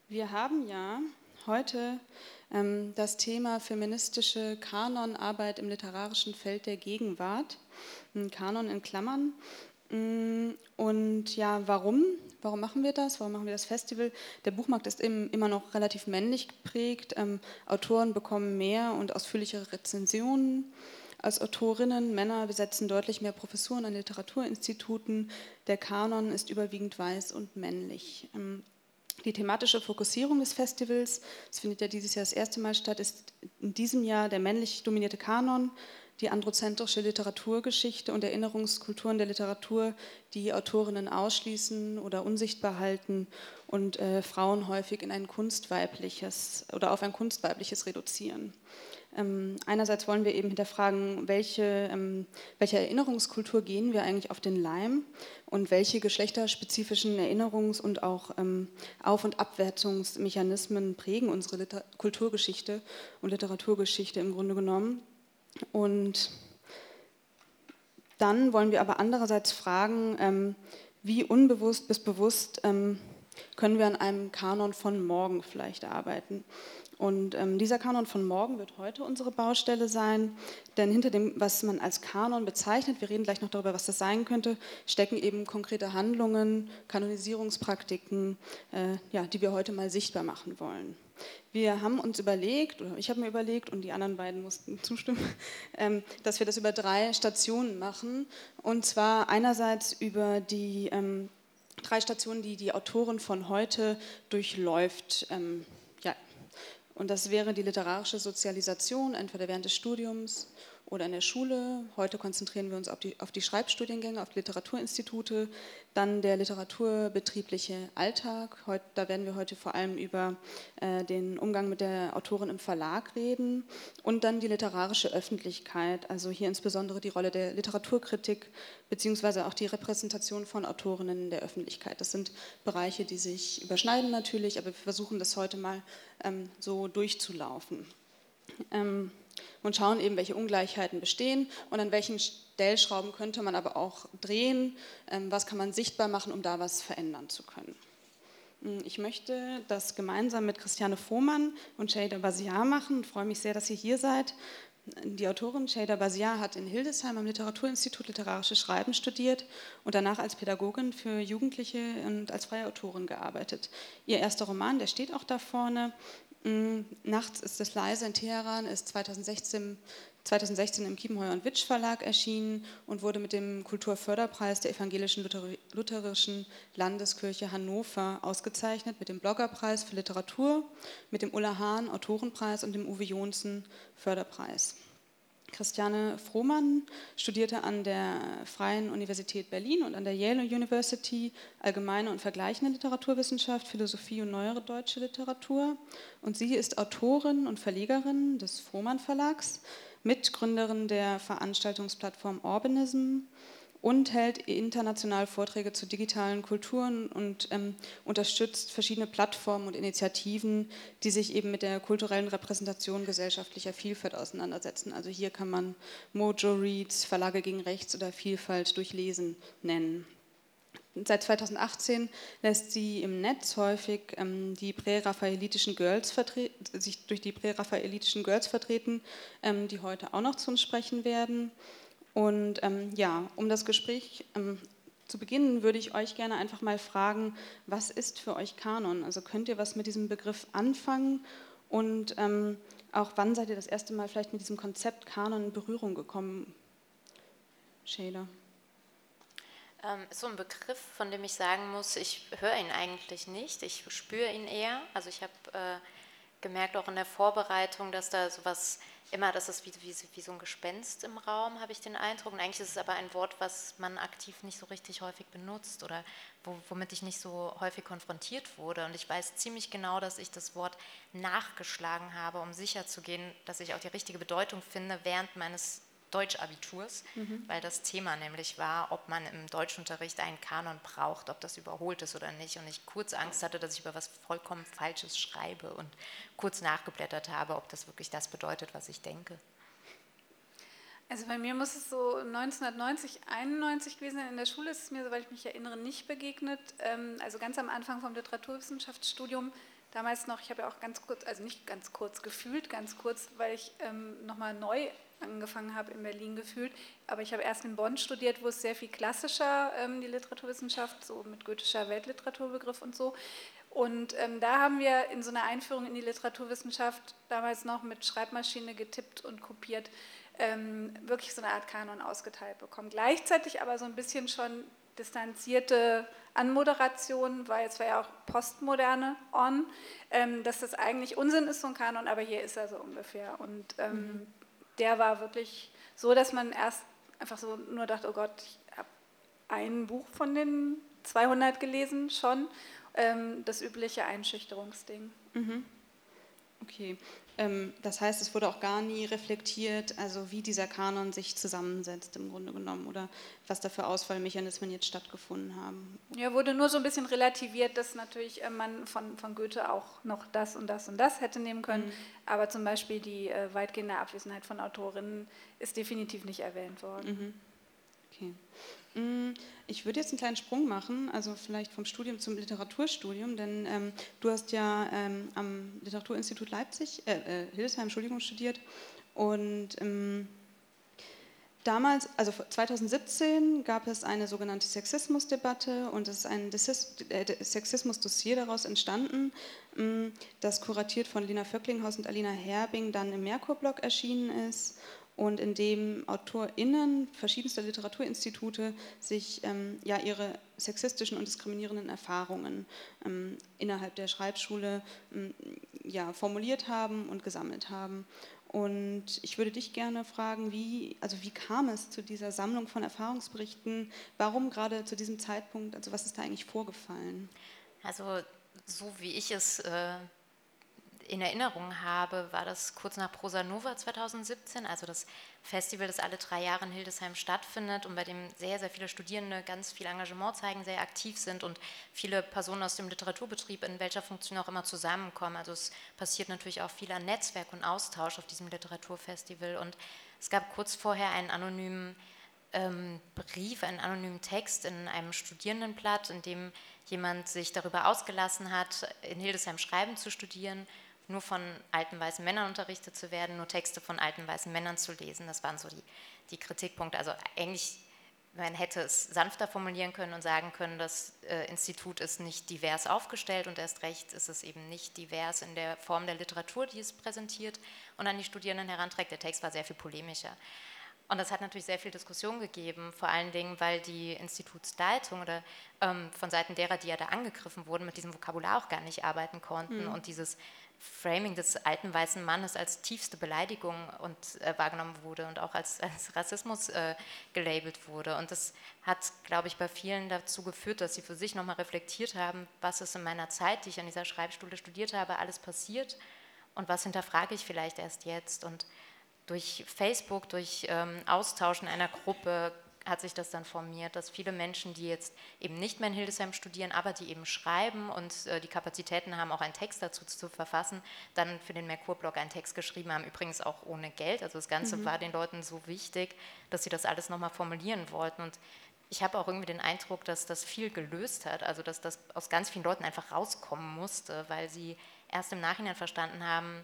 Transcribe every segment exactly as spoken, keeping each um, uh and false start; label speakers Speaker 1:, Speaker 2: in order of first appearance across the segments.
Speaker 1: Wir haben ja heute ähm, das Thema feministische Kanonarbeit im literarischen Feld der Gegenwart, ein Kanon in Klammern. Und ja, warum? Warum machen wir das? Warum machen wir das Festival? Der Buchmarkt ist eben immer noch relativ männlich geprägt. Ähm, Autoren bekommen mehr und ausführlichere Rezensionen als Autorinnen. Männer besetzen deutlich mehr Professuren an Literaturinstituten. Der Kanon ist überwiegend weiß und männlich. Ähm, Die thematische Fokussierung des Festivals, es findet ja dieses Jahr das erste Mal statt, ist in diesem Jahr der männlich dominierte Kanon, die androzentrische Literaturgeschichte und Erinnerungskulturen der Literatur, die Autorinnen ausschließen oder unsichtbar halten und äh, Frauen häufig in ein kunstweibliches oder auf ein kunstweibliches reduzieren. Ähm, einerseits wollen wir eben hinterfragen, welche, ähm, welche Erinnerungskultur gehen wir eigentlich auf den Leim und welche geschlechterspezifischen Erinnerungs- und auch ähm, Auf- und Abwertungsmechanismen prägen unsere Liter- Kulturgeschichte und Literaturgeschichte im Grunde genommen. Und dann wollen wir aber andererseits fragen, ähm, wie unbewusst bis bewusst ähm, können wir an einem Kanon von morgen vielleicht arbeiten. Und ähm, dieser Kanon von morgen wird heute unsere Baustelle sein, denn hinter dem, was man als Kanon bezeichnet, wir reden gleich noch darüber, was das sein könnte, stecken eben konkrete Handlungen, Kanonisierungspraktiken, äh, ja, die wir heute mal sichtbar machen wollen. Wir haben uns überlegt, oder ich habe mir überlegt und die anderen beiden mussten zustimmen, ähm, dass wir das über drei Stationen machen. Und zwar einerseits über die ähm, drei Stationen, die die Autorin von heute durchläuft. Ähm, ja. Und das wäre die literarische Sozialisation, entweder während des Studiums oder in der Schule. Heute konzentrieren wir uns auf die, auf die Schreibstudiengänge, auf die Literaturinstitute. Dann der literaturbetriebliche Alltag. Heut, da werden wir heute vor allem über äh, den Umgang mit der Autorin im Verlag reden. Und dann die literarische Öffentlichkeit, also hier insbesondere die Rolle der Literaturkritik beziehungsweise auch die Repräsentation von Autorinnen in der Öffentlichkeit. Das sind Bereiche, die sich überschneiden natürlich, aber wir versuchen das heute mal ähm, so durchzulaufen. Ähm, und schauen eben, welche Ungleichheiten bestehen und an welchen Stellschrauben könnte man aber auch drehen, ähm, was kann man sichtbar machen, um da was verändern zu können. Ich möchte das gemeinsam mit Christiane Vohmann und Şeyda Basiar machen und freue mich sehr, dass ihr hier seid. Die Autorin Şeyda Basiar hat in Hildesheim am Literaturinstitut Literarisches Schreiben studiert und danach als Pädagogin für Jugendliche und als freie Autorin gearbeitet. Ihr erster Roman, der steht auch da vorne, Nachts ist es leise in Teheran, ist zweitausendsechzehn, zweitausendsechzehn im Kiepenheuer und Witsch Verlag erschienen und wurde mit dem Kulturförderpreis der Evangelischen Lutherischen Landeskirche Hannover ausgezeichnet, mit dem Bloggerpreis für Literatur, mit dem Ulla Hahn Autorenpreis und dem Uwe Johnsen Förderpreis. Christiane Frohmann studierte an der Freien Universität Berlin und an der Yale University allgemeine und vergleichende Literaturwissenschaft, Philosophie und neuere deutsche Literatur. Und sie ist Autorin und Verlegerin des Frohmann Verlags, Mitgründerin der Veranstaltungsplattform Urbanism und hält international Vorträge zu digitalen Kulturen und ähm, unterstützt verschiedene Plattformen und Initiativen, die sich eben mit der kulturellen Repräsentation gesellschaftlicher Vielfalt auseinandersetzen. Also hier kann man Mojo Reads, Verlage gegen Rechts oder Vielfalt durch Lesen nennen. Seit zweitausendachtzehn lässt sie im Netz häufig ähm, die präraphaelitischen Girls sich durch die präraphaelitischen Girls vertreten, ähm, die heute auch noch zu uns sprechen werden. Und ähm, ja, um das Gespräch ähm, zu beginnen, würde ich euch gerne einfach mal fragen, was ist für euch Kanon? Also könnt ihr was mit diesem Begriff anfangen? Und ähm, auch wann seid ihr das erste Mal vielleicht mit diesem Konzept Kanon in Berührung gekommen? Şeyda.
Speaker 2: Ähm, ist so ein Begriff, von dem ich sagen muss, ich höre ihn eigentlich nicht, ich spüre ihn eher. Also ich habe äh, gemerkt auch in der Vorbereitung, dass da sowas immer, das ist wie, wie, wie so ein Gespenst im Raum, habe ich den Eindruck. Und eigentlich ist es aber ein Wort, was man aktiv nicht so richtig häufig benutzt oder wo, womit ich nicht so häufig konfrontiert wurde. Und ich weiß ziemlich genau, dass ich das Wort nachgeschlagen habe, um sicherzugehen, dass ich auch die richtige Bedeutung finde während meines Deutschabiturs, mhm. weil das Thema nämlich war, ob man im Deutschunterricht einen Kanon braucht, ob das überholt ist oder nicht. Und ich kurz Angst hatte, dass ich über was vollkommen Falsches schreibe und kurz nachgeblättert habe, ob das wirklich das bedeutet, was ich denke.
Speaker 3: Also bei mir muss es so neunzehnhundertneunzig, einundneunzig gewesen sein. In der Schule ist es mir, soweit ich mich erinnere, nicht begegnet. Also ganz am Anfang vom Literaturwissenschaftsstudium damals noch, ich habe ja auch ganz kurz, also nicht ganz kurz, gefühlt ganz kurz, weil ich ähm, nochmal neu angefangen habe in Berlin gefühlt, aber ich habe erst in Bonn studiert, wo es sehr viel klassischer ähm, die Literaturwissenschaft, so mit goethischer Weltliteraturbegriff und so. Und ähm, da haben wir in so einer Einführung in die Literaturwissenschaft damals noch mit Schreibmaschine getippt und kopiert, ähm, wirklich so eine Art Kanon ausgeteilt bekommen. Gleichzeitig aber so ein bisschen schon distanzierte Anmoderation, weil es war ja auch Postmoderne on, ähm, dass das eigentlich Unsinn ist, so ein Kanon, aber hier ist er so ungefähr. Und ähm, mhm. der war wirklich so, dass man erst einfach so nur dachte, oh Gott, ich habe ein Buch von den zweihundert gelesen schon, ähm, das übliche Einschüchterungsding.
Speaker 1: Mhm. Okay, ähm, das heißt, es wurde auch gar nie reflektiert, also wie dieser Kanon sich zusammensetzt im Grunde genommen oder was da für Auswahlmechanismen jetzt stattgefunden haben.
Speaker 3: Ja, wurde nur so ein bisschen relativiert, dass natürlich äh, man von, von Goethe auch noch das und das und das hätte nehmen können, mhm. aber zum Beispiel die äh, weitgehende Abwesenheit von Autorinnen ist definitiv nicht erwähnt worden.
Speaker 1: Mhm. Okay. Ich würde jetzt einen kleinen Sprung machen, also vielleicht vom Studium zum Literaturstudium, denn ähm, du hast ja ähm, am Literaturinstitut Leipzig, äh, äh, Hildesheim, Entschuldigung, studiert und ähm, damals, also zweitausendsiebzehn, gab es eine sogenannte Sexismusdebatte und es ist ein äh, Sexismusdossier daraus entstanden, ähm, das kuratiert von Lina Vöcklinghaus und Alina Herbing dann im Merkur-Blog erschienen ist. Und in dem AutorInnen verschiedenster Literaturinstitute sich ähm, ja, ihre sexistischen und diskriminierenden Erfahrungen ähm, innerhalb der Schreibschule ähm, ja, formuliert haben und gesammelt haben. Und ich würde dich gerne fragen, wie, also wie kam es zu dieser Sammlung von Erfahrungsberichten? Warum gerade zu diesem Zeitpunkt, also was ist da eigentlich vorgefallen?
Speaker 2: Also so wie ich es äh in Erinnerung habe, war das kurz nach Prosa Nova zweitausendsiebzehn, also das Festival, das alle drei Jahre in Hildesheim stattfindet und bei dem sehr, sehr viele Studierende ganz viel Engagement zeigen, sehr aktiv sind und viele Personen aus dem Literaturbetrieb in welcher Funktion auch immer zusammenkommen. Also es passiert natürlich auch viel an Netzwerk und Austausch auf diesem Literaturfestival und es gab kurz vorher einen anonymen ähm, Brief, einen anonymen Text in einem Studierendenblatt, in dem jemand sich darüber ausgelassen hat, in Hildesheim Schreiben zu studieren, nur von alten weißen Männern unterrichtet zu werden, nur Texte von alten weißen Männern zu lesen. Das waren so die, die Kritikpunkte. Also eigentlich, man hätte es sanfter formulieren können und sagen können, das äh, Institut ist nicht divers aufgestellt und erst recht ist es eben nicht divers in der Form der Literatur, die es präsentiert und an die Studierenden heranträgt. Der Text war sehr viel polemischer. Und das hat natürlich sehr viel Diskussion gegeben, vor allen Dingen, weil die Institutsleitung oder ähm, von Seiten derer, die ja da angegriffen wurden, mit diesem Vokabular auch gar nicht arbeiten konnten mhm. und dieses Framing des alten weißen Mannes als tiefste Beleidigung und, äh, wahrgenommen wurde und auch als, als Rassismus äh, gelabelt wurde. Und das hat, glaube ich, bei vielen dazu geführt, dass sie für sich nochmal reflektiert haben, was ist in meiner Zeit, die ich an dieser Schreibschule studiert habe, alles passiert und was hinterfrage ich vielleicht erst jetzt. Und durch Facebook, durch ähm, Austausch in einer Gruppe hat sich das dann formiert, dass viele Menschen, die jetzt eben nicht mehr in Hildesheim studieren, aber die eben schreiben und äh, die Kapazitäten haben, auch einen Text dazu zu verfassen, dann für den Merkur-Blog einen Text geschrieben haben, übrigens auch ohne Geld. Also das Ganze mhm. war den Leuten so wichtig, dass sie das alles nochmal formulieren wollten. Und ich habe auch irgendwie den Eindruck, dass das viel gelöst hat, also dass das aus ganz vielen Leuten einfach rauskommen musste, weil sie erst im Nachhinein verstanden haben,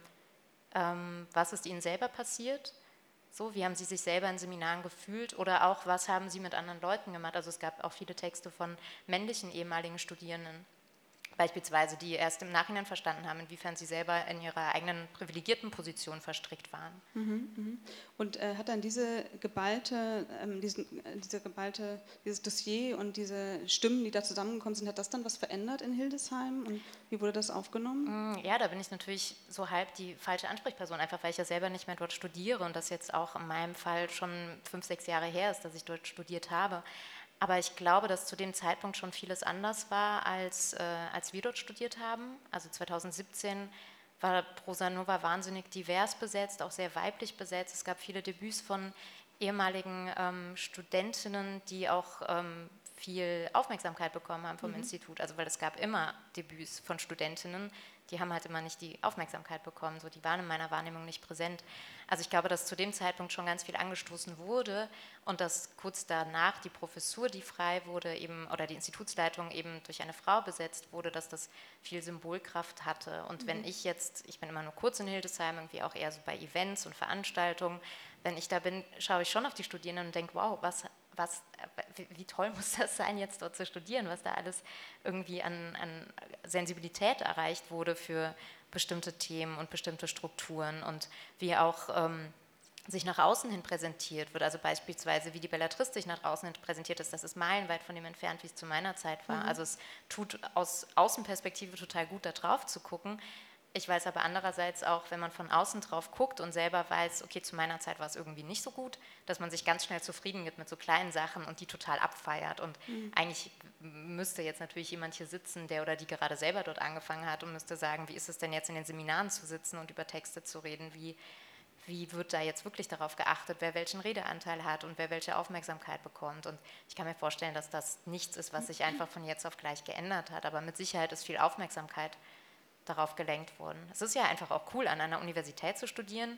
Speaker 2: ähm, was ist ihnen selber passiert. So, wie haben Sie sich selber in Seminaren gefühlt oder auch, was haben Sie mit anderen Leuten gemacht? Also es gab auch viele Texte von männlichen ehemaligen Studierenden, beispielsweise, die erst im Nachhinein verstanden haben, inwiefern sie selber in ihrer eigenen privilegierten Position verstrickt waren.
Speaker 1: Mhm, mhm. Und äh, hat dann diese geballte, ähm, diesen, äh, diese geballte, dieses Dossier und diese Stimmen, die da zusammengekommen sind, hat das dann was verändert in Hildesheim und wie wurde das aufgenommen?
Speaker 2: Ja, da bin ich natürlich so halb die falsche Ansprechperson, einfach weil ich ja selber nicht mehr dort studiere und das jetzt auch in meinem Fall schon fünf, sechs Jahre her ist, dass ich dort studiert habe. Aber ich glaube, dass zu dem Zeitpunkt schon vieles anders war, als, äh, als wir dort studiert haben. Also zweitausendsiebzehn war Prosa Nova wahnsinnig divers besetzt, auch sehr weiblich besetzt. Es gab viele Debüts von ehemaligen ähm, Studentinnen, die auch ähm, viel Aufmerksamkeit bekommen haben vom
Speaker 1: Mhm.
Speaker 2: Institut. Also weil es gab immer Debüts von Studentinnen, die haben halt immer nicht die Aufmerksamkeit bekommen, so die waren in meiner Wahrnehmung nicht präsent. Also ich glaube, dass zu dem Zeitpunkt schon ganz viel angestoßen wurde und dass kurz danach die Professur, die frei wurde, eben oder die Institutsleitung eben durch eine Frau besetzt wurde, dass das viel Symbolkraft hatte. Und mhm. wenn ich jetzt, ich bin immer nur kurz in Hildesheim, irgendwie auch eher so bei Events und Veranstaltungen, wenn ich da bin, schaue ich schon auf die Studierenden und denke, wow, was Was, wie toll muss das sein, jetzt dort zu studieren, was da alles irgendwie an, an Sensibilität erreicht wurde für bestimmte Themen und bestimmte Strukturen und wie auch ähm, sich nach außen hin präsentiert wird, also beispielsweise wie die Belletristik nach außen hin präsentiert ist, das ist meilenweit von dem entfernt, wie es zu meiner Zeit war. Mhm. Also es tut aus Außenperspektive total gut, da drauf zu gucken. Ich weiß aber andererseits auch, wenn man von außen drauf guckt und selber weiß, okay, zu meiner Zeit war es irgendwie nicht so gut, dass man sich ganz schnell zufrieden gibt mit so kleinen Sachen und die total abfeiert. Und mhm. eigentlich müsste jetzt natürlich jemand hier sitzen, der oder die gerade selber dort angefangen hat und müsste sagen, wie ist es denn jetzt in den Seminaren zu sitzen und über Texte zu reden, wie, wie wird da jetzt wirklich darauf geachtet, wer welchen Redeanteil hat und wer welche Aufmerksamkeit bekommt. Und ich kann mir vorstellen, dass das nichts ist, was sich einfach von jetzt auf gleich geändert hat, aber mit Sicherheit ist viel Aufmerksamkeit darauf gelenkt worden. Es ist ja einfach auch cool, an einer Universität zu studieren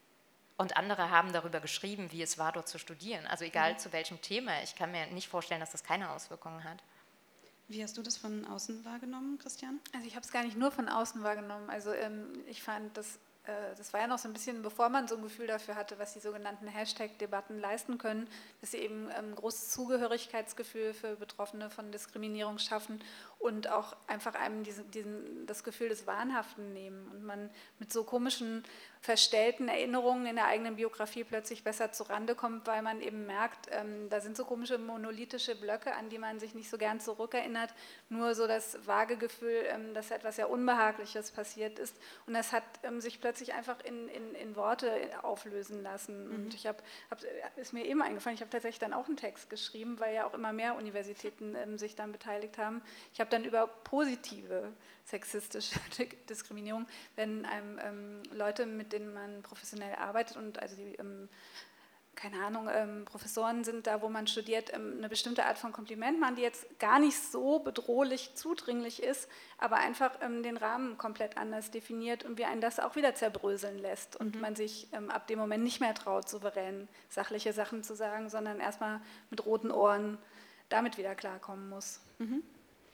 Speaker 2: und andere haben darüber geschrieben, wie es war, dort zu studieren. Also egal mhm. zu welchem Thema, ich kann mir nicht vorstellen, dass das keine Auswirkungen hat.
Speaker 1: Wie hast du das von außen wahrgenommen, Christiane?
Speaker 3: Also ich habe es gar nicht nur von außen wahrgenommen. Also ähm, ich fand, das, äh, das war ja noch so ein bisschen, bevor man so ein Gefühl dafür hatte, was die sogenannten Hashtag-Debatten leisten können, dass sie eben ähm, großes Zugehörigkeitsgefühl für Betroffene von Diskriminierung schaffen und auch einfach einem diesen, diesen, das Gefühl des Wahnhaften nehmen und man mit so komischen, verstellten Erinnerungen in der eigenen Biografie plötzlich besser zurande kommt, weil man eben merkt, ähm, da sind so komische monolithische Blöcke, an die man sich nicht so gern zurückerinnert, nur so das vage Gefühl, ähm, dass etwas sehr Unbehagliches passiert ist und das hat ähm, sich plötzlich einfach in, in, in Worte auflösen lassen mhm. und ich habe, hab, ist mir eben eingefallen, ich habe tatsächlich dann auch einen Text geschrieben, weil ja auch immer mehr Universitäten ähm, sich dann beteiligt haben. Ich habe dann über positive sexistische Diskriminierung, wenn einem ähm, Leute, mit denen man professionell arbeitet und also die, ähm, keine Ahnung, ähm, Professoren sind da, wo man studiert, ähm, eine bestimmte Art von Kompliment machen, die jetzt gar nicht so bedrohlich zudringlich ist, aber einfach ähm, den Rahmen komplett anders definiert und wie einen das auch wieder zerbröseln lässt und mhm. man sich ähm, ab dem Moment nicht mehr traut, souverän sachliche Sachen zu sagen, sondern erstmal mit roten Ohren damit wieder klarkommen muss.
Speaker 1: Mhm.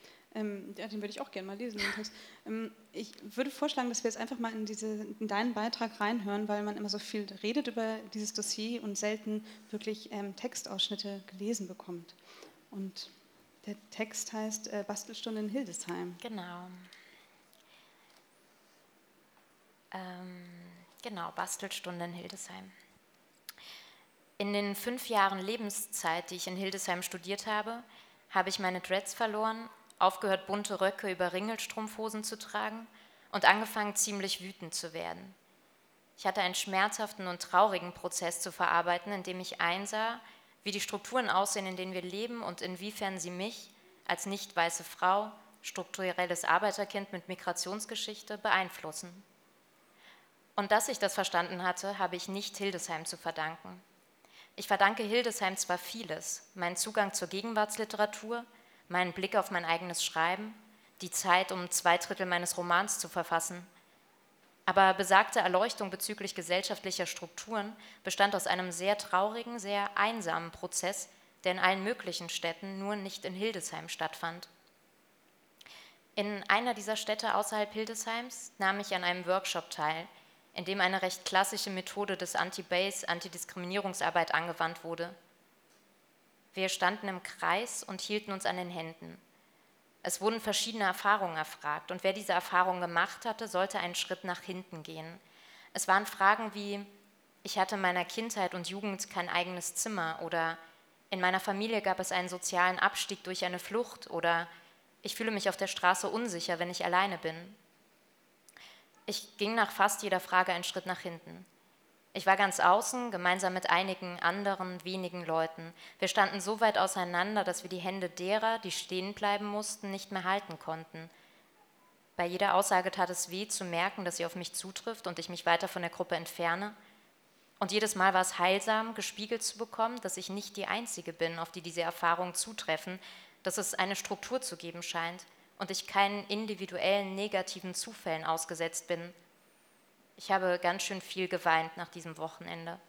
Speaker 1: Ähm, ja, den würde ich auch gerne mal lesen. ähm, ich würde vorschlagen, dass wir jetzt einfach mal in, diese, in deinen Beitrag reinhören, weil man immer so viel redet über dieses Dossier und selten wirklich ähm, Textausschnitte gelesen bekommt. Und der Text heißt äh, Bastelstunde in Hildesheim.
Speaker 2: Genau. Ähm, genau, Bastelstunde in Hildesheim. In den fünf Jahren Lebenszeit, die ich in Hildesheim studiert habe, habe ich meine Dreads verloren, aufgehört, bunte Röcke über Ringelstrumpfhosen zu tragen und angefangen, ziemlich wütend zu werden. Ich hatte einen schmerzhaften und traurigen Prozess zu verarbeiten, in dem ich einsah, wie die Strukturen aussehen, in denen wir leben und inwiefern sie mich als nicht weiße Frau, strukturelles Arbeiterkind mit Migrationsgeschichte beeinflussen. Und dass ich das verstanden hatte, habe ich nicht Hildesheim zu verdanken. Ich verdanke Hildesheim zwar vieles, meinen Zugang zur Gegenwartsliteratur, meinen Blick auf mein eigenes Schreiben, die Zeit, um zwei Drittel meines Romans zu verfassen. Aber besagte Erleuchtung bezüglich gesellschaftlicher Strukturen bestand aus einem sehr traurigen, sehr einsamen Prozess, der in allen möglichen Städten, nur nicht in Hildesheim stattfand. In einer dieser Städte außerhalb Hildesheims nahm ich an einem Workshop teil, in dem eine recht klassische Methode des Anti-Base, Antidiskriminierungsarbeit angewandt wurde. Wir standen im Kreis und hielten uns an den Händen. Es wurden verschiedene Erfahrungen erfragt und wer diese Erfahrungen gemacht hatte, sollte einen Schritt nach hinten gehen. Es waren Fragen wie, ich hatte in meiner Kindheit und Jugend kein eigenes Zimmer oder in meiner Familie gab es einen sozialen Abstieg durch eine Flucht oder ich fühle mich auf der Straße unsicher, wenn ich alleine bin. Ich ging nach fast jeder Frage einen Schritt nach hinten. Ich war ganz außen, gemeinsam mit einigen anderen, wenigen Leuten. Wir standen so weit auseinander, dass wir die Hände derer, die stehen bleiben mussten, nicht mehr halten konnten. Bei jeder Aussage tat es weh, zu merken, dass sie auf mich zutrifft und ich mich weiter von der Gruppe entferne. Und jedes Mal war es heilsam, gespiegelt zu bekommen, dass ich nicht die Einzige bin, auf die diese Erfahrungen zutreffen, dass es eine Struktur zu geben scheint und ich keinen individuellen negativen Zufällen ausgesetzt bin. Ich habe ganz schön viel geweint nach diesem Wochenende.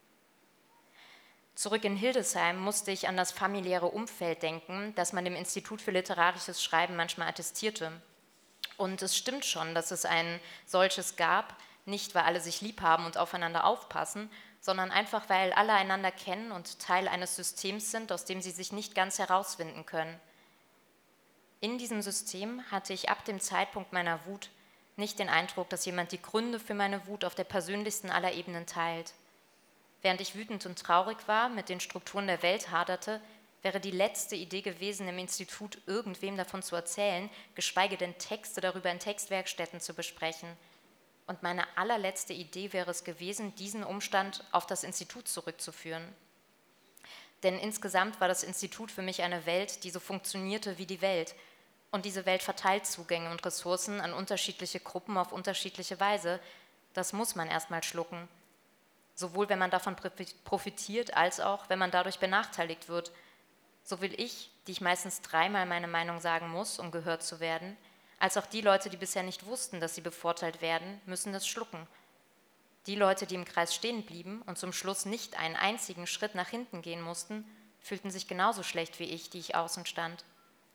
Speaker 2: Zurück in Hildesheim musste ich an das familiäre Umfeld denken, das man dem Institut für literarisches Schreiben manchmal attestierte. Und es stimmt schon, dass es ein solches gab, nicht weil alle sich lieb haben und aufeinander aufpassen, sondern einfach weil alle einander kennen und Teil eines Systems sind, aus dem sie sich nicht ganz herauswinden können. In diesem System hatte ich ab dem Zeitpunkt meiner Wut nicht den Eindruck, dass jemand die Gründe für meine Wut auf der persönlichsten aller Ebenen teilt. Während ich wütend und traurig war, mit den Strukturen der Welt haderte, wäre die letzte Idee gewesen, im Institut irgendwem davon zu erzählen, geschweige denn Texte darüber in Textwerkstätten zu besprechen. Und meine allerletzte Idee wäre es gewesen, diesen Umstand auf das Institut zurückzuführen. Denn insgesamt war das Institut für mich eine Welt, die so funktionierte wie die Welt. Und diese Welt verteilt Zugänge und Ressourcen an unterschiedliche Gruppen auf unterschiedliche Weise. Das muss man erstmal schlucken. Sowohl wenn man davon profitiert, als auch wenn man dadurch benachteiligt wird. So will ich, die ich meistens dreimal meine Meinung sagen muss, um gehört zu werden, als auch die Leute, die bisher nicht wussten, dass sie bevorteilt werden, müssen das schlucken. Die Leute, die im Kreis stehen blieben und zum Schluss nicht einen einzigen Schritt nach hinten gehen mussten, fühlten sich genauso schlecht wie ich, die ich außen stand.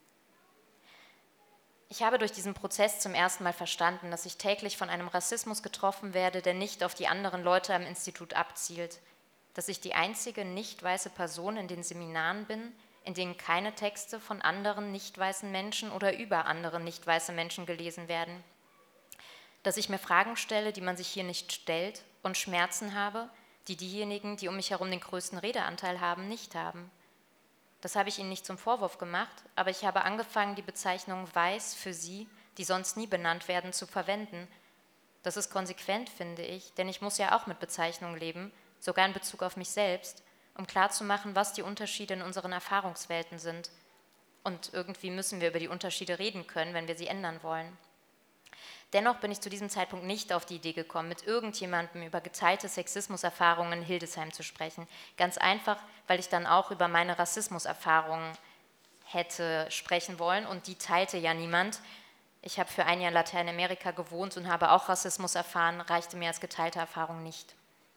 Speaker 2: Ich habe durch diesen Prozess zum ersten Mal verstanden, dass ich täglich von einem Rassismus getroffen werde, der nicht auf die anderen Leute am Institut abzielt, dass ich die einzige nicht weiße Person in den Seminaren bin, in denen keine Texte von anderen nicht weißen Menschen oder über andere nicht weiße Menschen gelesen werden, dass ich mir Fragen stelle, die man sich hier nicht stellt und Schmerzen habe, die diejenigen, die um mich herum den größten Redeanteil haben, nicht haben. Das habe ich Ihnen nicht zum Vorwurf gemacht, aber ich habe angefangen, die Bezeichnung weiß für Sie, die sonst nie benannt werden, zu verwenden. Das ist konsequent, finde ich, denn ich muss ja auch mit Bezeichnungen leben, sogar in Bezug auf mich selbst, um klarzumachen, was die Unterschiede in unseren Erfahrungswelten sind. Und irgendwie müssen wir über die Unterschiede reden können, wenn wir sie ändern wollen. Dennoch bin ich zu diesem Zeitpunkt nicht auf die Idee gekommen, mit irgendjemandem über geteilte Sexismuserfahrungen in Hildesheim zu sprechen. Ganz einfach, weil ich dann auch über meine Rassismuserfahrungen hätte sprechen wollen und die teilte ja niemand. Ich habe für ein Jahr in Lateinamerika gewohnt und habe auch Rassismus erfahren, reichte mir als geteilte Erfahrung nicht.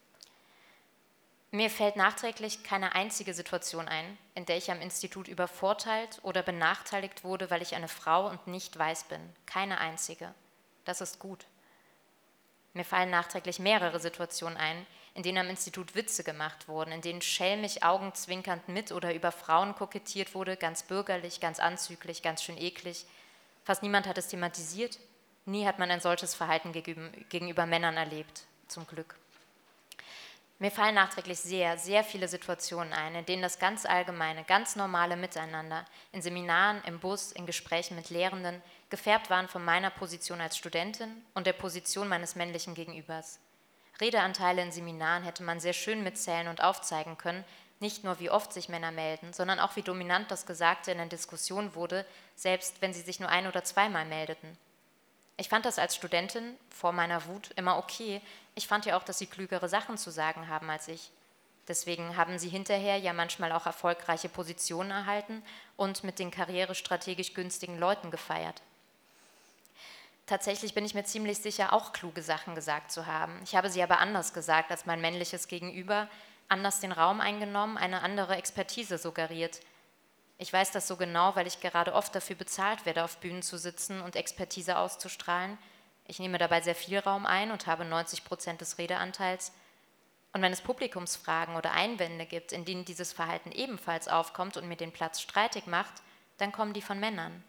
Speaker 2: Mir fällt nachträglich keine einzige Situation ein, in der ich am Institut übervorteilt oder benachteiligt wurde, weil ich eine Frau und nicht weiß bin. Keine einzige. Das ist gut. Mir fallen nachträglich mehrere Situationen ein, in denen am Institut Witze gemacht wurden, in denen schelmisch augenzwinkernd mit oder über Frauen kokettiert wurde, ganz bürgerlich, ganz anzüglich, ganz schön eklig. Fast niemand hat es thematisiert. Nie hat man ein solches Verhalten gegenüber Männern erlebt, zum Glück. Mir fallen nachträglich sehr, sehr viele Situationen ein, in denen das ganz allgemeine, ganz normale Miteinander in Seminaren, im Bus, in Gesprächen mit Lehrenden gefärbt waren von meiner Position als Studentin und der Position meines männlichen Gegenübers. Redeanteile in Seminaren hätte man sehr schön mitzählen und aufzeigen können, nicht nur wie oft sich Männer melden, sondern auch wie dominant das Gesagte in der Diskussion wurde, selbst wenn sie sich nur ein- oder zweimal meldeten. Ich fand das als Studentin vor meiner Wut immer okay. Ich fand ja auch, dass sie klügere Sachen zu sagen haben als ich. Deswegen haben sie hinterher ja manchmal auch erfolgreiche Positionen erhalten und mit den karrierestrategisch günstigen Leuten gefeiert. Tatsächlich bin ich mir ziemlich sicher, auch kluge Sachen gesagt zu haben. Ich habe sie aber anders gesagt als mein männliches Gegenüber, anders den Raum eingenommen, eine andere Expertise suggeriert. Ich weiß das so genau, weil ich gerade oft dafür bezahlt werde, auf Bühnen zu sitzen und Expertise auszustrahlen. Ich nehme dabei sehr viel Raum ein und habe neunzig Prozent des Redeanteils. Und wenn es Publikumsfragen oder Einwände gibt, in denen dieses Verhalten ebenfalls aufkommt und mir den Platz streitig macht, dann kommen die von Männern.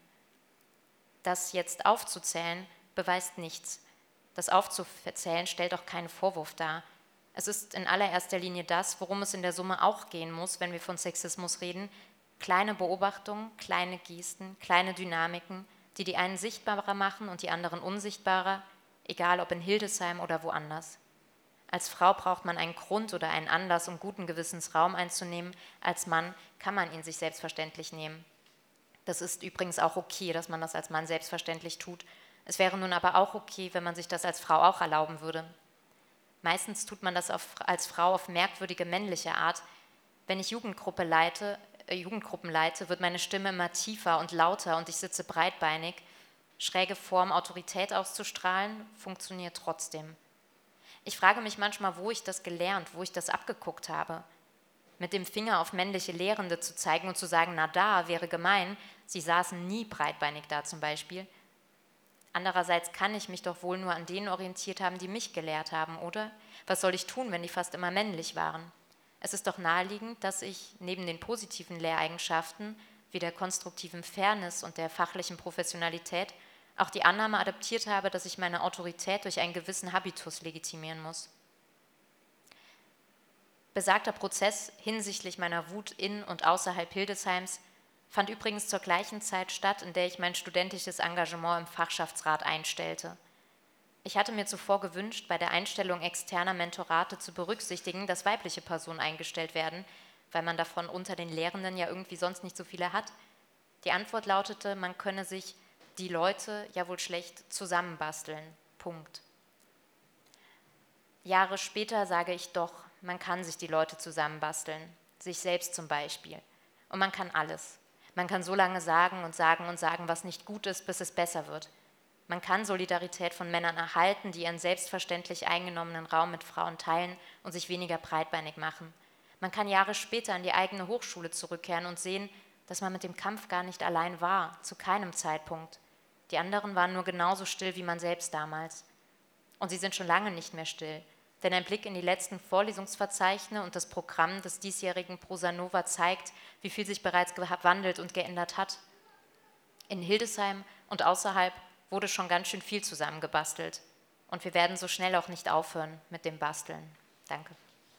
Speaker 2: Das jetzt aufzuzählen, beweist nichts. Das aufzuzählen stellt auch keinen Vorwurf dar. Es ist in allererster Linie das, worum es in der Summe auch gehen muss, wenn wir von Sexismus reden: kleine Beobachtungen, kleine Gesten, kleine Dynamiken, die die einen sichtbarer machen und die anderen unsichtbarer, egal ob in Hildesheim oder woanders. Als Frau braucht man einen Grund oder einen Anlass, um guten Gewissens Raum einzunehmen. Als Mann kann man ihn sich selbstverständlich nehmen. Das ist übrigens auch okay, dass man das als Mann selbstverständlich tut. Es wäre nun aber auch okay, wenn man sich das als Frau auch erlauben würde. Meistens tut man das auf, als Frau auf merkwürdige männliche Art. Wenn ich Jugendgruppe leite, äh, Jugendgruppen leite, wird meine Stimme immer tiefer und lauter und ich sitze breitbeinig. Schräge Form, Autorität auszustrahlen, funktioniert trotzdem. Ich frage mich manchmal, wo ich das gelernt, wo ich das abgeguckt habe. Mit dem Finger auf männliche Lehrende zu zeigen und zu sagen, na da, wäre gemein, sie saßen nie breitbeinig da zum Beispiel. Andererseits kann ich mich doch wohl nur an denen orientiert haben, die mich gelehrt haben, oder? Was soll ich tun, wenn die fast immer männlich waren? Es ist doch naheliegend, dass ich neben den positiven Lehreigenschaften wie der konstruktiven Fairness und der fachlichen Professionalität auch die Annahme adaptiert habe, dass ich meine Autorität durch einen gewissen Habitus legitimieren muss. Besagter Prozess hinsichtlich meiner Wut in und außerhalb Hildesheims fand übrigens zur gleichen Zeit statt, in der ich mein studentisches Engagement im Fachschaftsrat einstellte. Ich hatte mir zuvor gewünscht, bei der Einstellung externer Mentorate zu berücksichtigen, dass weibliche Personen eingestellt werden, weil man davon unter den Lehrenden ja irgendwie sonst nicht so viele hat. Die Antwort lautete, man könne sich die Leute ja wohl schlecht zusammenbasteln. Punkt. Jahre später sage ich doch, man kann sich die Leute zusammenbasteln, sich selbst zum Beispiel. Und man kann alles. Man kann so lange sagen und sagen und sagen, was nicht gut ist, bis es besser wird. Man kann Solidarität von Männern erhalten, die ihren selbstverständlich eingenommenen Raum mit Frauen teilen und sich weniger breitbeinig machen. Man kann Jahre später an die eigene Hochschule zurückkehren und sehen, dass man mit dem Kampf gar nicht allein war, zu keinem Zeitpunkt. Die anderen waren nur genauso still wie man selbst damals. Und sie sind schon lange nicht mehr still, denn ein Blick in die letzten Vorlesungsverzeichnis und das Programm des diesjährigen Prosa Nova zeigt, wie viel sich bereits gewandelt und geändert hat. In Hildesheim und außerhalb wurde schon ganz schön viel zusammengebastelt. Und wir werden so schnell auch nicht aufhören mit dem Basteln. Danke.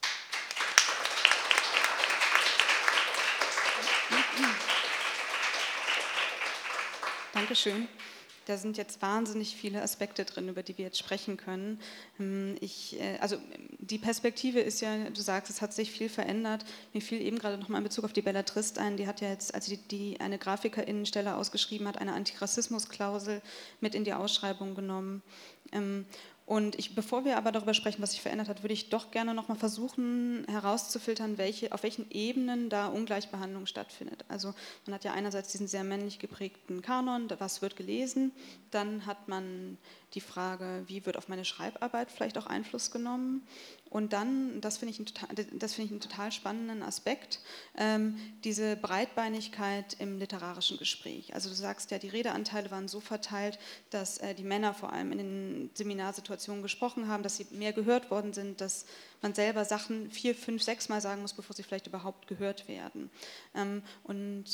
Speaker 1: Dankeschön. Da sind jetzt wahnsinnig viele Aspekte drin, über die wir jetzt sprechen können. Ich, also die Perspektive ist ja, du sagst, es hat sich viel verändert. Mir fiel eben gerade nochmal in Bezug auf die Bellatrist ein, die hat ja jetzt, als sie die, die eine Grafikerinnenstelle ausgeschrieben hat, eine Antirassismusklausel mit in die Ausschreibung genommen. Und ich, bevor wir aber darüber sprechen, was sich verändert hat, würde ich doch gerne nochmal versuchen herauszufiltern, welche, auf welchen Ebenen da Ungleichbehandlung stattfindet. Also man hat ja einerseits diesen sehr männlich geprägten Kanon, was wird gelesen, dann hat man die Frage, wie wird auf meine Schreibarbeit vielleicht auch Einfluss genommen, und dann, das finde ich, das finde ich einen total spannenden Aspekt, ähm, diese Breitbeinigkeit im literarischen Gespräch. Also du sagst ja, die Redeanteile waren so verteilt, dass äh, die Männer vor allem in den Seminarsituationen gesprochen haben, dass sie mehr gehört worden sind, dass man selber Sachen vier, fünf, sechs Mal sagen muss, bevor sie vielleicht überhaupt gehört werden. Ähm, und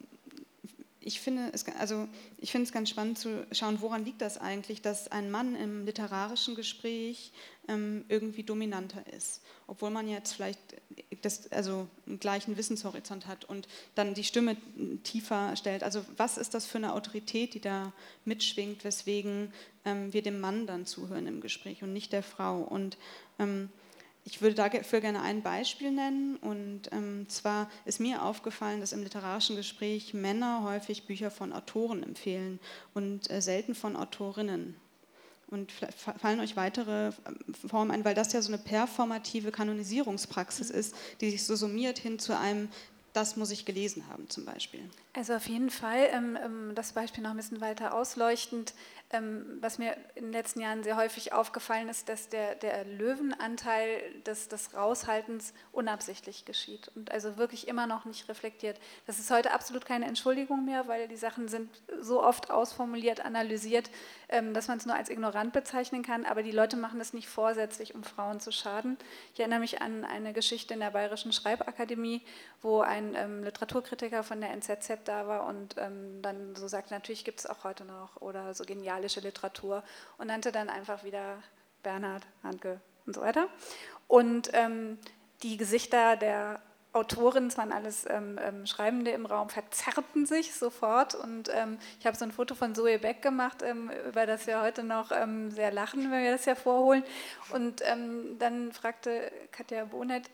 Speaker 1: Ich finde, es, also ich finde es ganz spannend zu schauen, woran liegt das eigentlich, dass ein Mann im literarischen Gespräch ähm, irgendwie dominanter ist, obwohl man jetzt vielleicht das, also einen gleichen Wissenshorizont hat und dann die Stimme tiefer stellt. Also was ist das für eine Autorität, die da mitschwingt, weswegen ähm, wir dem Mann dann zuhören im Gespräch und nicht der Frau? Und ähm, ich würde dafür gerne ein Beispiel nennen, und ähm, zwar ist mir aufgefallen, dass im literarischen Gespräch Männer häufig Bücher von Autoren empfehlen und äh, selten von Autorinnen. Und fallen euch weitere Formen ein, weil das ja so eine performative Kanonisierungspraxis ist, die sich so summiert hin zu einem, das muss ich gelesen haben zum Beispiel.
Speaker 3: Also auf jeden Fall, ähm, das Beispiel noch ein bisschen weiter ausleuchtend, ähm, was mir in den letzten Jahren sehr häufig aufgefallen ist, dass der, der Löwenanteil des, des Raushaltens unabsichtlich geschieht und also wirklich immer noch nicht reflektiert. Das ist heute absolut keine Entschuldigung mehr, weil die Sachen sind so oft ausformuliert, analysiert, ähm, dass man es nur als ignorant bezeichnen kann, aber die Leute machen das nicht vorsätzlich, um Frauen zu schaden. Ich erinnere mich an eine Geschichte in der Bayerischen Schreibakademie, wo ein ähm, Literaturkritiker von der N Z Z da war und ähm, dann so sagte, natürlich gibt es auch heute noch oder so genialische Literatur und nannte dann einfach wieder Bernhard, Handke und so weiter. Und ähm, die Gesichter der Autoren, es waren alles ähm, ähm, Schreibende im Raum, verzerrten sich sofort und ähm, ich habe so ein Foto von Zoe Beck gemacht, ähm, über das wir heute noch ähm, sehr lachen, wenn wir das hervorholen, und ähm, dann fragte Katja Bonet,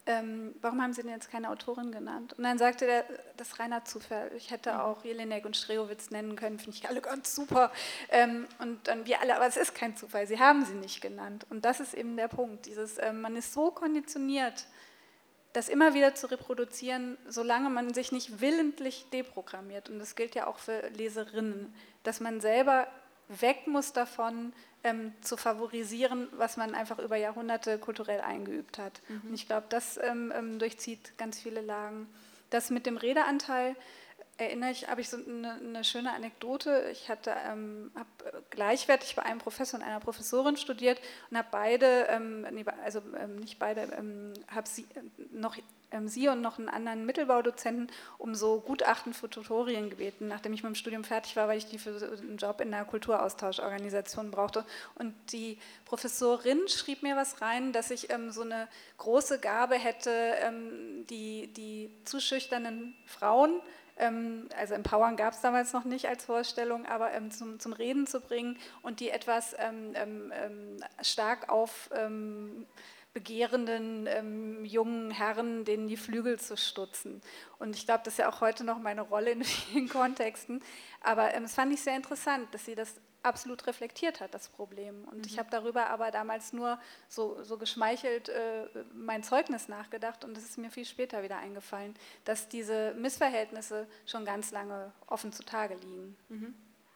Speaker 3: ähm, warum haben Sie denn jetzt keine Autorin genannt? Und dann sagte der, das ist reiner Zufall. Ich hätte auch Jelinek und Strehowitz nennen können, finde ich alle ganz super. Ähm, und dann wir alle, aber es ist kein Zufall, Sie haben sie nicht genannt. Und das ist eben der Punkt, dieses, ähm, man ist so konditioniert, das immer wieder zu reproduzieren, solange man sich nicht willentlich deprogrammiert. Und das gilt ja auch für Leserinnen, dass man selber weg muss davon, ähm, zu favorisieren, was man einfach über Jahrhunderte kulturell eingeübt hat. Mhm. Und ich glaube, das ähm, ähm, durchzieht ganz viele Lagen. Das mit dem Redeanteil, erinnere ich, habe ich so eine, eine schöne Anekdote. Ich hatte, ähm, habe gleichwertig bei einem Professor und einer Professorin studiert und habe beide, ähm, nee, also ähm, nicht beide, ähm, habe sie noch ähm, sie und noch einen anderen Mittelbaudozenten um so Gutachten für Tutorien gebeten, nachdem ich mit dem Studium fertig war, weil ich die für einen Job in einer Kulturaustauschorganisation brauchte. Und die Professorin schrieb mir was rein, dass ich ähm, so eine große Gabe hätte, ähm, die, die zu schüchternen Frauen, also Empowern gab es damals noch nicht als Vorstellung, aber ähm, zum, zum Reden zu bringen und die etwas ähm, ähm, stark auf ähm, begehrenden ähm, jungen Herren, denen die Flügel zu stutzen. Und ich glaube, das ist ja auch heute noch meine Rolle in vielen Kontexten, aber ähm, das fand ich sehr interessant, dass sie das absolut reflektiert hat, das Problem. Und mhm. ich habe darüber aber damals nur so, so geschmeichelt äh, mein Zeugnis nachgedacht und es ist mir viel später wieder eingefallen, dass diese Missverhältnisse schon ganz lange offen zutage liegen. Mhm.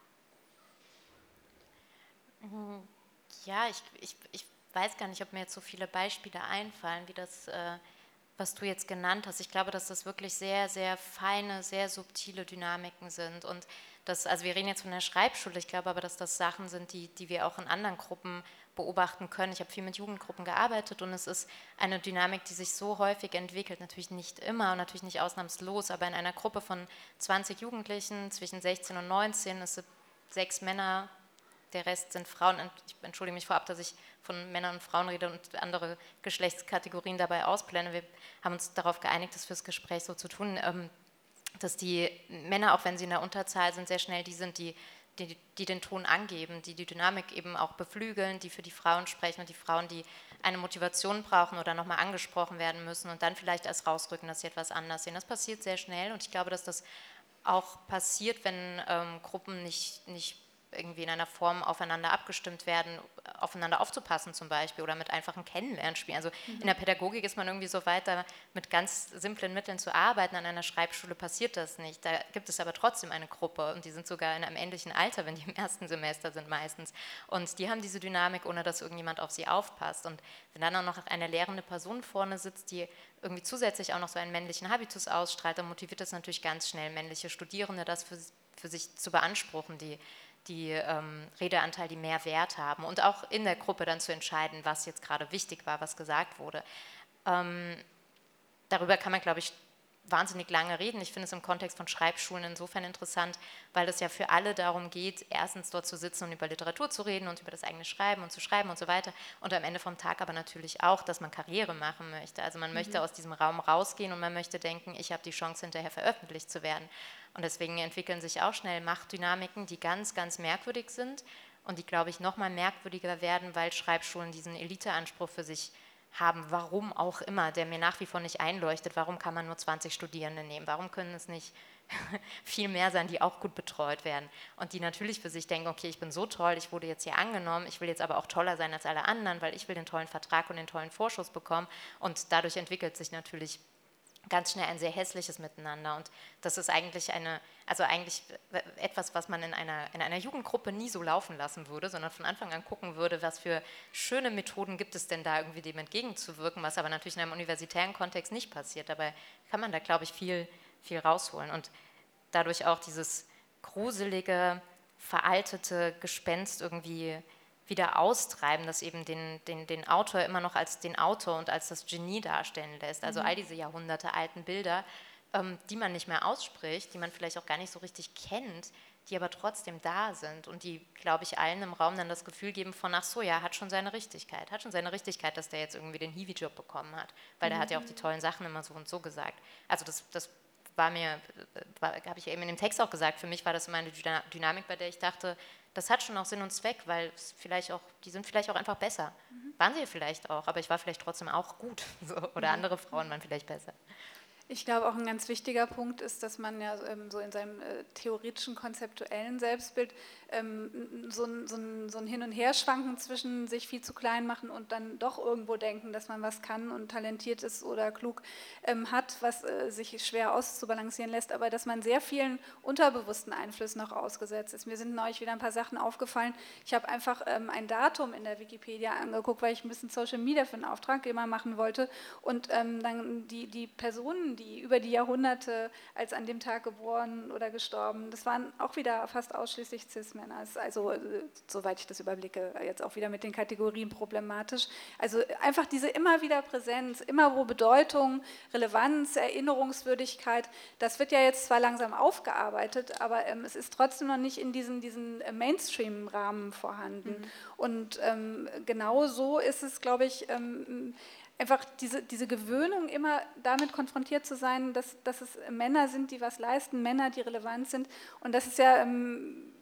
Speaker 2: Ja, ich, ich, ich weiß gar nicht, ob mir jetzt so viele Beispiele einfallen, wie das, äh, was du jetzt genannt hast. Ich glaube, dass das wirklich sehr, sehr feine, sehr subtile Dynamiken sind und das, also wir reden jetzt von der Schreibschule, ich glaube aber, dass das Sachen sind, die, die wir auch in anderen Gruppen beobachten können. Ich habe viel mit Jugendgruppen gearbeitet und es ist eine Dynamik, die sich so häufig entwickelt, natürlich nicht immer und natürlich nicht ausnahmslos, aber in einer Gruppe von zwanzig Jugendlichen zwischen sechzehn und neunzehn, es sind sechs Männer, der Rest sind Frauen. Ich entschuldige mich vorab, dass ich von Männern und Frauen rede und andere Geschlechtskategorien dabei ausblende. Wir haben uns darauf geeinigt, das fürs Gespräch so zu tun, dass die Männer, auch wenn sie in der Unterzahl sind, sehr schnell die sind, die, die, die den Ton angeben, die die Dynamik eben auch beflügeln, die für die Frauen sprechen und die Frauen, die eine Motivation brauchen oder nochmal angesprochen werden müssen und dann vielleicht erst rausrücken, dass sie etwas anders sehen. Das passiert sehr schnell und ich glaube, dass das auch passiert, wenn ähm, Gruppen nicht, nicht irgendwie in einer Form aufeinander abgestimmt werden, aufeinander aufzupassen zum Beispiel oder mit einfachen Kennenlernspielen. Also mhm. in der Pädagogik ist man irgendwie so weit, da mit ganz simplen Mitteln zu arbeiten. An einer Schreibschule passiert das nicht. Da gibt es aber trotzdem eine Gruppe und die sind sogar in einem ähnlichen Alter, wenn die im ersten Semester sind meistens. Und die haben diese Dynamik, ohne dass irgendjemand auf sie aufpasst. Und wenn dann auch noch eine lehrende Person vorne sitzt, die irgendwie zusätzlich auch noch so einen männlichen Habitus ausstrahlt, dann motiviert das natürlich ganz schnell männliche Studierende, das für, für sich zu beanspruchen, die die ähm, Redeanteil, die mehr Wert haben und auch in der Gruppe dann zu entscheiden, was jetzt gerade wichtig war, was gesagt wurde. Ähm, darüber kann man, glaube ich, wahnsinnig lange reden. Ich finde es im Kontext von Schreibschulen insofern interessant, weil es ja für alle darum geht, erstens dort zu sitzen und über Literatur zu reden und über das eigene Schreiben und zu schreiben und so weiter und am Ende vom Tag aber natürlich auch, dass man Karriere machen möchte. Also man mhm. möchte aus diesem Raum rausgehen und man möchte denken, ich habe die Chance, hinterher veröffentlicht zu werden. Und deswegen entwickeln sich auch schnell Machtdynamiken, die ganz, ganz merkwürdig sind und die, glaube ich, noch mal merkwürdiger werden, weil Schreibschulen diesen Eliteanspruch für sich haben, warum auch immer, der mir nach wie vor nicht einleuchtet. Warum kann man nur zwanzig Studierende nehmen? Warum können es nicht viel mehr sein, die auch gut betreut werden? Und die natürlich für sich denken, okay, ich bin so toll, ich wurde jetzt hier angenommen, ich will jetzt aber auch toller sein als alle anderen, weil ich will den tollen Vertrag und den tollen Vorschuss bekommen. Und dadurch entwickelt sich natürlich ganz schnell ein sehr hässliches Miteinander und das ist eigentlich eine, also eigentlich etwas, was man in einer, in einer Jugendgruppe nie so laufen lassen würde, sondern von Anfang an gucken würde, was für schöne Methoden gibt es denn da irgendwie dem entgegenzuwirken, was aber natürlich in einem universitären Kontext nicht passiert. Dabei kann man da, glaube ich, viel, viel rausholen und dadurch auch dieses gruselige, veraltete Gespenst irgendwie wieder austreiben, das eben den, den, den Autor immer noch als den Autor und als das Genie darstellen lässt. Also mhm. all diese Jahrhunderte alten Bilder, ähm, die man nicht mehr ausspricht, die man vielleicht auch gar nicht so richtig kennt, die aber trotzdem da sind und die, glaube ich, allen im Raum dann das Gefühl geben von, ach so, ja, hat schon seine Richtigkeit, hat schon seine Richtigkeit, dass der jetzt irgendwie den Hiwi-Job bekommen hat, weil mhm. der hat ja auch die tollen Sachen immer so und so gesagt. Also das, das war mir, habe ich ja eben in dem Text auch gesagt, für mich war das immer eine Dynamik, bei der ich dachte, das hat schon auch Sinn und Zweck, weil es vielleicht auch, die sind vielleicht auch einfach besser. Mhm. Waren sie vielleicht auch, aber ich war vielleicht trotzdem auch gut. So, oder mhm. andere Frauen waren vielleicht besser.
Speaker 3: Ich glaube, auch ein ganz wichtiger Punkt ist, dass man ja ähm, so in seinem äh, theoretischen, konzeptuellen Selbstbild ähm, so, ein, so, ein, so ein Hin- und Herschwanken zwischen sich viel zu klein machen und dann doch irgendwo denken, dass man was kann und talentiert ist oder klug ähm, hat, was äh, sich schwer auszubalancieren lässt, aber dass man sehr vielen unterbewussten Einflüssen noch ausgesetzt ist. Mir sind neulich wieder ein paar Sachen aufgefallen. Ich habe einfach ähm, ein Datum in der Wikipedia angeguckt, weil ich ein bisschen Social Media für einen Auftraggeber machen wollte und ähm, dann die, die Personen, die über die Jahrhunderte als an dem Tag geboren oder gestorben, das waren auch wieder fast ausschließlich Cis-Männer. Also, soweit ich das überblicke, jetzt auch wieder mit den Kategorien problematisch. Also einfach diese immer wieder Präsenz, immer wo Bedeutung, Relevanz, Erinnerungswürdigkeit, das wird ja jetzt zwar langsam aufgearbeitet, aber ähm, es ist trotzdem noch nicht in diesen, diesen Mainstream-Rahmen vorhanden. Mhm. Und ähm, genau so ist es, glaube ich, ähm, einfach diese, diese Gewöhnung, immer damit konfrontiert zu sein, dass, dass es Männer sind, die was leisten, Männer, die relevant sind. Und das ist ja, ähm,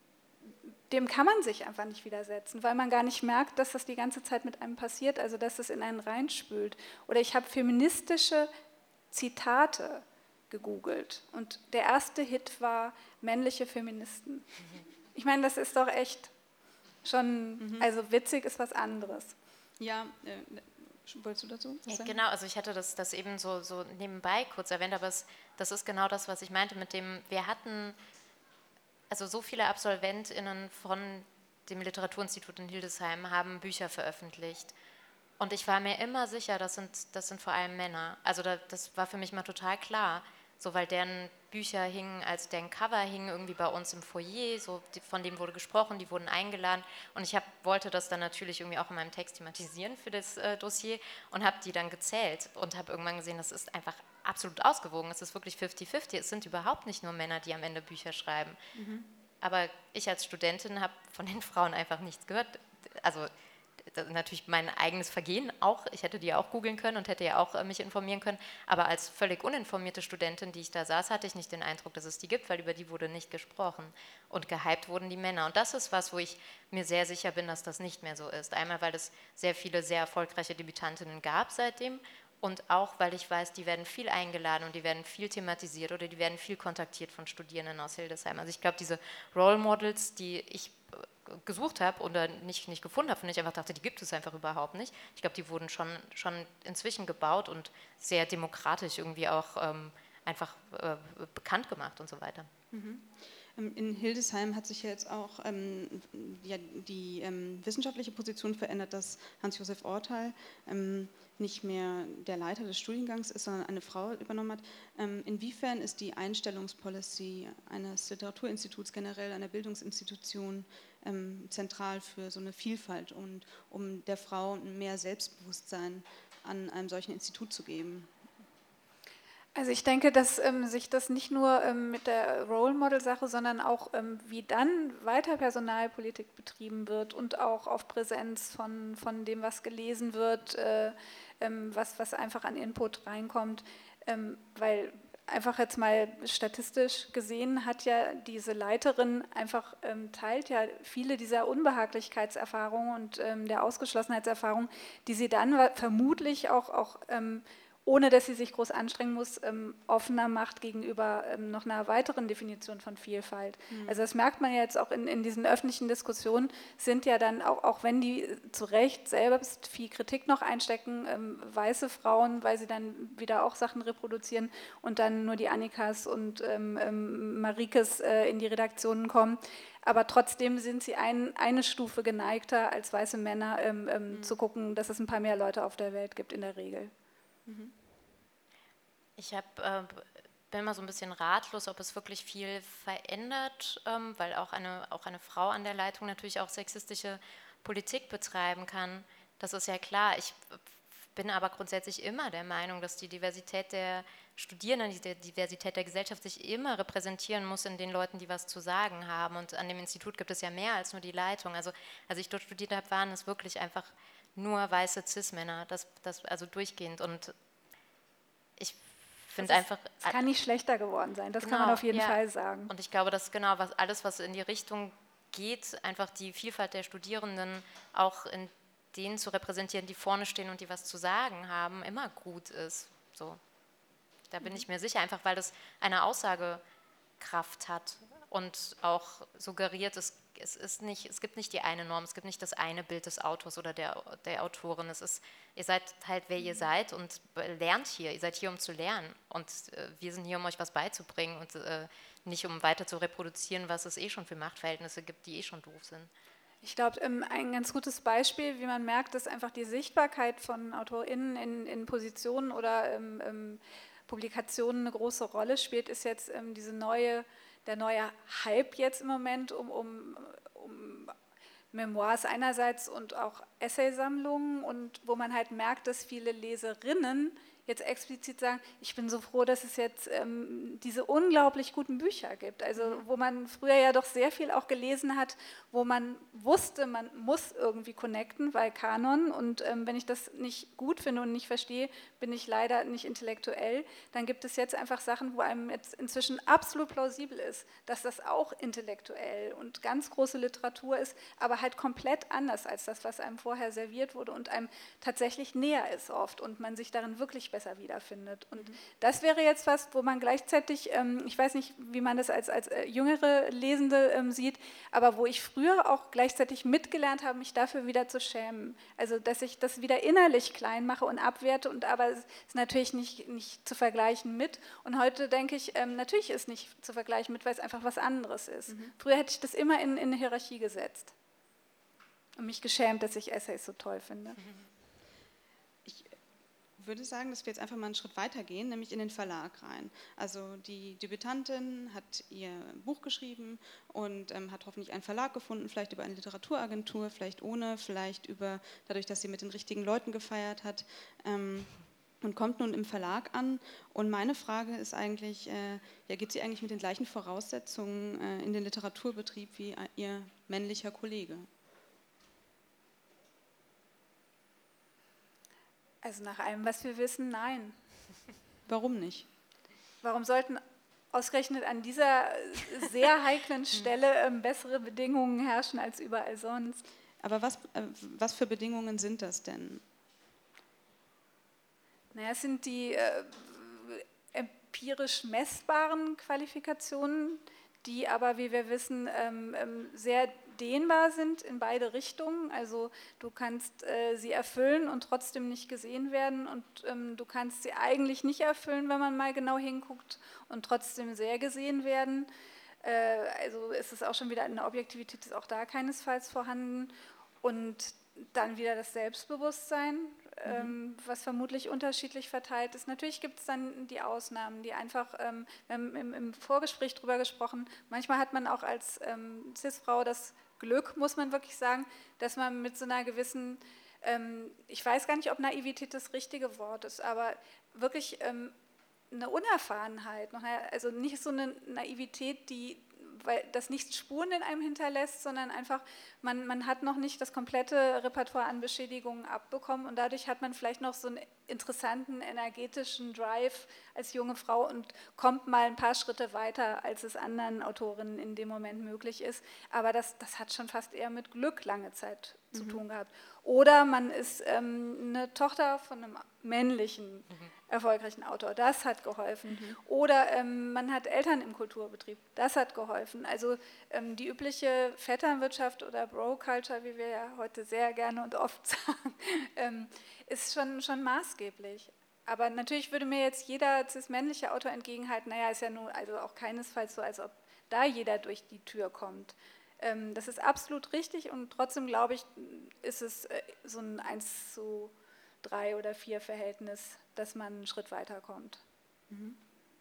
Speaker 3: dem kann man sich einfach nicht widersetzen, weil man gar nicht merkt, dass das die ganze Zeit mit einem passiert, also dass es in einen reinspült. Oder ich habe feministische Zitate gegoogelt und der erste Hit war männliche Feministen. Ich meine, das ist doch echt schon, mhm. also witzig ist was anderes.
Speaker 1: Ja, äh, wolltest du dazu?
Speaker 2: Ja, genau, also ich hatte das, das eben so, so nebenbei kurz erwähnt, aber es, das ist genau das, was ich meinte mit dem, wir hatten also so viele AbsolventInnen von dem Literaturinstitut in Hildesheim haben Bücher veröffentlicht und ich war mir immer sicher, das sind, das sind vor allem Männer, also da, das war für mich mal total klar, so weil deren Bücher hingen, als deren Cover hingen irgendwie bei uns im Foyer, so die, von dem wurde gesprochen, die wurden eingeladen und ich hab, wollte das dann natürlich irgendwie auch in meinem Text thematisieren für das äh, Dossier und habe die dann gezählt und habe irgendwann gesehen, das ist einfach absolut ausgewogen, es ist wirklich fifty fifty, es sind überhaupt nicht nur Männer, die am Ende Bücher schreiben. Mhm. Aber ich als Studentin habe von den Frauen einfach nichts gehört, also natürlich mein eigenes Vergehen auch, ich hätte die ja auch googeln können und hätte ja auch äh, mich informieren können, aber als völlig uninformierte Studentin, die ich da saß, hatte ich nicht den Eindruck, dass es die gibt, weil über die wurde nicht gesprochen und gehypt wurden die Männer und das ist was, wo ich mir sehr sicher bin, dass das nicht mehr so ist. Einmal, weil es sehr viele sehr erfolgreiche Debütantinnen gab seitdem und auch, weil ich weiß, die werden viel eingeladen und die werden viel thematisiert oder die werden viel kontaktiert von Studierenden aus Hildesheim. Also ich glaube, diese Role Models, die ich gesucht habe oder nicht, nicht gefunden habe, und ich einfach dachte, die gibt es einfach überhaupt nicht. Ich glaube, die wurden schon, schon inzwischen gebaut und sehr demokratisch irgendwie auch ähm, einfach äh, bekannt gemacht und so weiter.
Speaker 1: Mhm. In Hildesheim hat sich ja jetzt auch ähm, ja, die ähm, wissenschaftliche Position verändert, dass Hans-Josef Orteil ähm, nicht mehr der Leiter des Studiengangs ist, sondern eine Frau übernommen hat. Ähm, inwiefern ist die Einstellungspolicy eines Literaturinstituts generell, einer Bildungsinstitution ähm, zentral für so eine Vielfalt und um der Frau mehr Selbstbewusstsein an einem solchen Institut zu geben?
Speaker 3: Also ich denke, dass ähm, sich das nicht nur ähm, mit der Role-Model-Sache, sondern auch, ähm, wie dann weiter Personalpolitik betrieben wird und auch auf Präsenz von, von dem, was gelesen wird, äh, ähm, was, was einfach an Input reinkommt, ähm, weil einfach jetzt mal statistisch gesehen hat ja diese Leiterin einfach, ähm, teilt ja viele dieser Unbehaglichkeitserfahrungen und ähm, der Ausgeschlossenheitserfahrungen, die sie dann vermutlich auch, auch ähm, ohne dass sie sich groß anstrengen muss, ähm, offener macht gegenüber ähm, noch einer weiteren Definition von Vielfalt. Mhm. Also das merkt man ja jetzt auch in, in diesen öffentlichen Diskussionen, sind ja dann, auch, auch wenn die zu Recht selbst viel Kritik noch einstecken, ähm, weiße Frauen, weil sie dann wieder auch Sachen reproduzieren und dann nur die Annikas und ähm, ähm, Marikes äh, in die Redaktionen kommen. Aber trotzdem sind sie ein, eine Stufe geneigter, als weiße Männer ähm, ähm, mhm. zu gucken, dass es ein paar mehr Leute auf der Welt gibt in der Regel.
Speaker 2: Ich hab, äh, bin immer so ein bisschen ratlos, ob es wirklich viel verändert, ähm, weil auch eine, auch eine Frau an der Leitung natürlich auch sexistische Politik betreiben kann. Das ist ja klar. Ich bin aber grundsätzlich immer der Meinung, dass die Diversität der Studierenden, die Diversität der Gesellschaft sich immer repräsentieren muss in den Leuten, die was zu sagen haben. Und an dem Institut gibt es ja mehr als nur die Leitung. Also als ich dort studiert habe, waren es wirklich einfach nur weiße Cis-Männer, das, das also durchgehend. Und ich finde einfach...
Speaker 3: Es kann nicht schlechter geworden sein, das genau, kann man auf jeden
Speaker 2: ja.
Speaker 3: Fall sagen.
Speaker 2: Und ich glaube, dass genau was, alles, was in die Richtung geht, einfach die Vielfalt der Studierenden auch in denen zu repräsentieren, die vorne stehen und die was zu sagen haben, immer gut ist. So. Da bin ich mir sicher, einfach weil das eine Aussagekraft hat und auch suggeriert, es, es, ist nicht, es gibt nicht die eine Norm, es gibt nicht das eine Bild des Autors oder der, der Autorin. Es ist, ihr seid halt, wer ihr seid und lernt hier. Ihr seid hier, um zu lernen. Und äh, wir sind hier, um euch was beizubringen und äh, nicht, um weiter zu reproduzieren, was es eh schon für Machtverhältnisse gibt, die eh schon doof sind.
Speaker 3: Ich glaube, ein ganz gutes Beispiel, wie man merkt, dass einfach die Sichtbarkeit von AutorInnen in, in Positionen oder ähm, ähm, Publikationen eine große Rolle spielt, ist jetzt ähm, diese neue, der neue Hype jetzt im Moment um, um, um Memoirs einerseits und auch Essaysammlungen, und wo man halt merkt, dass viele Leserinnen jetzt explizit sagen, ich bin so froh, dass es jetzt ähm, diese unglaublich guten Bücher gibt. Also wo man früher ja doch sehr viel auch gelesen hat, wo man wusste, man muss irgendwie connecten, weil Kanon, und ähm, wenn ich das nicht gut finde und nicht verstehe, bin ich leider nicht intellektuell, dann gibt es jetzt einfach Sachen, wo einem jetzt inzwischen absolut plausibel ist, dass das auch intellektuell und ganz große Literatur ist, aber halt komplett anders als das, was einem vorher serviert wurde und einem tatsächlich näher ist oft und man sich darin wirklich besser wiederfindet. Und mhm. das wäre jetzt was, wo man gleichzeitig, ähm, ich weiß nicht, wie man das als, als äh, jüngere Lesende ähm, sieht, aber wo ich früher auch gleichzeitig mitgelernt habe, mich dafür wieder zu schämen. Also, dass ich das wieder innerlich klein mache und abwerte, und aber es ist natürlich nicht, nicht zu vergleichen mit. Und heute denke ich, ähm, natürlich ist nicht zu vergleichen mit, weil es einfach was anderes ist. Mhm. Früher hätte ich das immer in, in eine Hierarchie gesetzt und mich geschämt, dass ich Essays so toll finde. Mhm.
Speaker 1: Ich würde sagen, dass wir jetzt einfach mal einen Schritt weiter gehen, nämlich in den Verlag rein. Also die Debütantin hat ihr Buch geschrieben und ähm, hat hoffentlich einen Verlag gefunden, vielleicht über eine Literaturagentur, vielleicht ohne, vielleicht über dadurch, dass sie mit den richtigen Leuten gefeiert hat, ähm, und kommt nun im Verlag an. Und meine Frage ist eigentlich, äh, ja, geht sie eigentlich mit den gleichen Voraussetzungen äh, in den Literaturbetrieb wie ihr männlicher Kollege?
Speaker 3: Also nach allem, was wir wissen, nein.
Speaker 1: Warum nicht?
Speaker 3: Warum sollten ausgerechnet an dieser sehr heiklen Stelle ähm, bessere Bedingungen herrschen als überall sonst?
Speaker 1: Aber was, äh, was für Bedingungen sind das denn?
Speaker 3: Naja, es sind die äh, empirisch messbaren Qualifikationen, die aber, wie wir wissen, ähm, sehr dehnbar sind in beide Richtungen. Also du kannst äh, sie erfüllen und trotzdem nicht gesehen werden, und ähm, du kannst sie eigentlich nicht erfüllen, wenn man mal genau hinguckt, und trotzdem sehr gesehen werden. Äh, also ist es auch schon wieder eine Objektivität, ist auch da keinesfalls vorhanden. Und dann wieder das Selbstbewusstsein, mhm. ähm, was vermutlich unterschiedlich verteilt ist. Natürlich gibt es dann die Ausnahmen, die einfach, ähm, wir haben im, im Vorgespräch drüber gesprochen, manchmal hat man auch als ähm, Cis-Frau das Glück, muss man wirklich sagen, dass man mit so einer gewissen, ähm, ich weiß gar nicht, ob Naivität das richtige Wort ist, aber wirklich ähm, eine Unerfahrenheit, also nicht so eine Naivität, die weil das nicht Spuren in einem hinterlässt, sondern einfach, man, man hat noch nicht das komplette Repertoire an Beschädigungen abbekommen, und dadurch hat man vielleicht noch so einen interessanten, energetischen Drive als junge Frau und kommt mal ein paar Schritte weiter, als es anderen Autorinnen in dem Moment möglich ist. Aber das, das hat schon fast eher mit Glück lange Zeit zu mhm. tun gehabt. Oder man ist ähm, eine Tochter von einem männlichen, mhm. erfolgreichen Autor, das hat geholfen. Mhm. Oder ähm, man hat Eltern im Kulturbetrieb, das hat geholfen. Also ähm, die übliche Vetternwirtschaft oder Bro-Culture, wie wir ja heute sehr gerne und oft sagen, ähm, ist schon, schon maßgeblich. Aber natürlich würde mir jetzt jeder cis-männliche Autor entgegenhalten, naja, ist ja nun also auch keinesfalls so, als ob da jeder durch die Tür kommt. Ähm, das ist absolut richtig, und trotzdem, glaube ich, ist es äh, so ein eins zu drei oder vier Verhältnis, dass man einen Schritt weiterkommt. Mhm.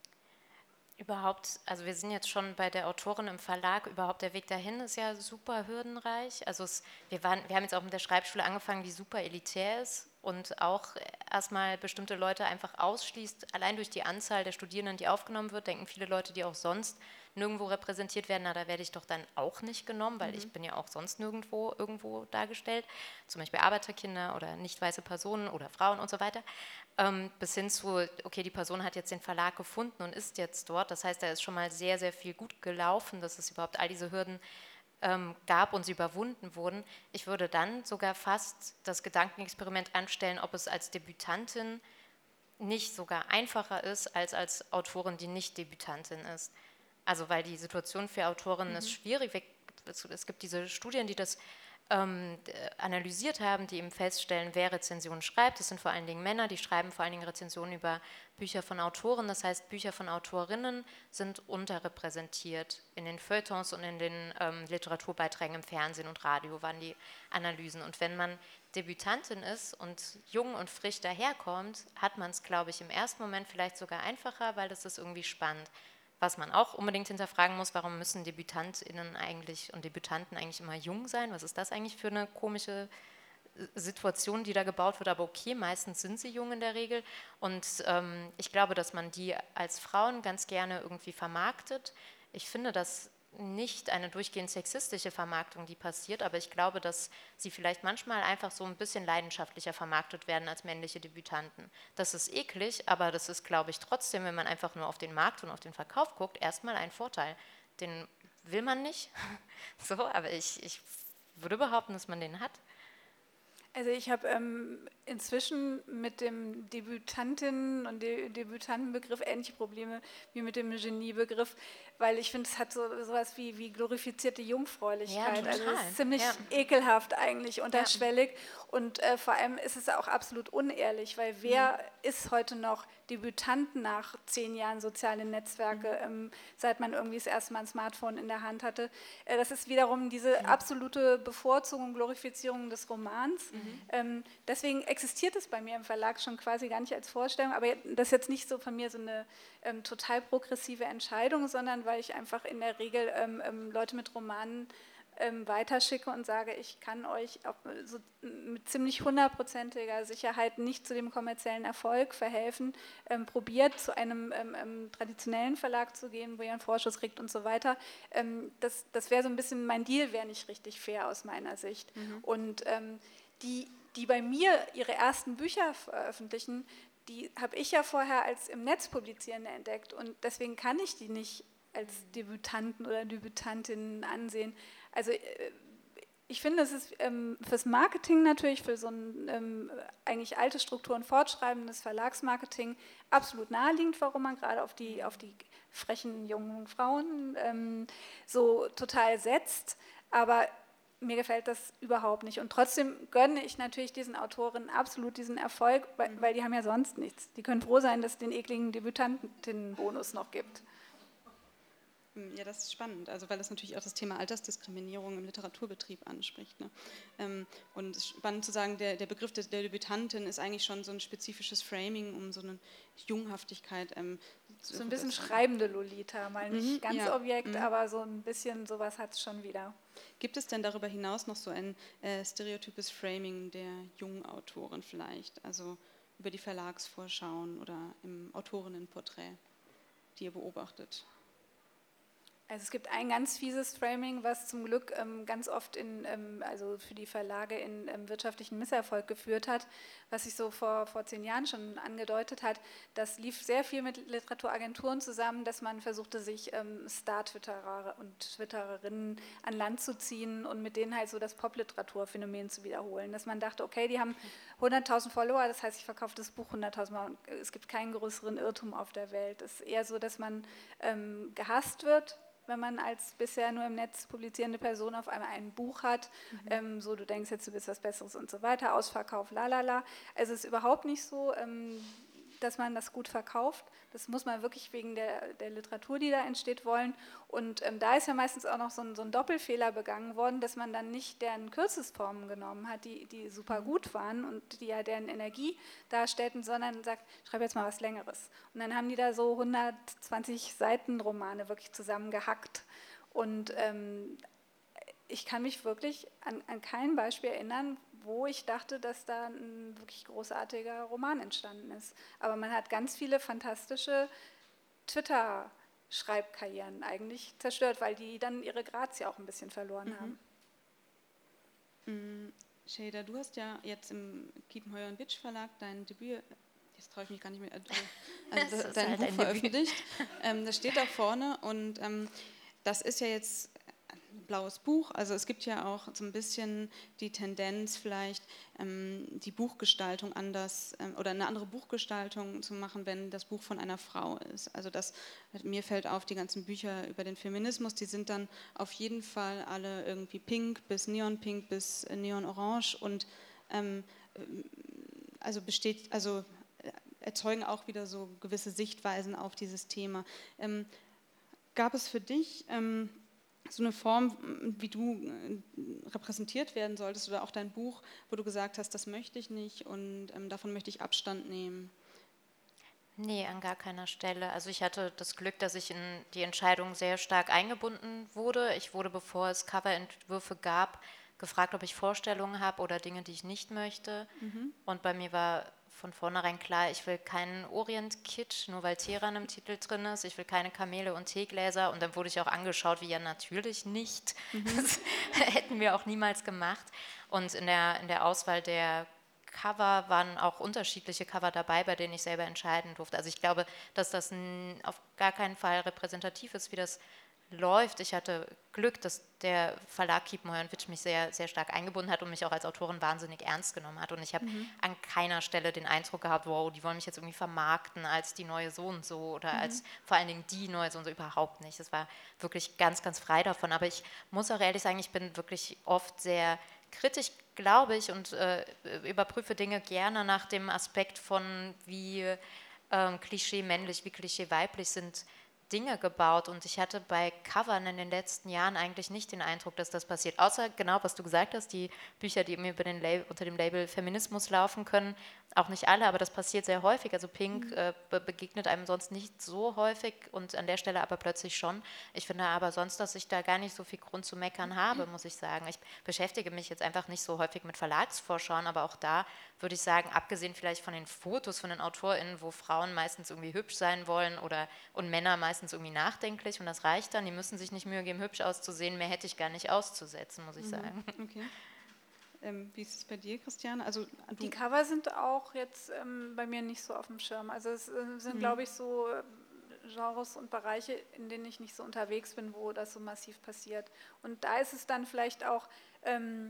Speaker 2: Überhaupt, also wir sind jetzt schon bei der Autorin im Verlag, überhaupt der Weg dahin ist ja super hürdenreich. Also es, wir, waren, wir haben jetzt auch mit der Schreibschule angefangen, die super elitär ist und auch erstmal bestimmte Leute einfach ausschließt. Allein durch die Anzahl der Studierenden, die aufgenommen wird, denken viele Leute, die auch sonst nirgendwo repräsentiert werden, na, da werde ich doch dann auch nicht genommen, weil mhm. ich bin ja auch sonst nirgendwo irgendwo dargestellt, zum Beispiel Arbeiterkinder oder nicht weiße Personen oder Frauen und so weiter, ähm, bis hin zu, okay, die Person hat jetzt den Verlag gefunden und ist jetzt dort, das heißt, da ist schon mal sehr, sehr viel gut gelaufen, dass es überhaupt all diese Hürden ähm, gab und sie überwunden wurden. Ich würde dann sogar fast das Gedankenexperiment anstellen, ob es als Debütantin nicht sogar einfacher ist, als als Autorin, die nicht Debütantin ist. Also weil die Situation für Autorinnen mhm. ist schwierig. Es gibt diese Studien, die das ähm, analysiert haben, die eben feststellen, wer Rezensionen schreibt. Das sind vor allen Dingen Männer, die schreiben vor allen Dingen Rezensionen über Bücher von Autoren. Das heißt, Bücher von Autorinnen sind unterrepräsentiert in den Feuilletons und in den ähm, Literaturbeiträgen im Fernsehen und Radio waren die Analysen. Und wenn man Debütantin ist und jung und frisch daherkommt, hat man es, glaube ich, im ersten Moment vielleicht sogar einfacher, weil das ist irgendwie spannend. Was man auch unbedingt hinterfragen muss, warum müssen DebütantInnen eigentlich und Debütanten eigentlich immer jung sein? Was ist das eigentlich für eine komische Situation, die da gebaut wird? Aber okay, meistens sind sie jung in der Regel. Und ähm, ich glaube, dass man die als Frauen ganz gerne irgendwie vermarktet. Ich finde das nicht eine durchgehend sexistische Vermarktung, die passiert, aber ich glaube, dass sie vielleicht manchmal einfach so ein bisschen leidenschaftlicher vermarktet werden als männliche Debütanten. Das ist eklig, aber das ist, glaube ich, trotzdem, wenn man einfach nur auf den Markt und auf den Verkauf guckt, erstmal ein Vorteil. Den will man nicht, so, aber ich, ich würde behaupten, dass man den hat.
Speaker 3: Also ich habe ähm, inzwischen mit dem Debütantinnen- und De Debütantenbegriff ähnliche Probleme wie mit dem Geniebegriff, weil ich finde, es hat so sowas wie, wie glorifizierte Jungfräulichkeit.
Speaker 2: Ja,
Speaker 3: also es ist ziemlich
Speaker 2: ja.
Speaker 3: ekelhaft eigentlich, unterschwellig. Ja. Und äh, vor allem ist es auch absolut unehrlich, weil wer mhm. ist heute noch Debütant nach zehn Jahren soziale Netzwerke, mhm. ähm, seit man irgendwie das erste Mal ein Smartphone in der Hand hatte. Äh, das ist wiederum diese mhm. absolute Bevorzugung, Glorifizierung des Romans. Mhm. Ähm, deswegen existiert es bei mir im Verlag schon quasi gar nicht als Vorstellung, aber das ist jetzt nicht so von mir so eine ähm, total progressive Entscheidung, sondern weil ich einfach in der Regel ähm, ähm, Leute mit Romanen ähm, weiterschicke und sage, ich kann euch auch so mit ziemlich hundertprozentiger Sicherheit nicht zu dem kommerziellen Erfolg verhelfen. Ähm, probiert, zu einem ähm, ähm, traditionellen Verlag zu gehen, wo ihr einen Vorschuss kriegt und so weiter. Ähm, das das wäre so ein bisschen, mein Deal wäre nicht richtig fair aus meiner Sicht. Mhm. Und ähm, die, die bei mir ihre ersten Bücher veröffentlichen, die habe ich ja vorher als im Netz publizierende entdeckt und deswegen kann ich die nicht als Debütanten oder Debütantinnen ansehen. Also ich finde, es ist ähm, fürs Marketing natürlich, für so ein ähm, eigentlich alte Strukturen fortschreibendes Verlagsmarketing absolut naheliegend, warum man gerade auf die, auf die frechen jungen Frauen ähm, so total setzt, aber mir gefällt das überhaupt nicht. Und trotzdem gönne ich natürlich diesen Autorinnen absolut diesen Erfolg, weil, mhm. weil die haben ja sonst nichts. Die können froh sein, dass es den ekligen Debütantinnenbonus noch gibt.
Speaker 1: Ja, das ist spannend, also weil das natürlich auch das Thema Altersdiskriminierung im Literaturbetrieb anspricht. Ne? Ähm, und es ist spannend zu sagen, der, der Begriff der, der Debütantin ist eigentlich schon so ein spezifisches Framing, um so eine Junghaftigkeit ähm,
Speaker 3: zu So ein bisschen schreibende Lolita, mal nicht mhm, ganz
Speaker 1: ja,
Speaker 3: Objekt,
Speaker 1: mhm.
Speaker 3: aber so ein bisschen sowas hat es schon wieder.
Speaker 1: Gibt es denn darüber hinaus noch so ein äh, stereotypes Framing der jungen Autorin vielleicht, also über die Verlagsvorschauen oder im Autorinnenporträt, die ihr beobachtet?
Speaker 3: Also es gibt ein ganz fieses Framing, was zum Glück ähm, ganz oft in, ähm, also für die Verlage in ähm, wirtschaftlichen Misserfolg geführt hat, was sich so vor, vor zehn Jahren schon angedeutet hat. Das lief sehr viel mit Literaturagenturen zusammen, dass man versuchte, sich ähm, Star-Twitterer und Twittererinnen an Land zu ziehen und mit denen halt so das Pop-Literatur-Phänomen zu wiederholen. Dass man dachte, okay, die haben hunderttausend Follower, das heißt, ich verkaufe das Buch hunderttausend Mal und es gibt keinen größeren Irrtum auf der Welt. Es ist eher so, dass man ähm, gehasst wird, wenn man als bisher nur im Netz publizierende Person auf einmal ein Buch hat, mhm. ähm, so du denkst jetzt, du bist was Besseres und so weiter, Ausverkauf, lalala. Also es ist überhaupt nicht so, ähm, dass man das gut verkauft. Das muss man wirklich wegen der, der Literatur, die da entsteht, wollen. Und ähm, da ist ja meistens auch noch so ein, so ein Doppelfehler begangen worden, dass man dann nicht deren Kürzesformen genommen hat, die, die super gut waren und die ja deren Energie darstellten, sondern sagt, schreib jetzt mal was Längeres. Und dann haben die da so hundertzwanzig Seiten Romane wirklich zusammengehackt. Und ähm, ich kann mich wirklich an, an kein Beispiel erinnern, wo ich dachte, dass da ein wirklich großartiger Roman entstanden ist. Aber man hat ganz viele fantastische Twitter-Schreibkarrieren eigentlich zerstört, weil die dann ihre Grazie auch ein bisschen verloren
Speaker 1: mhm.
Speaker 3: haben.
Speaker 1: Mhm. Şeyda, du hast ja jetzt im Kiepenheuer und Witsch Verlag dein Debüt, jetzt traue ich mich gar nicht mehr, also
Speaker 2: das
Speaker 1: dein
Speaker 2: halt
Speaker 1: Buch
Speaker 2: ein
Speaker 1: veröffentlicht. Ähm, das steht da vorne und ähm, das ist ja jetzt blaues Buch. Also es gibt ja auch so ein bisschen die Tendenz vielleicht, ähm, die Buchgestaltung anders ähm, oder eine andere Buchgestaltung zu machen, wenn das Buch von einer Frau ist. Also das, mir fällt auf, die ganzen Bücher über den Feminismus, die sind dann auf jeden Fall alle irgendwie pink bis neonpink bis neonorange und ähm, also besteht, also erzeugen auch wieder so gewisse Sichtweisen auf dieses Thema. Ähm, gab es für dich ähm, so eine Form, wie du äh, repräsentiert werden solltest oder auch dein Buch, wo du gesagt hast, das möchte ich nicht und ähm, davon möchte ich Abstand nehmen?
Speaker 2: Nee, an gar keiner Stelle. Also ich hatte das Glück, dass ich in die Entscheidung sehr stark eingebunden wurde. Ich wurde, bevor es Coverentwürfe gab, gefragt, ob ich Vorstellungen habe oder Dinge, die ich nicht möchte.
Speaker 1: Mhm.
Speaker 2: Und bei mir war von vornherein klar, ich will keinen Orient-Kitsch, nur weil Teheran im Titel drin ist. Ich will keine Kamele und Teegläser. Und dann wurde ich auch angeschaut, wie ja natürlich nicht.
Speaker 1: Mhm.
Speaker 2: Das hätten wir auch niemals gemacht. Und in der, in der Auswahl der Cover waren auch unterschiedliche Cover dabei, bei denen ich selber entscheiden durfte. Also ich glaube, dass das n- auf gar keinen Fall repräsentativ ist, wie das läuft. Ich hatte Glück, dass der Verlag Kiepenheuer und Witsch mich sehr, sehr stark eingebunden hat und mich auch als Autorin wahnsinnig ernst genommen hat. Und ich habe
Speaker 1: Mhm.
Speaker 2: an keiner Stelle den Eindruck gehabt, wow, die wollen mich jetzt irgendwie vermarkten als die neue so und so oder
Speaker 1: Mhm.
Speaker 2: als vor allen Dingen die neue so und so, überhaupt nicht. Es war wirklich ganz, ganz frei davon. Aber ich muss auch ehrlich sagen, ich bin wirklich oft sehr kritisch, glaube ich, und äh, überprüfe Dinge gerne nach dem Aspekt von, wie ähm, Klischee männlich, wie Klischee weiblich sind Dinge gebaut. Und ich hatte bei Covern in den letzten Jahren eigentlich nicht den Eindruck, dass das passiert. Außer genau, was du gesagt hast, die Bücher, die mir über den Label, unter dem Label Feminismus laufen können, auch nicht alle, aber das passiert sehr häufig. Also Pink
Speaker 1: Mhm.
Speaker 2: äh, be begegnet einem sonst nicht so häufig und an der Stelle aber plötzlich schon. Ich finde aber sonst, dass ich da gar nicht so viel Grund zu meckern habe, muss ich sagen. Ich beschäftige mich jetzt einfach nicht so häufig mit Verlagsvorschauen, aber auch da würde ich sagen, abgesehen vielleicht von den Fotos von den AutorInnen, wo Frauen meistens irgendwie hübsch sein wollen oder und Männer meistens irgendwie nachdenklich und das reicht dann, die müssen sich nicht Mühe geben, hübsch auszusehen, mehr hätte ich gar nicht auszusetzen, muss ich
Speaker 1: Mhm.
Speaker 2: sagen.
Speaker 1: Okay. Ähm, wie ist es bei dir, Christiane? Also, du
Speaker 3: Die Cover sind auch jetzt ähm, bei mir nicht so auf dem Schirm. Also es äh, sind,
Speaker 1: Mhm.
Speaker 3: glaube ich, so äh, Genres und Bereiche, in denen ich nicht so unterwegs bin, wo das so massiv passiert. Und da ist es dann vielleicht auch, ähm,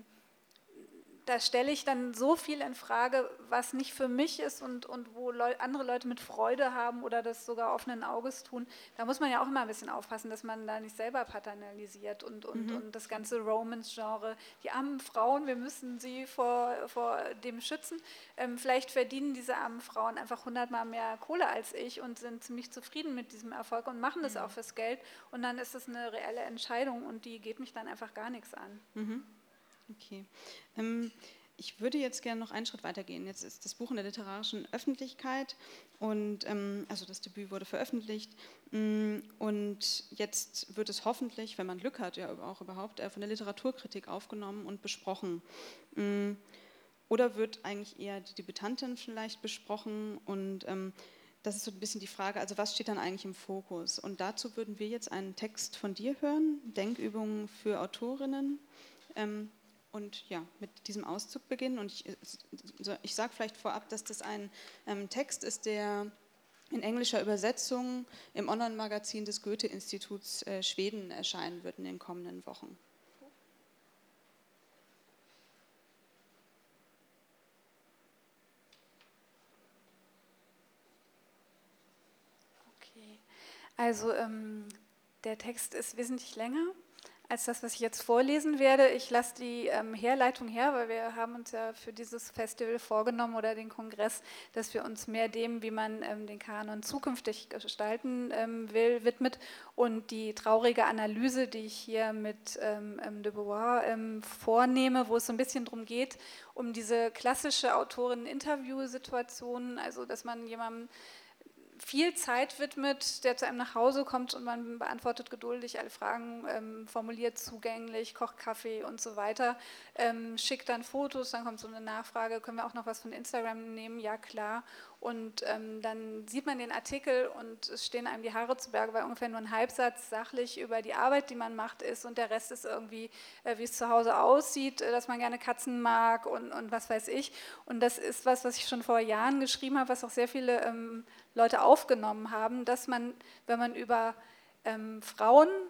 Speaker 3: da stelle ich dann so viel in Frage, was nicht für mich ist und, und wo Leu andere Leute mit Freude haben oder das sogar offenen Auges tun. Da muss man ja auch immer ein bisschen aufpassen, dass man da nicht selber paternalisiert und, und,
Speaker 1: Mhm.
Speaker 3: und das ganze Romance-Genre, die armen Frauen, wir müssen sie vor, vor dem schützen. Ähm, vielleicht verdienen diese armen Frauen einfach hundertmal mehr Kohle als ich und sind ziemlich zufrieden mit diesem Erfolg und machen das
Speaker 2: Mhm.
Speaker 3: auch fürs Geld. Und dann ist es eine reelle Entscheidung und die geht mich dann einfach gar nichts an.
Speaker 1: Mhm. Okay. Ähm, ich würde jetzt gerne noch einen Schritt weiter gehen. Jetzt ist das Buch in der literarischen Öffentlichkeit und ähm, also das Debüt wurde veröffentlicht mh, und jetzt wird es hoffentlich, wenn man Glück hat, ja auch überhaupt äh, von der Literaturkritik aufgenommen und besprochen. Mh, oder wird eigentlich eher die Debütantin vielleicht besprochen und ähm, das ist so ein bisschen die Frage, also was steht dann eigentlich im Fokus? Und dazu würden wir jetzt einen Text von dir hören, Denkübungen für Autorinnen. Ähm, und ja, mit diesem Auszug beginnen. Und ich, ich sage vielleicht vorab, dass das ein ähm, Text ist, der in englischer Übersetzung im Online-Magazin des Goethe-Instituts äh, Schweden erscheinen wird in den kommenden Wochen.
Speaker 3: Okay, also ähm, der Text ist wesentlich länger als das, was ich jetzt vorlesen werde. Ich lasse die ähm, Herleitung her, weil wir haben uns ja für dieses Festival vorgenommen oder den Kongress, dass wir uns mehr dem, wie man ähm, den Kanon zukünftig gestalten ähm, will, widmet. Und die traurige Analyse, die ich hier mit ähm, de Beauvoir ähm, vornehme, wo es so ein bisschen darum geht, um diese klassische Autoren-Interview-Situation, also dass man jemandem viel Zeit widmet, der zu einem nach Hause kommt und man beantwortet geduldig alle Fragen, ähm, formuliert zugänglich, kocht Kaffee und so weiter, ähm, schickt dann Fotos, dann kommt so eine Nachfrage, können wir auch noch was von Instagram nehmen? Ja, klar. Und ähm, dann sieht man den Artikel und es stehen einem die Haare zu Berge, weil ungefähr nur ein Halbsatz sachlich über die Arbeit, die man macht, ist und der Rest ist irgendwie, äh, wie es zu Hause aussieht, äh, dass man gerne Katzen mag und, und was weiß ich. Und das ist was, was ich schon vor Jahren geschrieben habe, was auch sehr viele ähm, Leute aufgenommen haben, dass man, wenn man über ähm, Frauen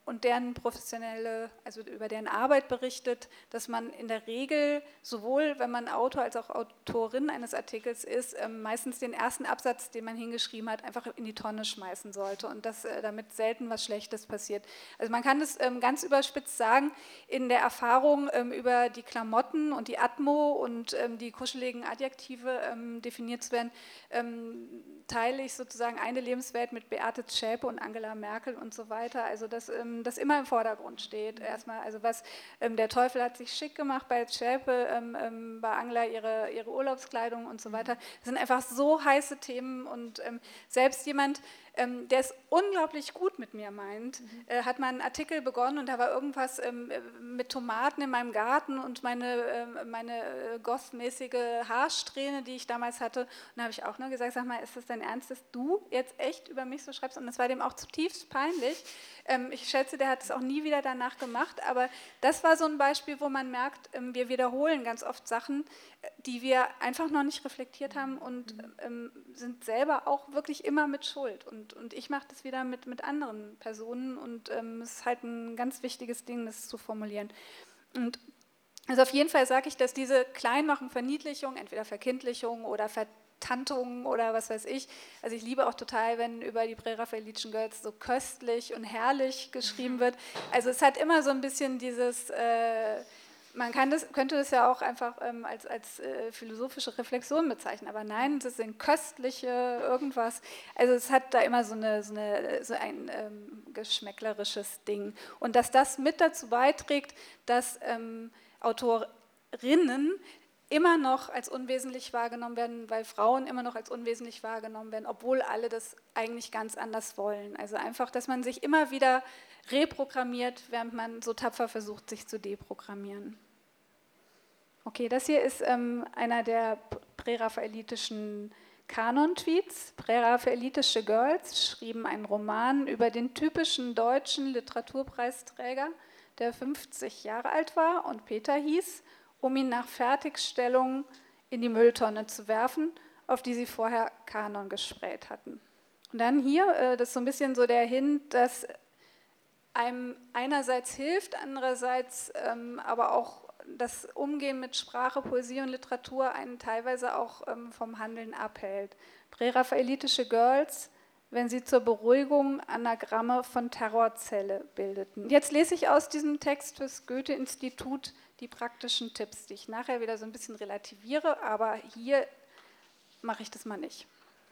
Speaker 3: und deren professionelle, also über deren Arbeit berichtet, dass man in der Regel sowohl, wenn man Autor als auch Autorin eines Artikels ist, ähm, meistens den ersten Absatz, den man hingeschrieben hat, einfach in die Tonne schmeißen sollte und dass äh, damit selten was Schlechtes passiert. Also man kann das ähm, ganz überspitzt sagen, in der Erfahrung ähm, über die Klamotten und die Atmo und ähm, die kuscheligen Adjektive ähm, definiert zu werden, ähm, teile ich sozusagen eine Lebenswelt mit Beate Zschäpe und Angela Merkel und so weiter. Also dass ähm, das immer im Vordergrund steht. Erstmal, also was ähm, der Teufel hat sich schick gemacht bei Zschäpe, ähm, ähm, bei Angela ihre, ihre Urlaubskleidung und so weiter. Das sind einfach so heiße Themen und ähm, selbst jemand, ähm, der es unglaublich gut mit mir meint, mhm. äh, hat mal einen Artikel begonnen und da war irgendwas ähm, mit Tomaten in meinem Garten und meine, ähm, meine äh, gothmäßige Haarsträhne, die ich damals hatte. Und da habe ich auch nur gesagt, sag mal, ist das dein Ernst, dass du jetzt echt über mich so schreibst? Und das war dem auch zutiefst peinlich. Ähm, ich schätze, der hat es auch nie wieder danach gemacht, aber das war so ein Beispiel, wo man merkt, ähm, wir wiederholen ganz oft Sachen, die wir einfach noch nicht reflektiert haben und ähm, sind selber auch wirklich immer mit Schuld. Und, und ich mache das wieder mit, mit anderen Personen und ähm, es ist halt ein ganz wichtiges Ding, das zu formulieren. Und also auf jeden Fall sage ich, dass diese Kleinmachung, Verniedlichung, entweder Verkindlichung oder Vertantung oder was weiß ich, also ich liebe auch total, wenn über die präraffaelitischen Girls so köstlich und herrlich geschrieben wird. Also es hat immer so ein bisschen dieses... Äh, Man kann das, könnte das ja auch einfach ähm, als, als äh, philosophische Reflexion bezeichnen, aber nein, das sind köstliche irgendwas. Also es hat da immer so, eine, so, eine, so ein ähm, geschmäcklerisches Ding. Und dass das mit dazu beiträgt, dass ähm, Autorinnen immer noch als unwesentlich wahrgenommen werden, weil Frauen immer noch als unwesentlich wahrgenommen werden, obwohl alle das eigentlich ganz anders wollen. Also einfach, dass man sich immer wieder reprogrammiert, während man so tapfer versucht, sich zu deprogrammieren. Okay, das hier ist ähm, einer der präraffaelitischen Kanon-Tweets. Präraffaelitische Girls schrieben einen Roman über den typischen deutschen Literaturpreisträger, der fünfzig Jahre alt war und Peter hieß, um ihn nach Fertigstellung in die Mülltonne zu werfen, auf die sie vorher Kanon gesprayt hatten. Und dann hier, äh, das ist so ein bisschen so der Hint, dass einem einerseits hilft, andererseits ähm, aber auch das Umgehen mit Sprache, Poesie und Literatur einen teilweise auch ähm, vom Handeln abhält. Präraffaelitische Girls, wenn sie zur Beruhigung Anagramme von Terrorzelle bildeten. Jetzt lese ich aus diesem Text fürs Goethe-Institut die praktischen Tipps, die ich nachher wieder so ein bisschen relativiere, aber hier mache ich das mal nicht.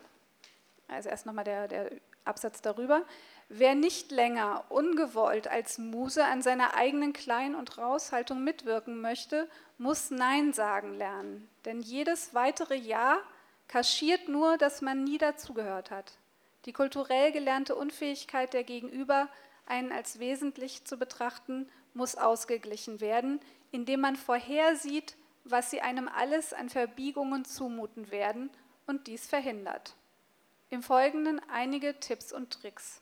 Speaker 3: Also erst nochmal der, der Absatz darüber. Wer nicht länger ungewollt als Muse an seiner eigenen Klein- und Raushaltung mitwirken möchte, muss Nein sagen lernen. Denn jedes weitere Ja kaschiert nur, dass man nie dazugehört hat. Die kulturell gelernte Unfähigkeit der Gegenüber, einen als wesentlich zu betrachten, muss ausgeglichen werden, indem man vorhersieht, was sie einem alles an Verbiegungen zumuten werden und dies verhindert. Im Folgenden einige Tipps und Tricks.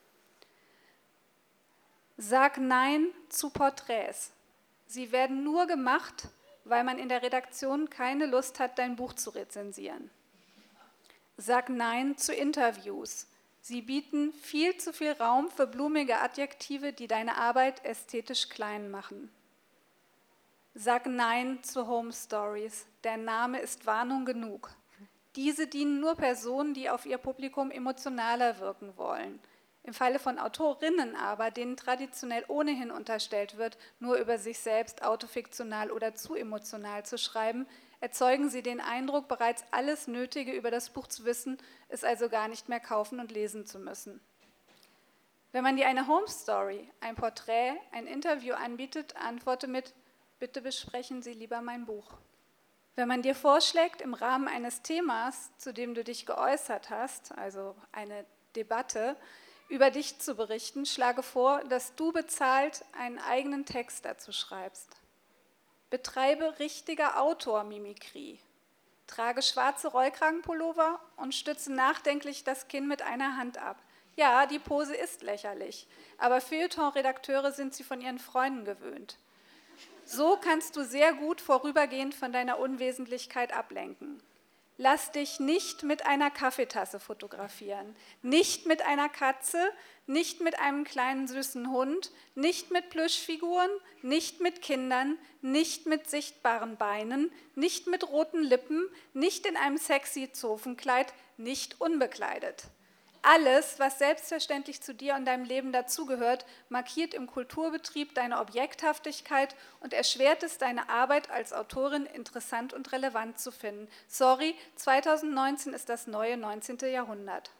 Speaker 3: Sag Nein zu Porträts. Sie werden nur gemacht, weil man in der Redaktion keine Lust hat, dein Buch zu rezensieren. Sag Nein zu Interviews. Sie bieten viel zu viel Raum für blumige Adjektive, die deine Arbeit ästhetisch klein machen. Sag Nein zu Home Stories. Der Name ist Warnung genug. Diese dienen nur Personen, die auf ihr Publikum emotionaler wirken wollen. Im Falle von Autorinnen aber, denen traditionell ohnehin unterstellt wird, nur über sich selbst autofiktional oder zu emotional zu schreiben, erzeugen sie den Eindruck, bereits alles Nötige über das Buch zu wissen, es also gar nicht mehr kaufen und lesen zu müssen. Wenn man dir eine Home Story, ein Porträt, ein Interview anbietet, antworte mit: Bitte besprechen Sie lieber mein Buch. Wenn man dir vorschlägt, im Rahmen eines Themas, zu dem du dich geäußert hast, also eine Debatte, über dich zu berichten, schlage vor, dass du bezahlt einen eigenen Text dazu schreibst. Betreibe richtige Autormimikrie. Trage schwarze Rollkragenpullover und stütze nachdenklich das Kinn mit einer Hand ab. Ja, die Pose ist lächerlich, aber Feuilleton-Redakteure sind sie von ihren Freunden gewöhnt. So kannst du sehr gut vorübergehend von deiner Unwesentlichkeit ablenken. lass dich nicht mit einer Kaffeetasse fotografieren, nicht mit einer Katze, nicht mit einem kleinen süßen Hund, nicht mit Plüschfiguren, nicht mit Kindern, nicht mit sichtbaren Beinen, nicht mit roten Lippen, nicht in einem sexy Zofenkleid, nicht unbekleidet. Alles, was selbstverständlich zu dir und deinem Leben dazugehört, markiert im Kulturbetrieb deine Objekthaftigkeit und erschwert es, deine Arbeit als Autorin interessant und relevant zu finden. Sorry, zweitausendneunzehn ist das neue neunzehnte. Jahrhundert.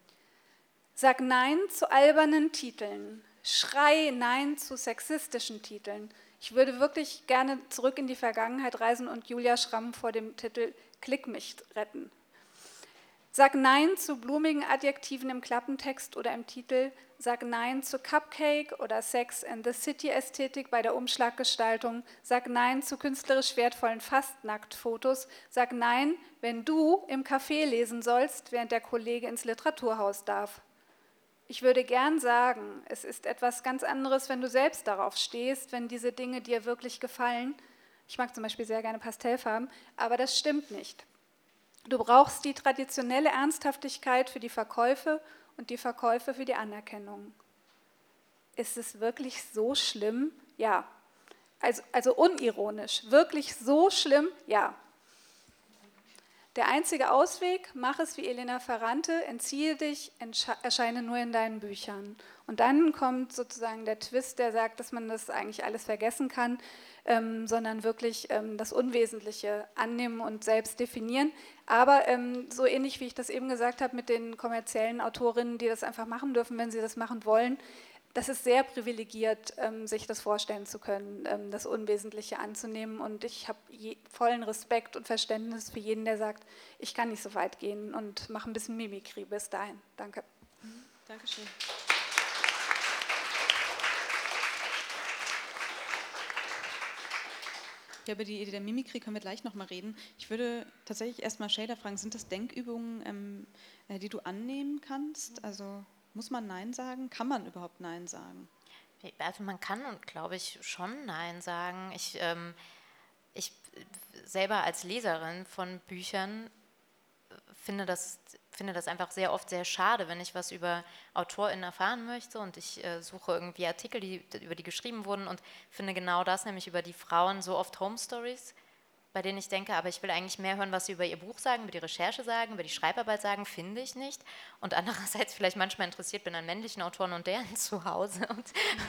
Speaker 3: Sag Nein zu albernen Titeln. Schrei Nein zu sexistischen Titeln. Ich würde wirklich gerne zurück in die Vergangenheit reisen und Julia Schramm vor dem Titel Klick mich retten. Sag Nein zu blumigen Adjektiven im Klappentext oder im Titel. Sag Nein zu Cupcake oder Sex and the City-Ästhetik bei der Umschlaggestaltung. Sag Nein zu künstlerisch wertvollen Fastnacktfotos. Sag Nein, wenn du im Café lesen sollst, während der Kollege ins Literaturhaus darf. Ich würde gern sagen, es ist etwas ganz anderes, wenn du selbst darauf stehst, wenn diese Dinge dir wirklich gefallen. Ich mag zum Beispiel sehr gerne Pastellfarben, aber das stimmt nicht. Du brauchst die traditionelle Ernsthaftigkeit für die Verkäufe und die Verkäufe für die Anerkennung. Ist es wirklich so schlimm? Ja. Also, also unironisch. Wirklich so schlimm? Ja. Der einzige Ausweg, mach es wie Elena Ferrante, entziehe dich, erscheine nur in deinen Büchern. Und dann kommt sozusagen der Twist, der sagt, dass man das eigentlich alles vergessen kann, ähm, sondern wirklich ähm, das Unwesentliche annehmen und selbst definieren. Aber ähm, so ähnlich wie ich das eben gesagt habe mit den kommerziellen Autorinnen, die das einfach machen dürfen, wenn sie das machen wollen, das ist sehr privilegiert, ähm, sich das vorstellen zu können, ähm, das Unwesentliche anzunehmen. Und ich habe vollen Respekt und Verständnis für jeden, der sagt, ich kann nicht so weit gehen und mache ein bisschen Mimikry bis dahin. Danke.
Speaker 1: Mhm. Dankeschön. Ja, über die Idee der Mimikry können wir gleich nochmal reden. Ich würde tatsächlich erstmal Shader fragen, sind das Denkübungen, ähm, die du annehmen kannst? Also muss man Nein sagen? Kann man überhaupt Nein sagen?
Speaker 2: Also man kann, und glaube ich, schon Nein sagen. Ich, ähm, ich selber als Leserin von Büchern finde das, finde das einfach sehr oft sehr schade, wenn ich was über AutorInnen erfahren möchte und ich äh, suche irgendwie Artikel, die, über die geschrieben wurden und finde genau das, nämlich über die Frauen, so oft Home Stories, bei denen ich denke, aber ich will eigentlich mehr hören, was sie über ihr Buch sagen, über die Recherche sagen, über die Schreibarbeit sagen, finde ich nicht. Und andererseits vielleicht manchmal interessiert bin an männlichen Autoren und deren Zuhause. Und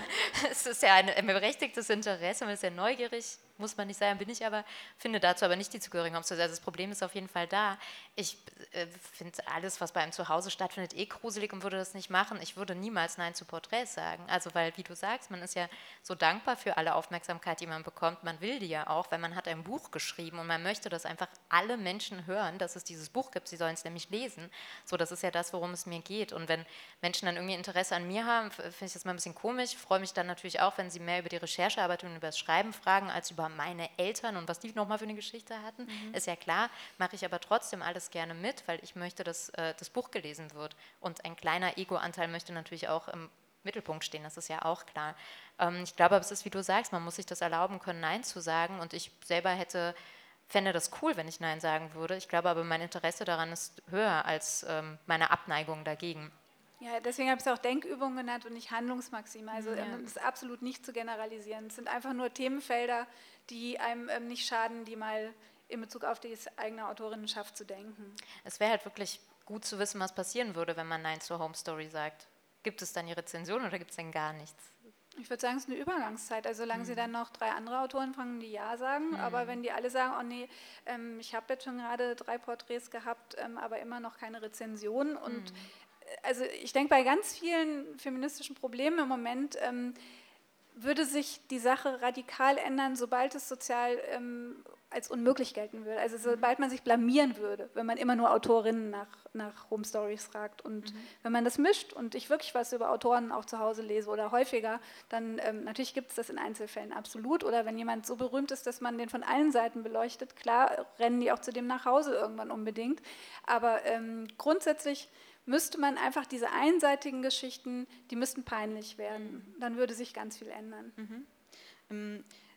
Speaker 2: es ist ja ein, ein berechtigtes Interesse, man ist ja neugierig, muss man nicht sein, bin ich aber, finde dazu aber nicht die zugehörigen Home Stories. Also das Problem ist auf jeden Fall da. Ich äh, finde alles, was bei einem Zuhause stattfindet, eh gruselig und würde das nicht machen. Ich würde niemals Nein zu Porträts sagen. Also weil, wie du sagst, man ist ja so dankbar für alle Aufmerksamkeit, die man bekommt. Man will die ja auch, weil man hat ein Buch geschrieben und man möchte, dass einfach alle Menschen hören, dass es dieses Buch gibt. Sie sollen es nämlich lesen. So, das ist ja das, worum es mir geht. Und wenn Menschen dann irgendwie Interesse an mir haben, finde ich das mal ein bisschen komisch. Ich freue mich dann natürlich auch, wenn sie mehr über die Recherchearbeit und über das Schreiben fragen, als über meine Eltern und was die nochmal für eine Geschichte hatten. Mhm. Ist ja klar, mache ich aber trotzdem alles gerne mit, weil ich möchte, dass äh, das Buch gelesen wird. Und ein kleiner Ego-Anteil möchte natürlich auch im Mittelpunkt stehen, das ist ja auch klar. Ähm, ich glaube, es ist, wie du sagst, man muss sich das erlauben können, Nein zu sagen. Und ich selber hätte, fände das cool, wenn ich Nein sagen würde. Ich glaube aber, mein Interesse daran ist höher als ähm, meine Abneigung dagegen.
Speaker 3: Ja, deswegen habe ich es auch Denkübungen genannt und nicht Handlungsmaxime. Also es ja. ist absolut nicht zu generalisieren. Es sind einfach nur Themenfelder, die einem ähm, nicht schaden, die mal in Bezug auf die eigene Autorinnenschaft zu denken.
Speaker 2: Es wäre halt wirklich gut zu wissen, was passieren würde, wenn man Nein zur Home Story sagt. Gibt es dann die Rezension oder gibt es denn gar nichts?
Speaker 3: Ich würde sagen, es ist eine Übergangszeit. Also solange mhm. sie dann noch drei andere Autoren fangen, die Ja sagen. Mhm. Aber wenn die alle sagen, oh nee, ähm, ich habe jetzt schon gerade drei Porträts gehabt, ähm, aber immer noch keine Rezension. Und mhm. also ich denke, bei ganz vielen feministischen Problemen im Moment ähm, würde sich die Sache radikal ändern, sobald es sozial ähm, als unmöglich gelten würde. Also sobald man sich blamieren würde, wenn man immer nur Autorinnen nach, nach Home Stories fragt. Und mhm. wenn man das mischt und ich wirklich was über Autoren auch zu Hause lese oder häufiger, dann ähm, natürlich gibt es das in Einzelfällen absolut. Oder wenn jemand so berühmt ist, dass man den von allen Seiten beleuchtet, klar rennen die auch zu dem nach Hause irgendwann unbedingt. Aber ähm, grundsätzlich müsste man einfach diese einseitigen Geschichten, die müssten peinlich werden. Mhm. Dann würde sich ganz viel ändern.
Speaker 1: Mhm. Ähm,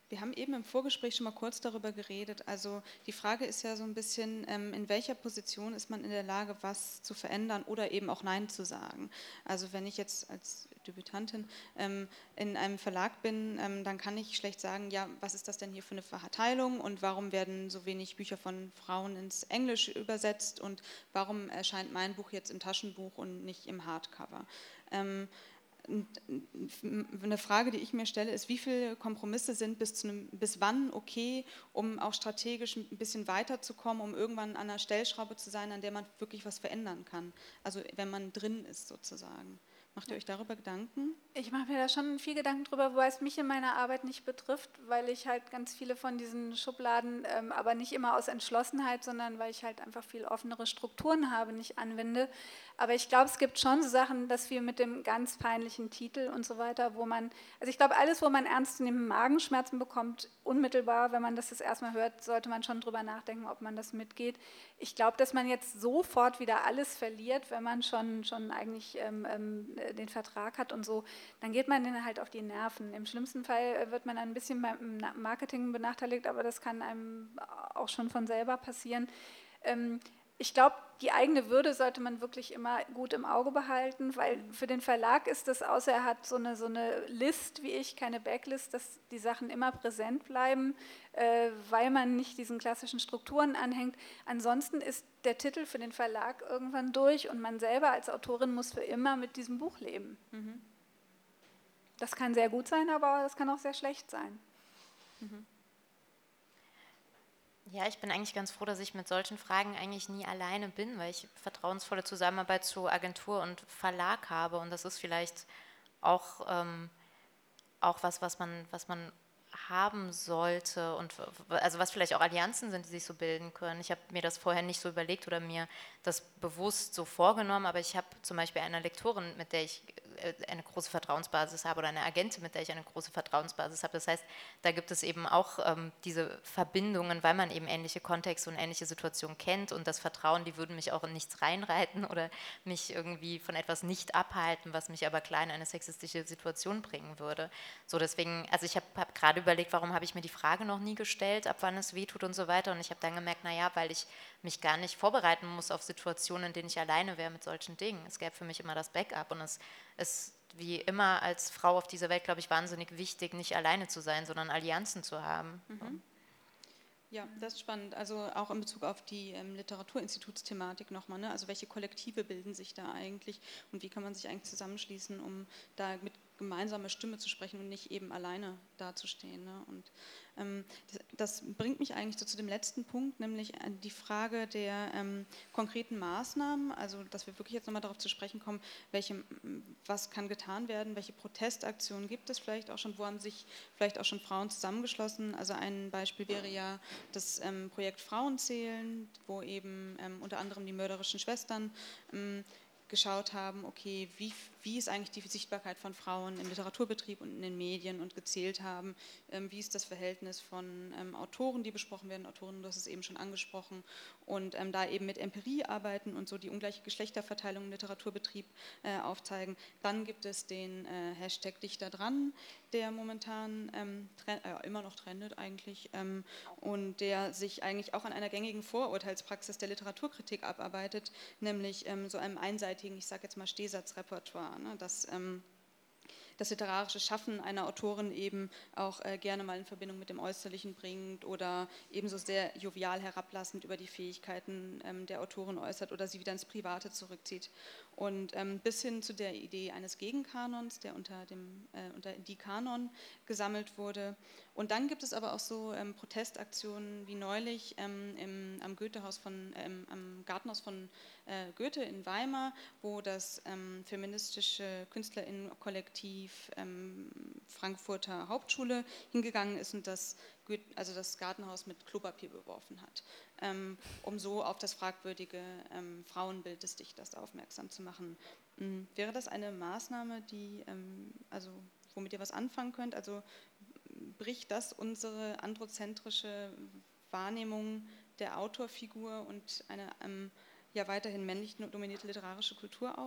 Speaker 1: Wir haben eben im Vorgespräch schon mal kurz darüber geredet. Also die Frage ist ja so ein bisschen, ähm, in welcher Position ist man in der Lage, was zu verändern oder eben auch Nein zu sagen. Also wenn ich jetzt als Debütantin ähm, in einem Verlag bin, ähm, dann kann ich schlecht sagen, ja, was ist das denn hier für eine Verteilung und warum werden so wenig Bücher von Frauen ins Englische übersetzt und warum erscheint mein Buch jetzt im Taschenbuch und nicht im Hardcover. Ähm, Eine Frage, die ich mir stelle, ist, wie viele Kompromisse sind bis, zu einem, bis wann okay, um auch strategisch ein bisschen weiterzukommen, um irgendwann an einer Stellschraube zu sein, an der man wirklich was verändern kann. Also wenn man drin ist sozusagen. Macht ihr euch darüber Gedanken?
Speaker 3: Ich mache mir da schon viel Gedanken drüber, wobei es mich in meiner Arbeit nicht betrifft, weil ich halt ganz viele von diesen Schubladen, ähm, aber nicht immer aus Entschlossenheit, sondern weil ich halt einfach viel offenere Strukturen habe, nicht anwende. Aber ich glaube, es gibt schon so Sachen, dass wir mit dem ganz peinlichen Titel und so weiter, wo man, also ich glaube, alles, wo man ernstzunehmende Magenschmerzen bekommt, unmittelbar, wenn man das das erstmal hört, sollte man schon drüber nachdenken, ob man das mitgeht. Ich glaube, dass man jetzt sofort wieder alles verliert, wenn man schon, schon eigentlich ähm, ähm, den Vertrag hat und so, dann geht man denen halt auf die Nerven. Im schlimmsten Fall wird man ein bisschen beim Marketing benachteiligt, aber das kann einem auch schon von selber passieren. Ähm, Ich glaube, die eigene Würde sollte man wirklich immer gut im Auge behalten, weil für den Verlag ist das, außer er hat so eine, so eine List wie ich, keine Backlist, dass die Sachen immer präsent bleiben, äh, weil man nicht diesen klassischen Strukturen anhängt. Ansonsten ist der Titel für den Verlag irgendwann durch und man selber als Autorin muss für immer mit diesem Buch leben.
Speaker 1: Mhm.
Speaker 3: Das kann sehr gut sein, aber das kann auch sehr schlecht sein.
Speaker 1: Mhm.
Speaker 2: Ja, ich bin eigentlich ganz froh, dass ich mit solchen Fragen eigentlich nie alleine bin, weil ich vertrauensvolle Zusammenarbeit zu Agentur und Verlag habe und das ist vielleicht auch, ähm, auch was, was man, was man haben sollte und also was vielleicht auch Allianzen sind, die sich so bilden können. Ich habe mir das vorher nicht so überlegt oder mir das bewusst so vorgenommen, aber ich habe zum Beispiel eine Lektorin, mit der ich eine große Vertrauensbasis habe oder eine Agentin, mit der ich eine große Vertrauensbasis habe. Das heißt, da gibt es eben auch ähm, diese Verbindungen, weil man eben ähnliche Kontexte und ähnliche Situationen kennt und das Vertrauen, die würden mich auch in nichts reinreiten oder mich irgendwie von etwas nicht abhalten, was mich aber klar in eine sexistische Situation bringen würde. So deswegen, also ich habe hab gerade überlegt, warum habe ich mir die Frage noch nie gestellt, ab wann es wehtut und so weiter und ich habe dann gemerkt, naja, weil ich mich gar nicht vorbereiten muss auf Situationen, in denen ich alleine wäre mit solchen Dingen. Es gäbe für mich immer das Backup und es ist wie immer als Frau auf dieser Welt, glaube ich, wahnsinnig wichtig, nicht alleine zu sein, sondern Allianzen zu haben.
Speaker 1: Mhm. Ja, das ist spannend. Also auch in Bezug auf die ähm, Literaturinstitutsthematik nochmal. Ne? Also welche Kollektive bilden sich da eigentlich und wie kann man sich eigentlich zusammenschließen, um da mit gemeinsamer Stimme zu sprechen und nicht eben alleine dazustehen. Ne? Und ähm, das, das bringt mich eigentlich so zu dem letzten Punkt, nämlich die Frage der ähm, konkreten Maßnahmen, also dass wir wirklich jetzt nochmal darauf zu sprechen kommen, welche, was kann getan werden, welche Protestaktionen gibt es vielleicht auch schon, wo haben sich vielleicht auch schon Frauen zusammengeschlossen. Also ein Beispiel wäre ja das ähm, Projekt Frauenzählen, wo eben ähm, unter anderem die mörderischen Schwestern ähm, geschaut haben, okay, wie, wie ist eigentlich die Sichtbarkeit von Frauen im Literaturbetrieb und in den Medien und gezählt haben, ähm, wie ist das Verhältnis von ähm, Autoren, die besprochen werden, Autoren, du hast es eben schon angesprochen, und ähm, da eben mit Empirie arbeiten und so die ungleiche Geschlechterverteilung im Literaturbetrieb äh, aufzeigen. Dann gibt es den äh, Hashtag Dichter dran, der momentan ähm, trend, äh, immer noch trendet eigentlich ähm, und der sich eigentlich auch an einer gängigen Vorurteilspraxis der Literaturkritik abarbeitet, nämlich ähm, so einem einseitigen, ich sage jetzt mal Stehsatzrepertoire, ne, das ähm, das literarische Schaffen einer Autorin eben auch äh, gerne mal in Verbindung mit dem Äußerlichen bringt oder ebenso sehr jovial herablassend über die Fähigkeiten ähm, der Autorin äußert oder sie wieder ins Private zurückzieht. Und ähm, bis hin zu der Idee eines Gegenkanons, der unter dem äh, unter die Kanon gesammelt wurde. Und dann gibt es aber auch so ähm, Protestaktionen wie neulich ähm, im, am Goethehaus von, ähm, am Gartenhaus von äh, Goethe in Weimar, wo das ähm, feministische KünstlerInnen-Kollektiv ähm, Frankfurter Hauptschule hingegangen ist und das, Goethe, also das Gartenhaus mit Klopapier beworfen hat, ähm, um so auf das fragwürdige ähm, Frauenbild des Dichters aufmerksam zu machen. Ähm, wäre das eine Maßnahme, die, ähm, also womit ihr was anfangen könnt? Also bricht das unsere androzentrische Wahrnehmung der Autorfigur und eine ähm, ja weiterhin männlich dominierte literarische Kultur auf?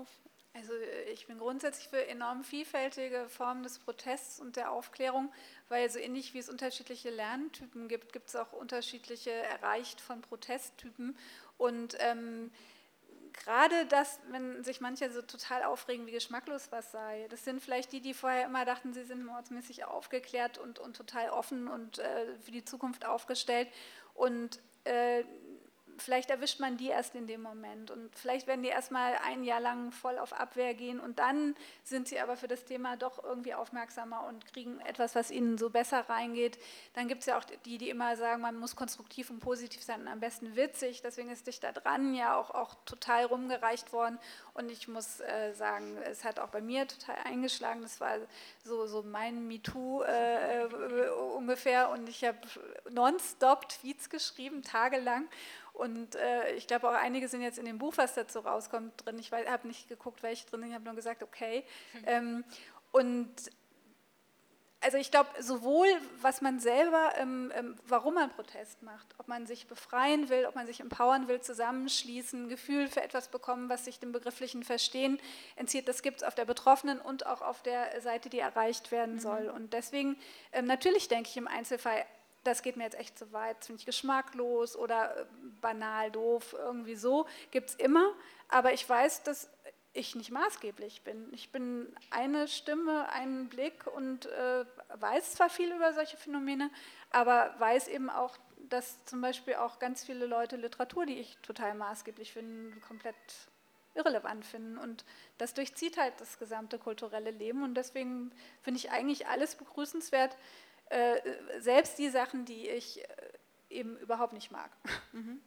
Speaker 3: Also ich bin grundsätzlich für enorm vielfältige Formen des Protests und der Aufklärung, weil so ähnlich wie es unterschiedliche Lerntypen gibt, gibt es auch unterschiedliche Erreicht von Protesttypen. Und ähm, gerade das, wenn sich manche so total aufregen, wie geschmacklos was sei, das sind vielleicht die, die vorher immer dachten, sie sind mordsmäßig aufgeklärt und, und total offen und äh, für die Zukunft aufgestellt. Und äh, vielleicht erwischt man die erst in dem Moment und vielleicht werden die erstmal ein Jahr lang voll auf Abwehr gehen und dann sind sie aber für das Thema doch irgendwie aufmerksamer und kriegen etwas, was ihnen so besser reingeht. Dann gibt es ja auch die, die immer sagen, man muss konstruktiv und positiv sein und am besten witzig, deswegen ist dich da dran ja auch, auch total rumgereicht worden und ich muss äh, sagen, es hat auch bei mir total eingeschlagen, das war so, so mein MeToo äh, äh, ungefähr und ich habe nonstop Tweets geschrieben, tagelang. Und äh, ich glaube auch einige sind jetzt in dem Buch, was dazu rauskommt, drin. Ich habe nicht geguckt, welche drin sind, ich habe nur gesagt, okay. Mhm. Ähm, und also ich glaube, sowohl was man selber, ähm, ähm, warum man Protest macht, ob man sich befreien will, ob man sich empowern will, zusammenschließen, ein Gefühl für etwas bekommen, was sich dem begrifflichen Verstehen entzieht, das gibt es auf der Betroffenen und auch auf der Seite, die erreicht werden mhm. soll. Und deswegen, ähm, natürlich denke ich im Einzelfall, das geht mir jetzt echt zu weit, ziemlich geschmacklos oder banal, doof, irgendwie so, gibt es immer. Aber ich weiß, dass ich nicht maßgeblich bin. Ich bin eine Stimme, einen Blick und äh, weiß zwar viel über solche Phänomene, aber weiß eben auch, dass zum Beispiel auch ganz viele Leute Literatur, die ich total maßgeblich finde, komplett irrelevant finden. Und das durchzieht halt das gesamte kulturelle Leben. Und deswegen finde ich eigentlich alles begrüßenswert, Äh, selbst die Sachen, die ich äh, eben überhaupt nicht mag. Mhm.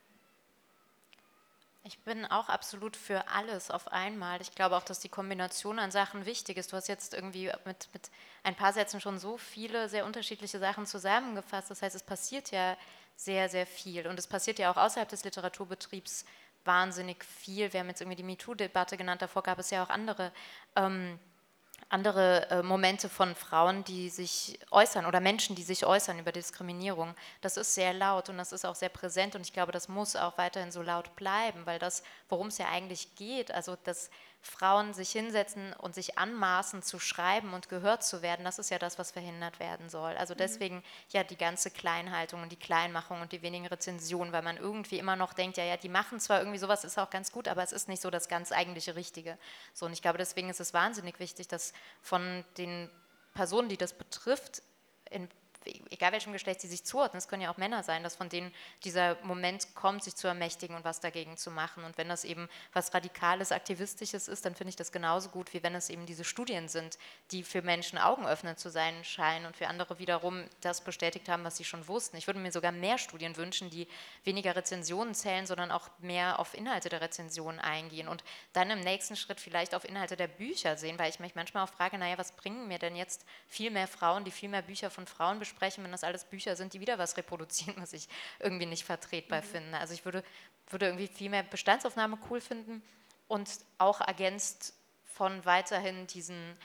Speaker 2: Ich bin auch absolut für alles auf einmal. Ich glaube auch, dass die Kombination an Sachen wichtig ist. Du hast jetzt irgendwie mit, mit ein paar Sätzen schon so viele, sehr unterschiedliche Sachen zusammengefasst. Das heißt, es passiert ja sehr, sehr viel. Und es passiert ja auch außerhalb des Literaturbetriebs wahnsinnig viel. Wir haben jetzt irgendwie die MeToo-Debatte genannt, davor gab es ja auch andere ähm, andere äh, Momente von Frauen, die sich äußern oder Menschen, die sich äußern über Diskriminierung. Das ist sehr laut und das ist auch sehr präsent und ich glaube, das muss auch weiterhin so laut bleiben, weil das, worum es ja eigentlich geht, also dass Frauen sich hinsetzen und sich anmaßen zu schreiben und gehört zu werden, das ist ja das, was verhindert werden soll. Also deswegen ja die ganze Kleinhaltung und die Kleinmachung und die wenigen Rezensionen, weil man irgendwie immer noch denkt, ja, ja, die machen zwar irgendwie sowas, ist auch ganz gut, aber es ist nicht so das ganz eigentliche Richtige. So, und ich glaube, deswegen ist es wahnsinnig wichtig, dass von den Personen, die das betrifft, in egal welchem Geschlecht sie sich zuordnen, es können ja auch Männer sein, dass von denen dieser Moment kommt, sich zu ermächtigen und was dagegen zu machen. Und wenn das eben was Radikales, Aktivistisches ist, dann finde ich das genauso gut, wie wenn es eben diese Studien sind, die für Menschen augenöffnend zu sein scheinen und für andere wiederum das bestätigt haben, was sie schon wussten. Ich würde mir sogar mehr Studien wünschen, die weniger Rezensionen zählen, sondern auch mehr auf Inhalte der Rezensionen eingehen und dann im nächsten Schritt vielleicht auf Inhalte der Bücher sehen, weil ich mich manchmal auch frage, naja, was bringen mir denn jetzt viel mehr Frauen, die viel mehr Bücher von Frauen besprechen, sprechen, wenn das alles Bücher sind, die wieder was reproduzieren, was ich irgendwie nicht vertretbar mhm. finde. Also ich würde, würde irgendwie viel mehr Bestandsaufnahme cool finden und auch ergänzt von weiterhin diesen,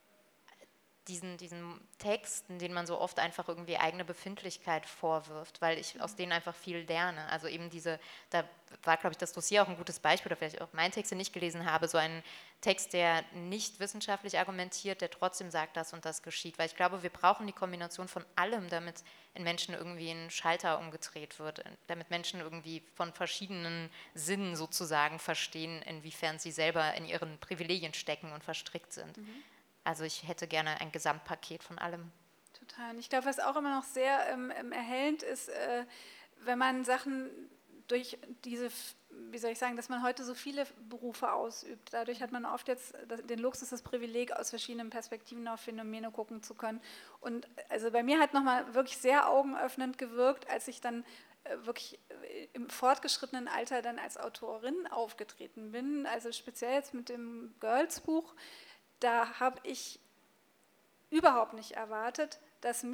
Speaker 2: diesen, diesen Texten, denen man so oft einfach irgendwie eigene Befindlichkeit vorwirft, weil ich mhm. aus denen einfach viel lerne. Also eben diese, da war, glaube ich, das Dossier auch ein gutes Beispiel, oder vielleicht auch mein Text, den ich gelesen habe, so ein Text, der nicht wissenschaftlich argumentiert, der trotzdem sagt, das und das geschieht. Weil ich glaube, wir brauchen die Kombination von allem, damit in Menschen irgendwie ein Schalter umgedreht wird, damit Menschen irgendwie von verschiedenen Sinnen sozusagen verstehen, inwiefern sie selber in ihren Privilegien stecken und verstrickt sind. Mhm. Also ich hätte gerne ein Gesamtpaket von allem.
Speaker 3: Total. Und ich glaube, was auch immer noch sehr ähm, erhellend ist, äh, wenn man Sachen durch diese, wie soll ich sagen, dass man heute so viele Berufe ausübt. Dadurch hat man oft jetzt den Luxus, das Privileg, aus verschiedenen Perspektiven auf Phänomene gucken zu können. Und also bei mir hat nochmal wirklich sehr augenöffnend gewirkt, als ich dann wirklich im fortgeschrittenen Alter dann als Autorin aufgetreten bin, also speziell jetzt mit dem Girls-Buch, da habe ich überhaupt nicht erwartet, dass mich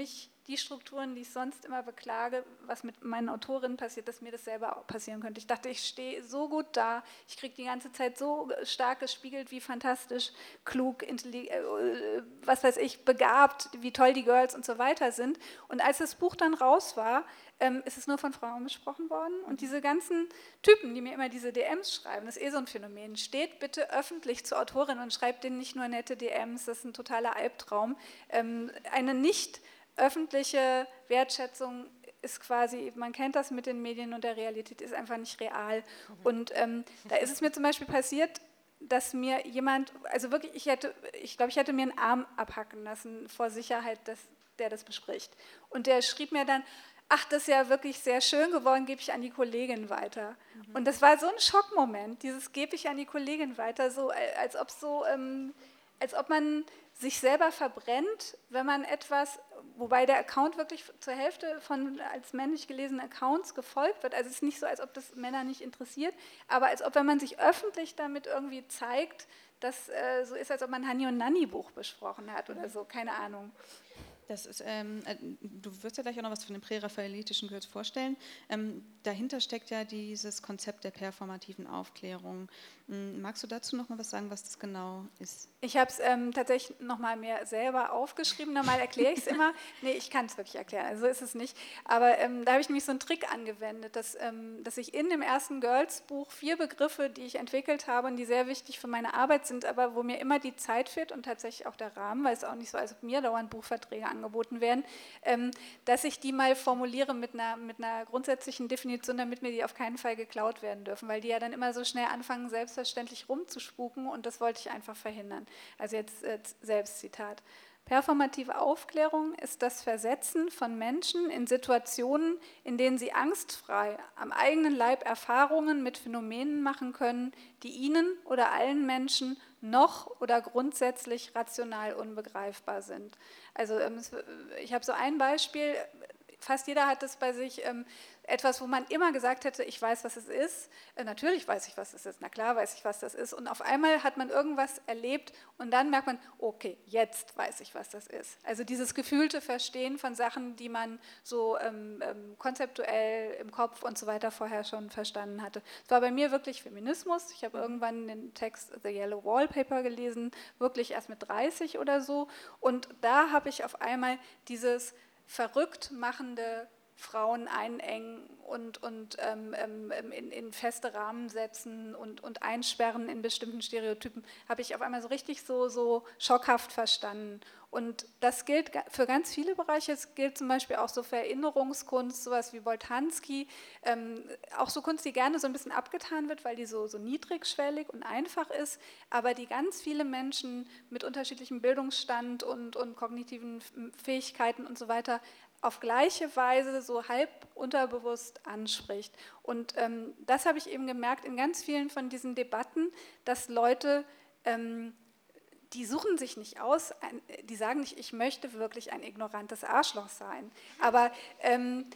Speaker 3: die Strukturen, die ich sonst immer beklage, was mit meinen Autorinnen passiert, dass mir das selber auch passieren könnte. Ich dachte, ich stehe so gut da, ich kriege die ganze Zeit so stark gespiegelt, wie fantastisch, klug, intelligent, äh, was weiß ich, begabt, wie toll die Girls und so weiter sind. Und als das Buch dann raus war, ähm, ist es nur von Frauen besprochen worden. Und diese ganzen Typen, die mir immer diese D Ms schreiben, das ist eh so ein Phänomen. Steht bitte öffentlich zur Autorin und schreibt denen nicht nur nette D Ms, das ist ein totaler Albtraum. Ähm, eine nicht öffentliche Wertschätzung ist quasi, man kennt das mit den Medien und der Realität, ist einfach nicht real. Und ähm, da ist es mir zum Beispiel passiert, dass mir jemand, also wirklich, ich hätte, ich glaube, ich hätte mir einen Arm abhacken lassen vor Sicherheit, dass der das bespricht. Und der schrieb mir dann, ach, das ist ja wirklich sehr schön geworden, gebe ich an die Kollegin weiter. Mhm. Und das war so ein Schockmoment, dieses gebe ich an die Kollegin weiter, so als ob so, ähm, als ob man sich selber verbrennt, wenn man etwas, wobei der Account wirklich zur Hälfte von als männlich gelesenen Accounts gefolgt wird, also es ist nicht so, als ob das Männer nicht interessiert, aber als ob, wenn man sich öffentlich damit irgendwie zeigt, dass äh, so ist, als ob man ein Hani- und Nanni-Buch besprochen hat oder so, keine Ahnung.
Speaker 1: Das ist, ähm, du wirst ja gleich auch noch was von den präraphaelitischen Girls vorstellen. Ähm, dahinter steckt ja dieses Konzept der performativen Aufklärung. Ähm, magst du dazu noch mal was sagen, was das genau ist?
Speaker 3: Ich habe es ähm, tatsächlich noch mal mehr selber aufgeschrieben. Normal erkläre ich es immer. Nee, ich kann es wirklich erklären, also so ist es nicht. Aber ähm, da habe ich nämlich so einen Trick angewendet, dass, ähm, dass ich in dem ersten Girls-Buch vier Begriffe, die ich entwickelt habe und die sehr wichtig für meine Arbeit sind, aber wo mir immer die Zeit fehlt und tatsächlich auch der Rahmen, weil es auch nicht so, als ob mir dauernd Buchverträge angeboten werden, ähm, dass ich die mal formuliere mit einer, mit einer grundsätzlichen Definition, damit mir die auf keinen Fall geklaut werden dürfen, weil die ja dann immer so schnell anfangen, selbstverständlich rumzuspuken und das wollte ich einfach verhindern. Also jetzt äh, Selbstzitat. Performative Aufklärung ist das Versetzen von Menschen in Situationen, in denen sie angstfrei am eigenen Leib Erfahrungen mit Phänomenen machen können, die ihnen oder allen Menschen noch oder grundsätzlich rational unbegreifbar sind. Also ich habe so ein Beispiel, fast jeder hat das bei sich, ähm, etwas, wo man immer gesagt hätte, ich weiß, was es ist. Äh, natürlich weiß ich, was es ist. Na klar weiß ich, was das ist. Und auf einmal hat man irgendwas erlebt und dann merkt man, okay, jetzt weiß ich, was das ist. Also dieses gefühlte Verstehen von Sachen, die man so ähm, ähm, konzeptuell im Kopf und so weiter vorher schon verstanden hatte. Es war bei mir wirklich Feminismus. Ich habe irgendwann den Text The Yellow Wallpaper gelesen, wirklich erst mit dreißig oder so. Und da habe ich auf einmal dieses verrückt machende Frauen einengen und, und ähm, in, in feste Rahmen setzen und, und einsperren in bestimmten Stereotypen, habe ich auf einmal so richtig so, so schockhaft verstanden. Und das gilt für ganz viele Bereiche. Es gilt zum Beispiel auch so für Erinnerungskunst, sowas wie Boltanski, ähm, auch so Kunst, die gerne so ein bisschen abgetan wird, weil die so, so niedrigschwellig und einfach ist, aber die ganz viele Menschen mit unterschiedlichem Bildungsstand und, und kognitiven Fähigkeiten und so weiter auf gleiche Weise so halb unterbewusst anspricht. Und ähm, das habe ich eben gemerkt in ganz vielen von diesen Debatten, dass Leute, ähm, die suchen sich nicht aus, ein, die sagen nicht, ich möchte wirklich ein ignorantes Arschloch sein, aber ähm,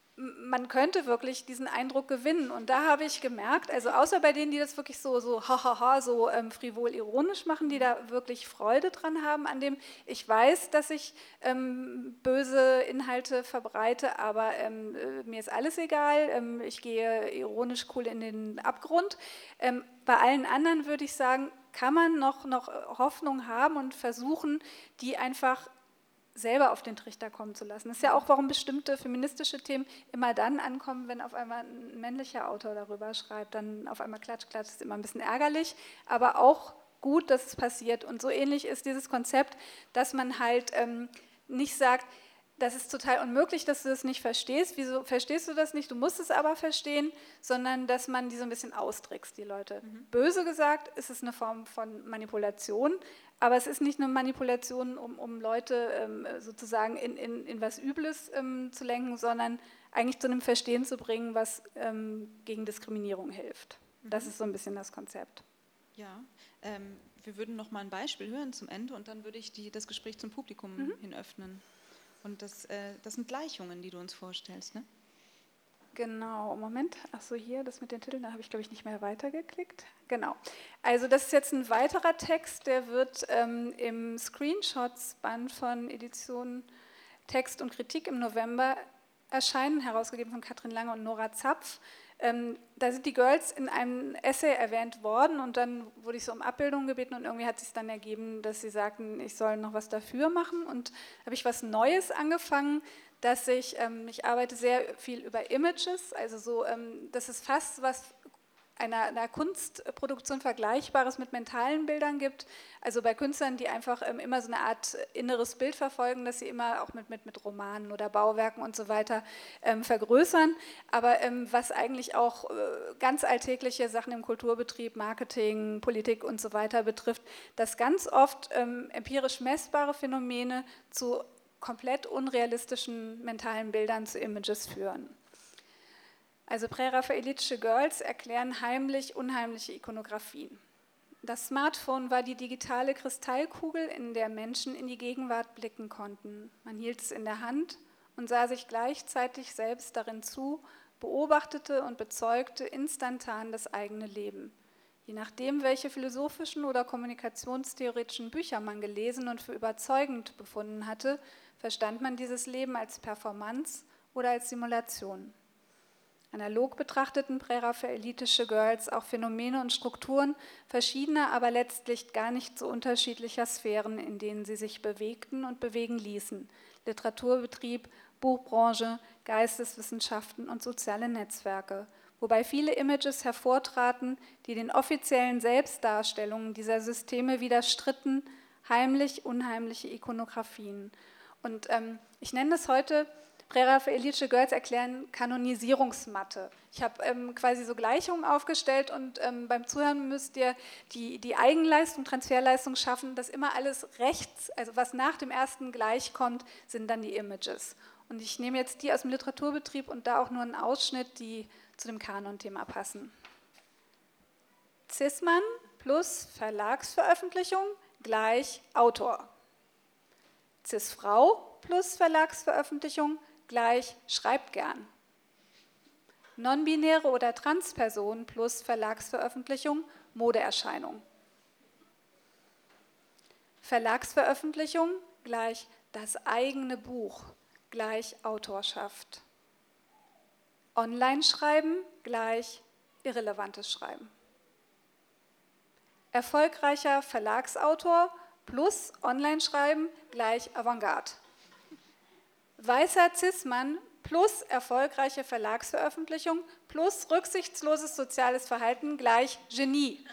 Speaker 3: man könnte wirklich diesen Eindruck gewinnen. Und da habe ich gemerkt, also außer bei denen, die das wirklich so, so hahaha, so ähm, frivol ironisch machen, die da wirklich Freude dran haben an dem, ich weiß, dass ich ähm, böse Inhalte verbreite, aber ähm, äh, mir ist alles egal, ähm, ich gehe ironisch cool in den Abgrund. Ähm, bei allen anderen würde ich sagen, kann man noch, noch Hoffnung haben und versuchen, die einfach selber auf den Trichter kommen zu lassen. Das ist ja auch, warum bestimmte feministische Themen immer dann ankommen, wenn auf einmal ein männlicher Autor darüber schreibt, dann auf einmal klatsch, klatsch, ist immer ein bisschen ärgerlich, aber auch gut, dass es passiert. Und so ähnlich ist dieses Konzept, dass man halt ähm, nicht sagt, das ist total unmöglich, dass du das nicht verstehst. Wieso verstehst du das nicht? Du musst es aber verstehen, sondern dass man die so ein bisschen austrickst, die Leute. Mhm. Böse gesagt ist es eine Form von Manipulation, aber es ist nicht eine Manipulation, um, um Leute ähm, sozusagen in, in, in was Übles ähm, zu lenken, sondern eigentlich zu einem Verstehen zu bringen, was ähm, gegen Diskriminierung hilft. Mhm. Das ist so ein bisschen das Konzept.
Speaker 1: Ja, ähm, wir würden noch mal ein Beispiel hören zum Ende und dann würde ich die, das Gespräch zum Publikum mhm. hin öffnen. Und das, äh, das sind Gleichungen, die du uns vorstellst, ne?
Speaker 3: Genau, Moment. Achso, hier, das mit den Titeln, da habe ich, glaube ich, nicht mehr weitergeklickt. Genau. Also das ist jetzt ein weiterer Text, der wird ähm, im Screenshots-Band von Edition Text und Kritik im November erscheinen, herausgegeben von Katrin Lange und Nora Zapf. Ähm, da sind die Girls in einem Essay erwähnt worden und dann wurde ich so um Abbildung gebeten und irgendwie hat sich dann ergeben, dass sie sagten, ich soll noch was dafür machen und habe ich was Neues angefangen, dass ich, ähm, ich arbeite sehr viel über Images, also so, ähm, das ist fast was einer, einer Kunstproduktion Vergleichbares mit mentalen Bildern gibt, also bei Künstlern, die einfach ähm, immer so eine Art inneres Bild verfolgen, dass sie immer auch mit, mit, mit Romanen oder Bauwerken und so weiter ähm, vergrößern, aber ähm, was eigentlich auch äh, ganz alltägliche Sachen im Kulturbetrieb, Marketing, Politik und so weiter betrifft, dass ganz oft ähm, empirisch messbare Phänomene zu komplett unrealistischen mentalen Bildern, zu Images führen. Also präraphaelitische Girls erklären heimlich unheimliche Ikonografien. Das Smartphone war die digitale Kristallkugel, in der Menschen in die Gegenwart blicken konnten. Man hielt es in der Hand und sah sich gleichzeitig selbst darin zu, beobachtete und bezeugte instantan das eigene Leben. Je nachdem, welche philosophischen oder kommunikationstheoretischen Bücher man gelesen und für überzeugend befunden hatte, verstand man dieses Leben als Performance oder als Simulation. Analog betrachteten präraphaelitische Girls auch Phänomene und Strukturen verschiedener, aber letztlich gar nicht so unterschiedlicher Sphären, in denen sie sich bewegten und bewegen ließen. Literaturbetrieb, Buchbranche, Geisteswissenschaften und soziale Netzwerke, wobei viele Images hervortraten, die den offiziellen Selbstdarstellungen dieser Systeme widerstritten, heimlich unheimliche Ikonografien. Und ähm, ich nenne das heute, präraphaelitische Girls erklären Kanonisierungsmatte. Ich habe ähm, quasi so Gleichungen aufgestellt und ähm, beim Zuhören müsst ihr die, die Eigenleistung, Transferleistung schaffen, dass immer alles rechts, also was nach dem ersten gleich kommt, sind dann die Images. Und ich nehme jetzt die aus dem Literaturbetrieb und da auch nur einen Ausschnitt, die zu dem Kanon-Thema passen. Cis-Mann plus Verlagsveröffentlichung gleich Autor. Cis-Frau plus Verlagsveröffentlichung gleich schreibt gern. Non-binäre oder Transperson plus Verlagsveröffentlichung Modeerscheinung. Verlagsveröffentlichung gleich das eigene Buch gleich Autorschaft. Online-Schreiben gleich irrelevantes Schreiben. Erfolgreicher Verlagsautor plus Online-Schreiben gleich Avantgarde. Weißer Cis-Mann plus erfolgreiche Verlagsveröffentlichung plus rücksichtsloses soziales Verhalten gleich Genie.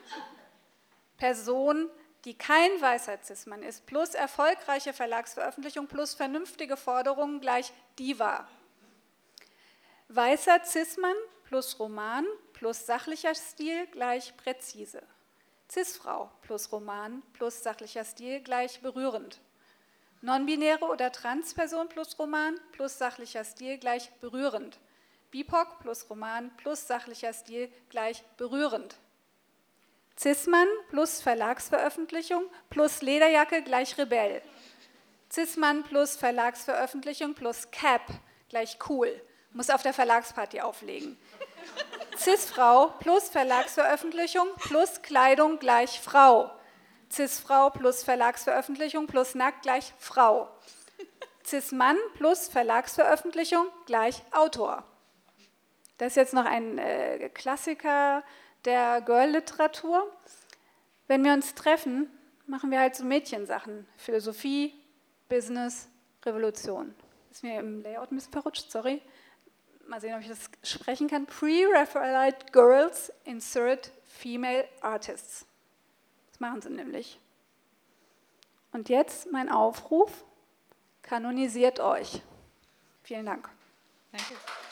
Speaker 3: Person, die kein weißer Cis-Mann ist, plus erfolgreiche Verlagsveröffentlichung plus vernünftige Forderungen gleich Diva. Weißer Cis-Mann plus Roman plus sachlicher Stil gleich präzise. Cis-Frau plus Roman plus sachlicher Stil gleich berührend. Non-binäre oder Transperson plus Roman plus sachlicher Stil gleich berührend. B I P O C plus Roman plus sachlicher Stil gleich berührend. Cis-Mann plus Verlagsveröffentlichung plus Lederjacke gleich Rebell. Cis-Mann plus Verlagsveröffentlichung plus Cap gleich cool. Muss auf der Verlagsparty auflegen. Cis-Frau plus Verlagsveröffentlichung plus Kleidung gleich Frau. Cis-Frau plus Verlagsveröffentlichung plus nackt gleich Frau. Cis-Mann plus Verlagsveröffentlichung gleich Autor. Das ist jetzt noch ein äh, Klassiker der Girl-Literatur. Wenn wir uns treffen, machen wir halt so Mädchensachen. Philosophie, Business, Revolution. Ist mir im Layout ein bisschen verrutscht, sorry. Mal sehen, ob ich das sprechen kann. Pre-Raphaelite Girls insert Female Artists. Das machen sie nämlich. Und jetzt mein Aufruf, kanonisiert euch. Vielen Dank.
Speaker 1: Danke.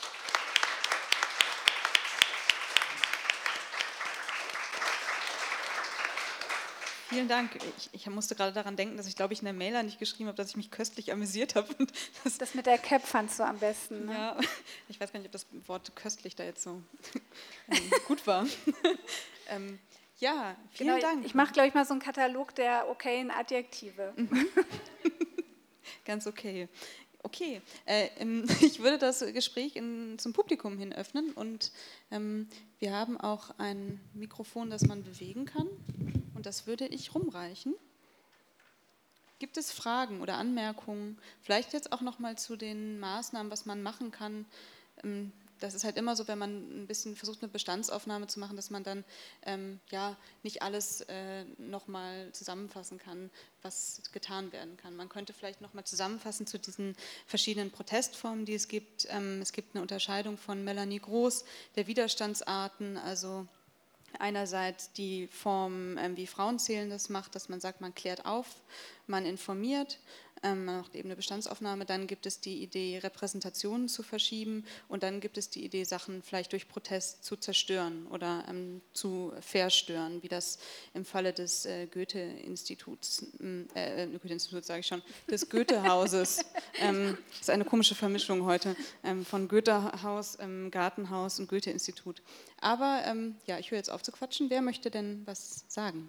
Speaker 1: Vielen Dank. Ich, ich musste gerade daran denken, dass ich, glaube ich, in der Mail nicht geschrieben habe, dass ich mich köstlich amüsiert habe. Und das,
Speaker 3: das mit der Cap fandst du am besten. Ne?
Speaker 1: Ja, ich weiß gar nicht, ob das Wort köstlich da jetzt so gut war. ähm, ja, vielen
Speaker 3: genau,
Speaker 1: Dank.
Speaker 3: Ich mache, glaube ich, mal so einen Katalog der okayen Adjektive.
Speaker 1: Mhm. Ganz okay. Okay, äh, ähm, ich würde das Gespräch in, zum Publikum hin öffnen und ähm, wir haben auch ein Mikrofon, das man bewegen kann und das würde ich rumreichen. Gibt es Fragen oder Anmerkungen? Vielleicht jetzt auch noch mal zu den Maßnahmen, was man machen kann. Ähm, Das ist halt immer so, wenn man ein bisschen versucht, eine Bestandsaufnahme zu machen, dass man dann ähm, ja nicht alles äh, nochmal zusammenfassen kann, was getan werden kann. Man könnte vielleicht nochmal zusammenfassen zu diesen verschiedenen Protestformen, die es gibt. Ähm, es gibt eine Unterscheidung von Melanie Groß, der Widerstandsarten, also einerseits die Form, ähm, wie Frauenzählen das macht, dass man sagt, man klärt auf, man informiert, ähm, man macht eben eine Bestandsaufnahme, dann gibt es die Idee, Repräsentationen zu verschieben und dann gibt es die Idee, Sachen vielleicht durch Protest zu zerstören oder ähm, zu verstören, wie das im Falle des äh, Goethe-Instituts, äh, Goethe-Institut sage ich schon, des Goethe-Hauses, ähm, das ist eine komische Vermischung heute, ähm, von Goethe-Haus, ähm, Gartenhaus und Goethe-Institut. Aber ähm, ja, ich höre jetzt auf zu quatschen. Wer möchte denn was sagen?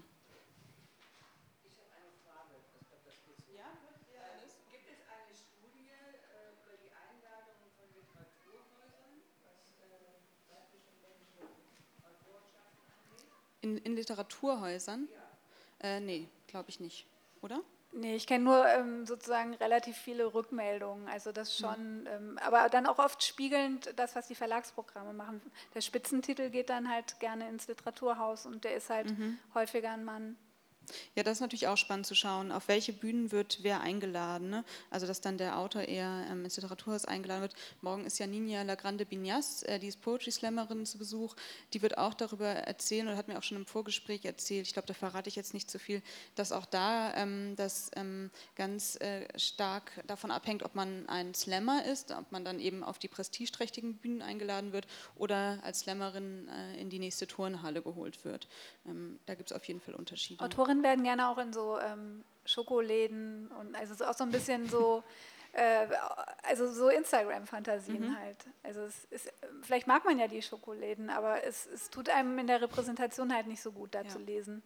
Speaker 1: In, in Literaturhäusern? Ja. Äh, nee, glaube ich nicht. Oder?
Speaker 3: Nee, ich kenne nur ähm, sozusagen relativ viele Rückmeldungen, also das schon, mhm. ähm, aber dann auch oft spiegelnd das, was die Verlagsprogramme machen. Der Spitzentitel geht dann halt gerne ins Literaturhaus und der ist halt mhm. häufiger ein Mann.
Speaker 1: Ja, das ist natürlich auch spannend zu schauen, auf welche Bühnen wird wer eingeladen. Ne? Also, dass dann der Autor eher ähm, ins Literaturhaus eingeladen wird. Morgen ist ja Nina Lagrande Bignaz, äh, die ist Poetry Slammerin, zu Besuch. Die wird auch darüber erzählen oder hat mir auch schon im Vorgespräch erzählt, ich glaube, da verrate ich jetzt nicht zu viel, dass auch da ähm, das ähm, ganz äh, stark davon abhängt, ob man ein Slammer ist, ob man dann eben auf die prestigeträchtigen Bühnen eingeladen wird oder als Slammerin äh, in die nächste Turnhalle geholt wird. Ähm, da gibt es auf jeden Fall Unterschiede.
Speaker 3: Autorinnen werden gerne auch in so ähm, Schokoläden und also so auch so ein bisschen so, äh, also so Instagram-Fantasien mhm. halt. Also es ist, vielleicht mag man ja die Schokoläden, aber es, es tut einem in der Repräsentation halt nicht so gut, da ja. zu lesen.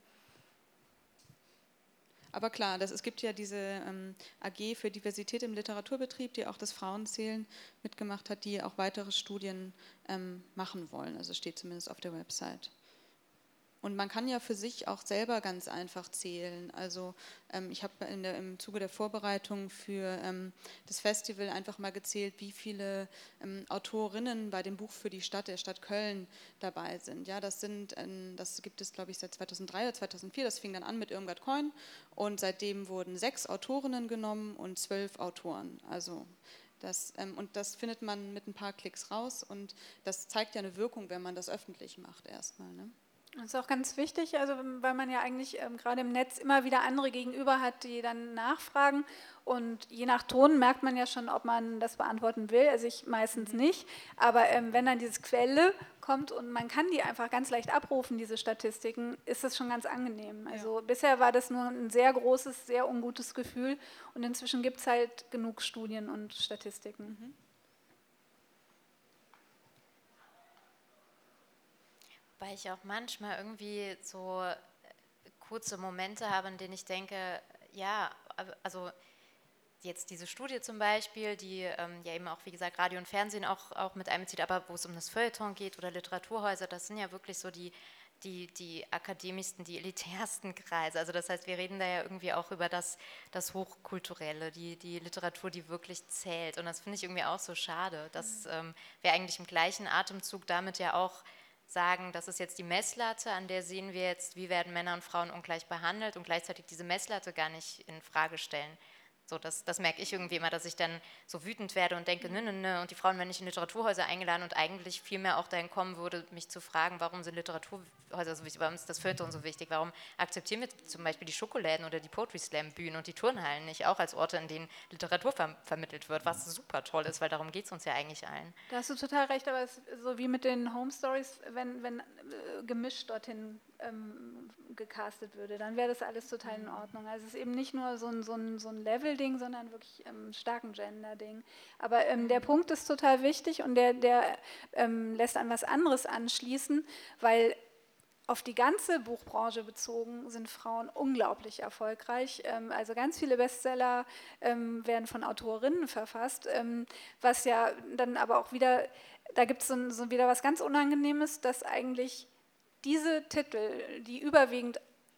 Speaker 1: Aber klar, das, es gibt ja diese ähm, A G für Diversität im Literaturbetrieb, die auch das Frauenzählen mitgemacht hat, die auch weitere Studien ähm, machen wollen. Also steht zumindest auf der Website. Und man kann ja für sich auch selber ganz einfach zählen. Also ähm, ich habe im Zuge der Vorbereitung für ähm, das Festival einfach mal gezählt, wie viele ähm, Autorinnen bei dem Buch für die Stadt, der Stadt Köln, dabei sind. Ja, das sind, ähm, das gibt es, glaube ich, seit zweitausenddrei oder zweitausendvier. Das fing dann an mit Irmgard Coin und seitdem wurden sechs Autorinnen genommen und zwölf Autoren. Also das, ähm, und das findet man mit ein paar Klicks raus und das zeigt ja eine Wirkung, wenn man das öffentlich macht erstmal, ne?
Speaker 3: Das ist auch ganz wichtig, also weil man ja eigentlich ähm, gerade im Netz immer wieder andere Gegenüber hat, die dann nachfragen und je nach Ton merkt man ja schon, ob man das beantworten will, also ich meistens nicht, aber ähm, wenn dann dieses Quelle kommt und man kann die einfach ganz leicht abrufen, diese Statistiken, ist das schon ganz angenehm. Also ja. Bisher war das nur ein sehr großes, sehr ungutes Gefühl und inzwischen gibt es halt genug Studien und Statistiken.
Speaker 1: Mhm.
Speaker 2: Weil ich auch manchmal irgendwie so kurze Momente habe, in denen ich denke, ja, also jetzt diese Studie zum Beispiel, die ähm, ja eben auch, wie gesagt, Radio und Fernsehen auch, auch mit einbezieht, aber wo es um das Feuilleton geht oder Literaturhäuser, das sind ja wirklich so die, die, die akademischsten, die elitärsten Kreise. Also das heißt, wir reden da ja irgendwie auch über das, das Hochkulturelle, die, die Literatur, die wirklich zählt. Und das finde ich irgendwie auch so schade, dass ähm, wir eigentlich im gleichen Atemzug damit ja auch sagen, das ist jetzt die Messlatte, an der sehen wir jetzt, wie werden Männer und Frauen ungleich behandelt und gleichzeitig diese Messlatte gar nicht in Frage stellen. So, das, das merke ich irgendwie immer, dass ich dann so wütend werde und denke, nö, nö, nö, und die Frauen werden nicht in Literaturhäuser eingeladen und eigentlich viel mehr auch dahin kommen würde, mich zu fragen, warum sind Literaturhäuser so wichtig, warum ist das Feuilleton so wichtig, warum akzeptieren wir zum Beispiel die Schokoläden oder die Poetry Slam Bühnen und die Turnhallen nicht auch als Orte, in denen Literatur ver vermittelt wird, was super toll ist, weil darum geht es uns ja eigentlich allen.
Speaker 3: Da hast du total recht, aber es ist so wie mit den Home Stories, wenn, wenn äh, gemischt dorthin ähm, gecastet würde, dann wäre das alles total in Ordnung. Also es ist eben nicht nur so ein, so ein, so ein Level-Ding, sondern wirklich ein ähm, starken Gender-Ding. Aber ähm, der Punkt ist total wichtig und der, der ähm, lässt an was anderes anschließen, weil auf die ganze Buchbranche bezogen sind Frauen unglaublich erfolgreich. Ähm, also ganz viele Bestseller ähm, werden von Autorinnen verfasst, ähm, was ja dann aber auch wieder, da gibt es so, so wieder was ganz Unangenehmes, dass eigentlich diese Titel, die überwiegend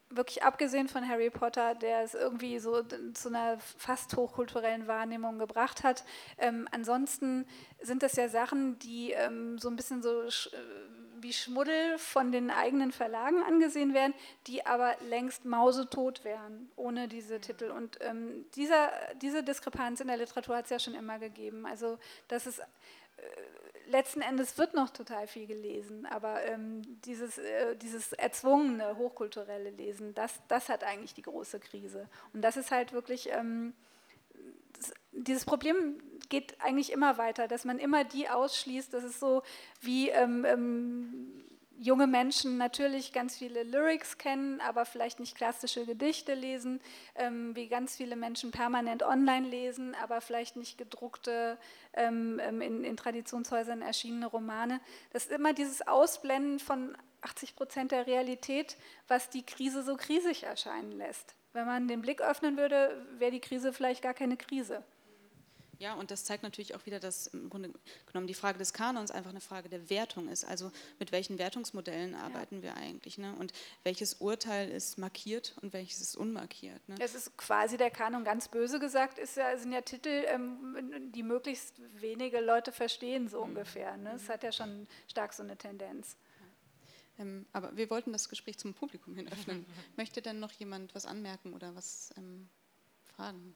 Speaker 3: wirklich abgesehen von Harry Potter, der es irgendwie so zu einer fast hochkulturellen Wahrnehmung gebracht hat. Ähm, ansonsten sind das ja Sachen, die ähm, so ein bisschen so sch wie Schmuddel von den eigenen Verlagen angesehen werden, die aber längst mausetot wären, ohne diese Titel. Und ähm, dieser, diese Diskrepanz in der Literatur hat es ja schon immer gegeben. Also das ist... Äh, letzten Endes wird noch total viel gelesen, aber ähm, dieses, äh, dieses erzwungene, hochkulturelle Lesen, das, das hat eigentlich die große Krise. Und das ist halt wirklich, ähm, das, dieses Problem geht eigentlich immer weiter, dass man immer die ausschließt, das ist so wie ähm, ähm, junge Menschen natürlich ganz viele Lyrics kennen, aber vielleicht nicht klassische Gedichte lesen, ähm, wie ganz viele Menschen permanent online lesen, aber vielleicht nicht gedruckte, ähm, in, in Traditionshäusern erschienene Romane. Das ist immer dieses Ausblenden von achtzig Prozent der Realität, was die Krise so krisig erscheinen lässt. Wenn man den Blick öffnen würde, wäre die Krise vielleicht gar keine Krise.
Speaker 1: Ja, und das zeigt natürlich auch wieder, dass im Grunde genommen die Frage des Kanons einfach eine Frage der Wertung ist. Also mit welchen Wertungsmodellen arbeiten ja. wir eigentlich? Ne? Und welches Urteil ist markiert und welches ist unmarkiert? Ne?
Speaker 3: Es ist quasi der Kanon, ganz böse gesagt, ist ja, sind ja Titel, ähm, die möglichst wenige Leute verstehen, so mhm. ungefähr. Ne? Es hat ja schon stark so eine Tendenz.
Speaker 1: Ähm, aber wir wollten das Gespräch zum Publikum hin öffnen. Möchte denn noch jemand was anmerken oder was ähm, fragen?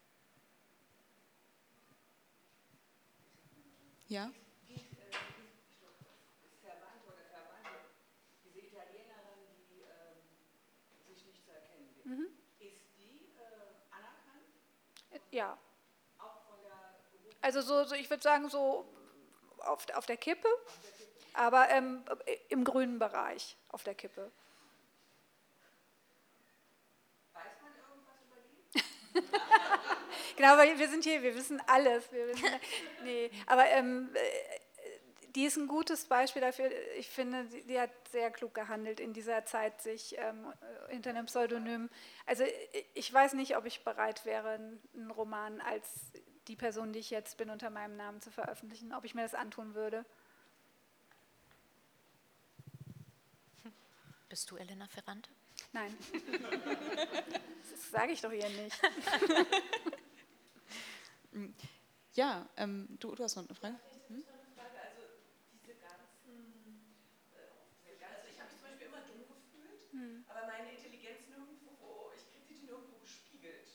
Speaker 1: Ja? Die, äh, die Verwandte oder Verwandte, diese Italienerin, die äh, sich nicht zu erkennen gibt, mhm. ist die äh, anerkannt?
Speaker 3: Ja. Auch von der also so, so, ich würde sagen, so auf, auf der Kippe, auf der Kippe. aber ähm, im grünen Bereich auf der Kippe.
Speaker 1: Weiß man irgendwas über die?
Speaker 3: Genau, weil wir sind hier, wir wissen alles. Wir wissen, nee, aber ähm, die ist ein gutes Beispiel dafür. Ich finde, die, die hat sehr klug gehandelt in dieser Zeit, sich ähm, hinter einem Pseudonym. Also ich weiß nicht, ob ich bereit wäre, einen Roman als die Person, die ich jetzt bin, unter meinem Namen zu veröffentlichen, ob ich mir das antun würde.
Speaker 2: Bist du Elena Ferrante?
Speaker 3: Nein. Das sage ich doch hier nicht.
Speaker 1: Ja, ähm, du, du hast noch eine Frage? Hm?
Speaker 4: Also diese ganzen, also ich habe mich zum Beispiel immer dumm gefühlt, hm. aber meine Intelligenz nirgendwo, ich kriege die nirgendwo gespiegelt.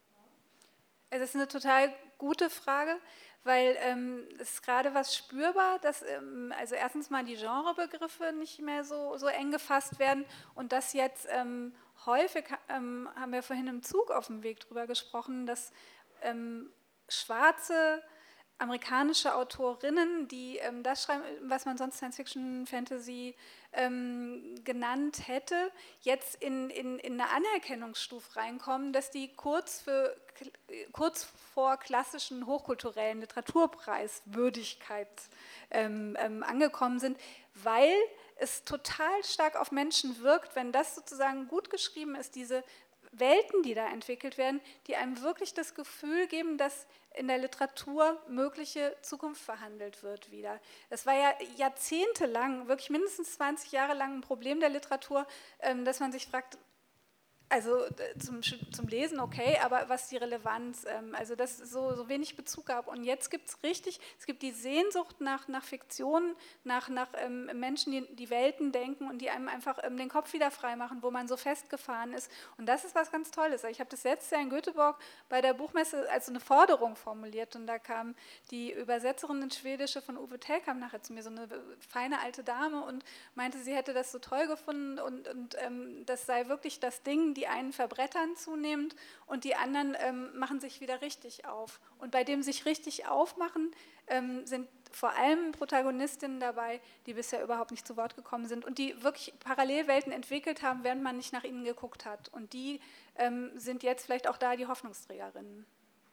Speaker 3: Es ist eine total gute Frage, weil ähm, es ist gerade was spürbar, dass ähm, also erstens mal die Genrebegriffe nicht mehr so, so eng gefasst werden und dass jetzt ähm, häufig, ähm, haben wir vorhin im Zug auf dem Weg drüber gesprochen, dass ähm, schwarze amerikanische Autorinnen, die ähm, das schreiben, was man sonst Science Fiction, Fantasy ähm, genannt hätte, jetzt in, in, in eine Anerkennungsstufe reinkommen, dass die kurz, für, kurz vor klassischen hochkulturellen Literaturpreiswürdigkeit ähm, ähm, angekommen sind, weil es total stark auf Menschen wirkt, wenn das sozusagen gut geschrieben ist, diese Welten, die da entwickelt werden, die einem wirklich das Gefühl geben, dass in der Literatur mögliche Zukunft verhandelt wird wieder. Das war ja jahrzehntelang, wirklich mindestens zwanzig Jahre lang ein Problem der Literatur, dass man sich fragt, also zum, zum Lesen okay, aber was die Relevanz, also dass es so, so wenig Bezug gab. Und jetzt gibt es richtig, es gibt die Sehnsucht nach, nach Fiktion, nach, nach ähm, Menschen, die die Welten denken und die einem einfach ähm, den Kopf wieder frei machen, wo man so festgefahren ist. Und das ist was ganz Tolles. Ich habe das letztes Jahr in Göteborg bei der Buchmesse als so eine Forderung formuliert und da kam die Übersetzerin ins Schwedische von Uwe Tell, kam nachher zu mir, so eine feine alte Dame und meinte, sie hätte das so toll gefunden und, und ähm, das sei wirklich das Ding, die einen verbrettern zunehmend und die anderen ähm, machen sich wieder richtig auf. Und bei dem sich richtig aufmachen, ähm, sind vor allem Protagonistinnen dabei, die bisher überhaupt nicht zu Wort gekommen sind und die wirklich Parallelwelten entwickelt haben, während man nicht nach ihnen geguckt hat. Und die ähm, sind jetzt vielleicht auch da die Hoffnungsträgerinnen.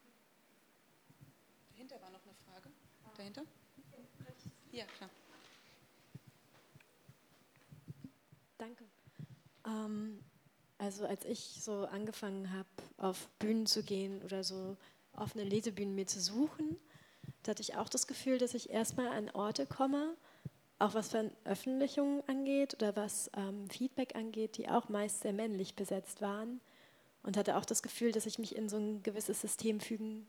Speaker 1: Dahinter war noch eine Frage. Dahinter? Ja, klar.
Speaker 5: Danke. Ähm, Also als ich so angefangen habe, auf Bühnen zu gehen oder so offene Lesebühnen mir zu suchen, da hatte ich auch das Gefühl, dass ich erstmal an Orte komme, auch was Veröffentlichungen angeht oder was ähm, Feedback angeht, die auch meist sehr männlich besetzt waren und hatte auch das Gefühl, dass ich mich in so ein gewisses System fügen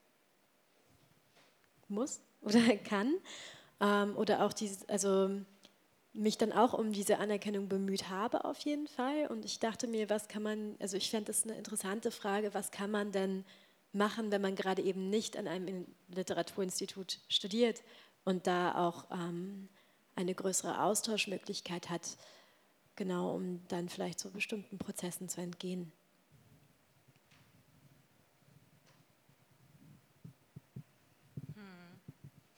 Speaker 5: muss oder kann ähm, oder auch dieses, also mich dann auch um diese Anerkennung bemüht habe auf jeden Fall und ich dachte mir, was kann man, also ich fände das eine interessante Frage, was kann man denn machen, wenn man gerade eben nicht an einem Literaturinstitut studiert und da auch ähm, eine größere Austauschmöglichkeit hat, genau, um dann vielleicht so bestimmten Prozessen zu entgehen.
Speaker 2: Hm.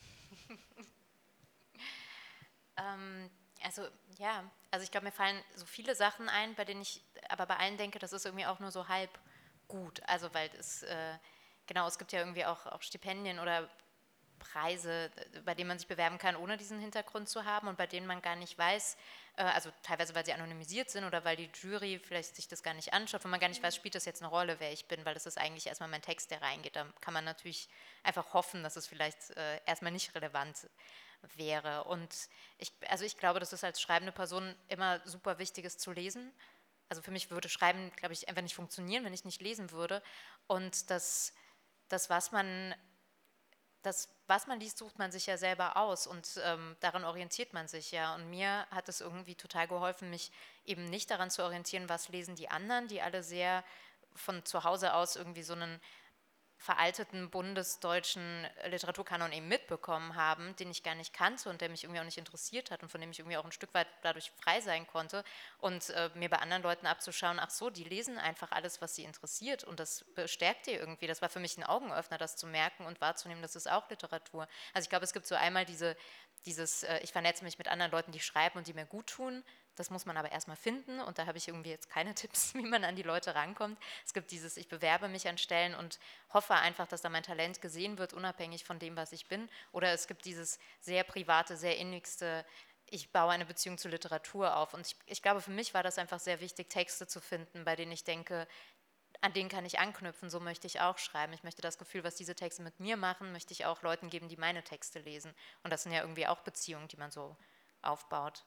Speaker 2: ähm, also ja, also ich glaube, mir fallen so viele Sachen ein, bei denen ich aber bei allen denke, das ist irgendwie auch nur so halb gut. Also weil es, äh, genau, es gibt ja irgendwie auch, auch Stipendien oder Preise, bei denen man sich bewerben kann, ohne diesen Hintergrund zu haben und bei denen man gar nicht weiß, äh, also teilweise, weil sie anonymisiert sind oder weil die Jury vielleicht sich das gar nicht anschaut, wenn man gar nicht weiß, spielt das jetzt eine Rolle, wer ich bin, weil das ist eigentlich erstmal mein Text, der reingeht. Da kann man natürlich einfach hoffen, dass es vielleicht äh, erstmal nicht relevant wäre. Und ich, also ich glaube, dass es als schreibende Person immer super wichtig ist zu lesen. Also für mich würde Schreiben, glaube ich, einfach nicht funktionieren, wenn ich nicht lesen würde. Und das, das was man Das, was man liest, sucht man sich ja selber aus und ähm, daran orientiert man sich ja. Und mir hat es irgendwie total geholfen, mich eben nicht daran zu orientieren, was lesen die anderen, die alle sehr von zu Hause aus irgendwie so einen veralteten bundesdeutschen Literaturkanon eben mitbekommen haben, den ich gar nicht kannte und der mich irgendwie auch nicht interessiert hat und von dem ich irgendwie auch ein Stück weit dadurch frei sein konnte und äh, mir bei anderen Leuten abzuschauen, ach so, die lesen einfach alles, was sie interessiert und das bestärkt die irgendwie. Das war für mich ein Augenöffner, das zu merken und wahrzunehmen, das ist auch Literatur. Also ich glaube, es gibt so einmal diese, dieses, äh, ich vernetze mich mit anderen Leuten, die schreiben und die mir gut tun. Das muss man aber erstmal finden und da habe ich irgendwie jetzt keine Tipps, wie man an die Leute rankommt. Es gibt dieses, ich bewerbe mich an Stellen und hoffe einfach, dass da mein Talent gesehen wird, unabhängig von dem, was ich bin. Oder es gibt dieses sehr private, sehr innigste, ich baue eine Beziehung zur Literatur auf. Und ich, ich glaube, für mich war das einfach sehr wichtig, Texte zu finden, bei denen ich denke, an denen kann ich anknüpfen, so möchte ich auch schreiben. Ich möchte das Gefühl, was diese Texte mit mir machen, möchte ich auch Leuten geben, die meine Texte lesen. Und das sind ja irgendwie auch Beziehungen, die man so aufbaut.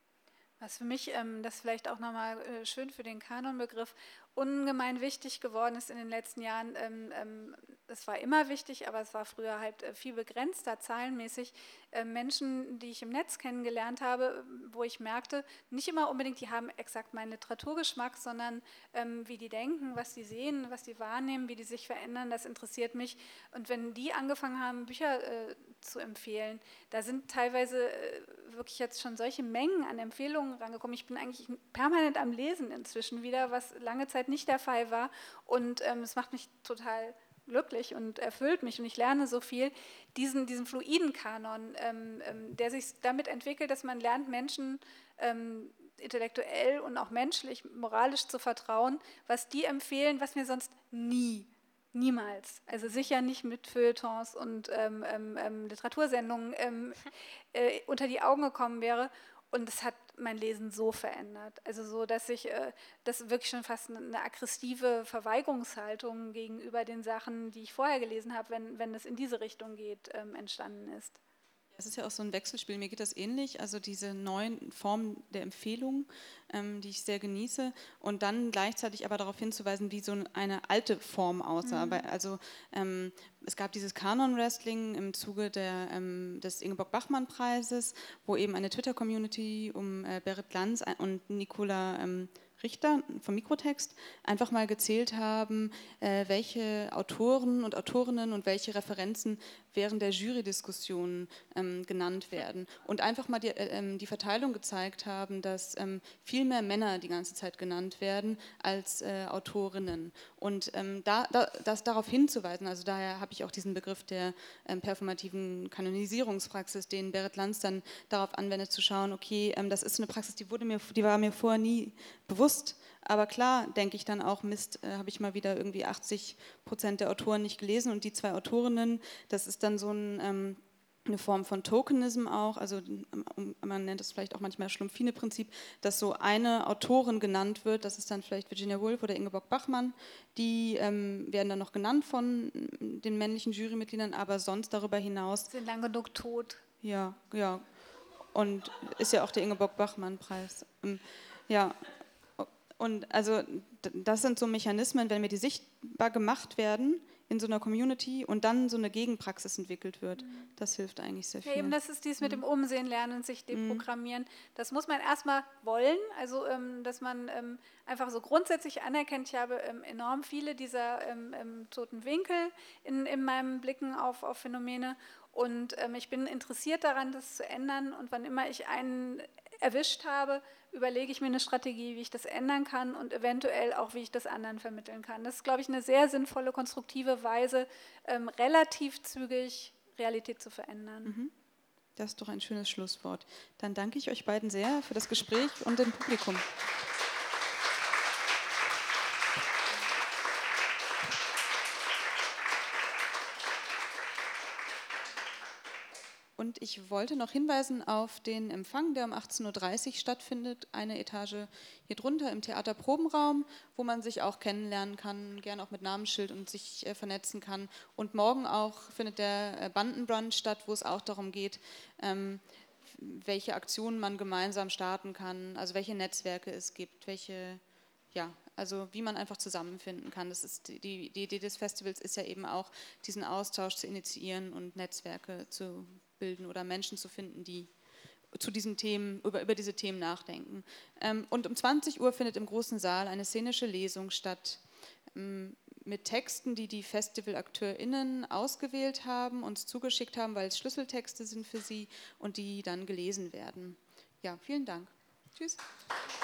Speaker 3: Was für mich, ähm, das vielleicht auch nochmal äh, schön für den Kanonbegriff, ungemein wichtig geworden ist in den letzten Jahren. Ähm, ähm, es war immer wichtig, aber es war früher halt äh, viel begrenzter, zahlenmäßig. Äh, Menschen, die ich im Netz kennengelernt habe, wo ich merkte, nicht immer unbedingt, die haben exakt meinen Literaturgeschmack, sondern ähm, wie die denken, was sie sehen, was sie wahrnehmen, wie die sich verändern, das interessiert mich. Und wenn die angefangen haben, Bücher äh, zu empfehlen, da sind teilweise äh, wirklich jetzt schon solche Mengen an Empfehlungen rangekommen. Ich bin eigentlich permanent am Lesen inzwischen wieder, was lange Zeit nicht der Fall war. Und ähm, es macht mich total glücklich und erfüllt mich und ich lerne so viel. Diesen, diesen fluiden Kanon, ähm, ähm, der sich damit entwickelt, dass man lernt, Menschen ähm, intellektuell und auch menschlich, moralisch zu vertrauen, was die empfehlen, was mir sonst nie Niemals. Also sicher nicht mit Feuilletons und ähm, ähm, Literatursendungen ähm, äh, unter die Augen gekommen wäre. Und es hat mein Lesen so verändert. Also so, dass ich äh, das wirklich schon fast eine aggressive Verweigerungshaltung gegenüber den Sachen, die ich vorher gelesen habe, wenn, wenn es in diese Richtung geht, ähm, entstanden ist.
Speaker 1: Es ist ja auch so ein Wechselspiel, mir geht das ähnlich, also diese neuen Formen der Empfehlung, ähm, die ich sehr genieße und dann gleichzeitig aber darauf hinzuweisen, wie so eine alte Form aussah. Mhm. Also ähm, es gab dieses Kanon-Wrestling im Zuge der, ähm, des Ingeborg-Bachmann-Preises, wo eben eine Twitter-Community um äh, Berit Lanz und Nicola ähm, Richter vom Mikrotext einfach mal gezählt haben, äh, welche Autoren und Autorinnen und welche Referenzen während der Jury-Diskussion ähm, genannt werden. Und einfach mal die, äh, die Verteilung gezeigt haben, dass ähm, viel mehr Männer die ganze Zeit genannt werden als äh, Autorinnen. Und ähm, da, da, das darauf hinzuweisen, also daher habe ich auch diesen Begriff der ähm, performativen Kanonisierungspraxis, den Berit Lanz dann darauf anwendet, zu schauen, okay, ähm, das ist eine Praxis, die, wurde mir, die war mir vorher nie bewusst. Aber klar denke ich dann auch, Mist, äh, habe ich mal wieder irgendwie achtzig Prozent der Autoren nicht gelesen und die zwei Autorinnen, das ist dann so ein, ähm, eine Form von Tokenism auch, also um, man nennt es vielleicht auch manchmal Schlumpfine-Prinzip, dass so eine Autorin genannt wird, das ist dann vielleicht Virginia Woolf oder Ingeborg Bachmann, die ähm, werden dann noch genannt von den männlichen Jurymitgliedern, aber sonst darüber hinaus...
Speaker 3: Sind lang genug tot.
Speaker 1: Ja, ja. und ist ja auch der Ingeborg-Bachmann-Preis. Ähm, ja, und also das sind so Mechanismen, wenn mir die sichtbar gemacht werden in so einer Community und dann so eine Gegenpraxis entwickelt wird, mhm. das hilft eigentlich sehr viel.
Speaker 3: Ja, eben das ist dies mit mhm. dem Umsehen lernen und sich deprogrammieren. Mhm. Das muss man erstmal wollen, also ähm, dass man ähm, einfach so grundsätzlich anerkennt, ich habe ähm, enorm viele dieser ähm, ähm, toten Winkel in, in meinem Blicken auf, auf Phänomene und ähm, ich bin interessiert daran, das zu ändern und wann immer ich einen erwischt habe, überlege ich mir eine Strategie, wie ich das ändern kann und eventuell auch, wie ich das anderen vermitteln kann. Das ist, glaube ich, eine sehr sinnvolle, konstruktive Weise, ähm, relativ zügig Realität zu verändern.
Speaker 1: Mhm. Das ist doch ein schönes Schlusswort. Dann danke ich euch beiden sehr für das Gespräch und dem Publikum. Und ich wollte noch hinweisen auf den Empfang, der um achtzehn Uhr dreißig stattfindet, eine Etage hier drunter im Theaterprobenraum, wo man sich auch kennenlernen kann, gerne auch mit Namensschild und sich äh, vernetzen kann. Und morgen auch findet der Bandenbrunch statt, wo es auch darum geht, ähm, welche Aktionen man gemeinsam starten kann, also welche Netzwerke es gibt, welche, ja, also wie man einfach zusammenfinden kann. Das ist die, die, die Idee des Festivals ist ja eben auch, diesen Austausch zu initiieren und Netzwerke zu bilden oder Menschen zu finden, die zu diesen Themen, über, über diese Themen nachdenken. Ähm, und um zwanzig Uhr findet im großen Saal eine szenische Lesung statt ähm, mit Texten, die die FestivalakteurInnen ausgewählt haben, uns zugeschickt haben, weil es Schlüsseltexte sind für sie und die dann gelesen werden. Ja, vielen Dank. Tschüss.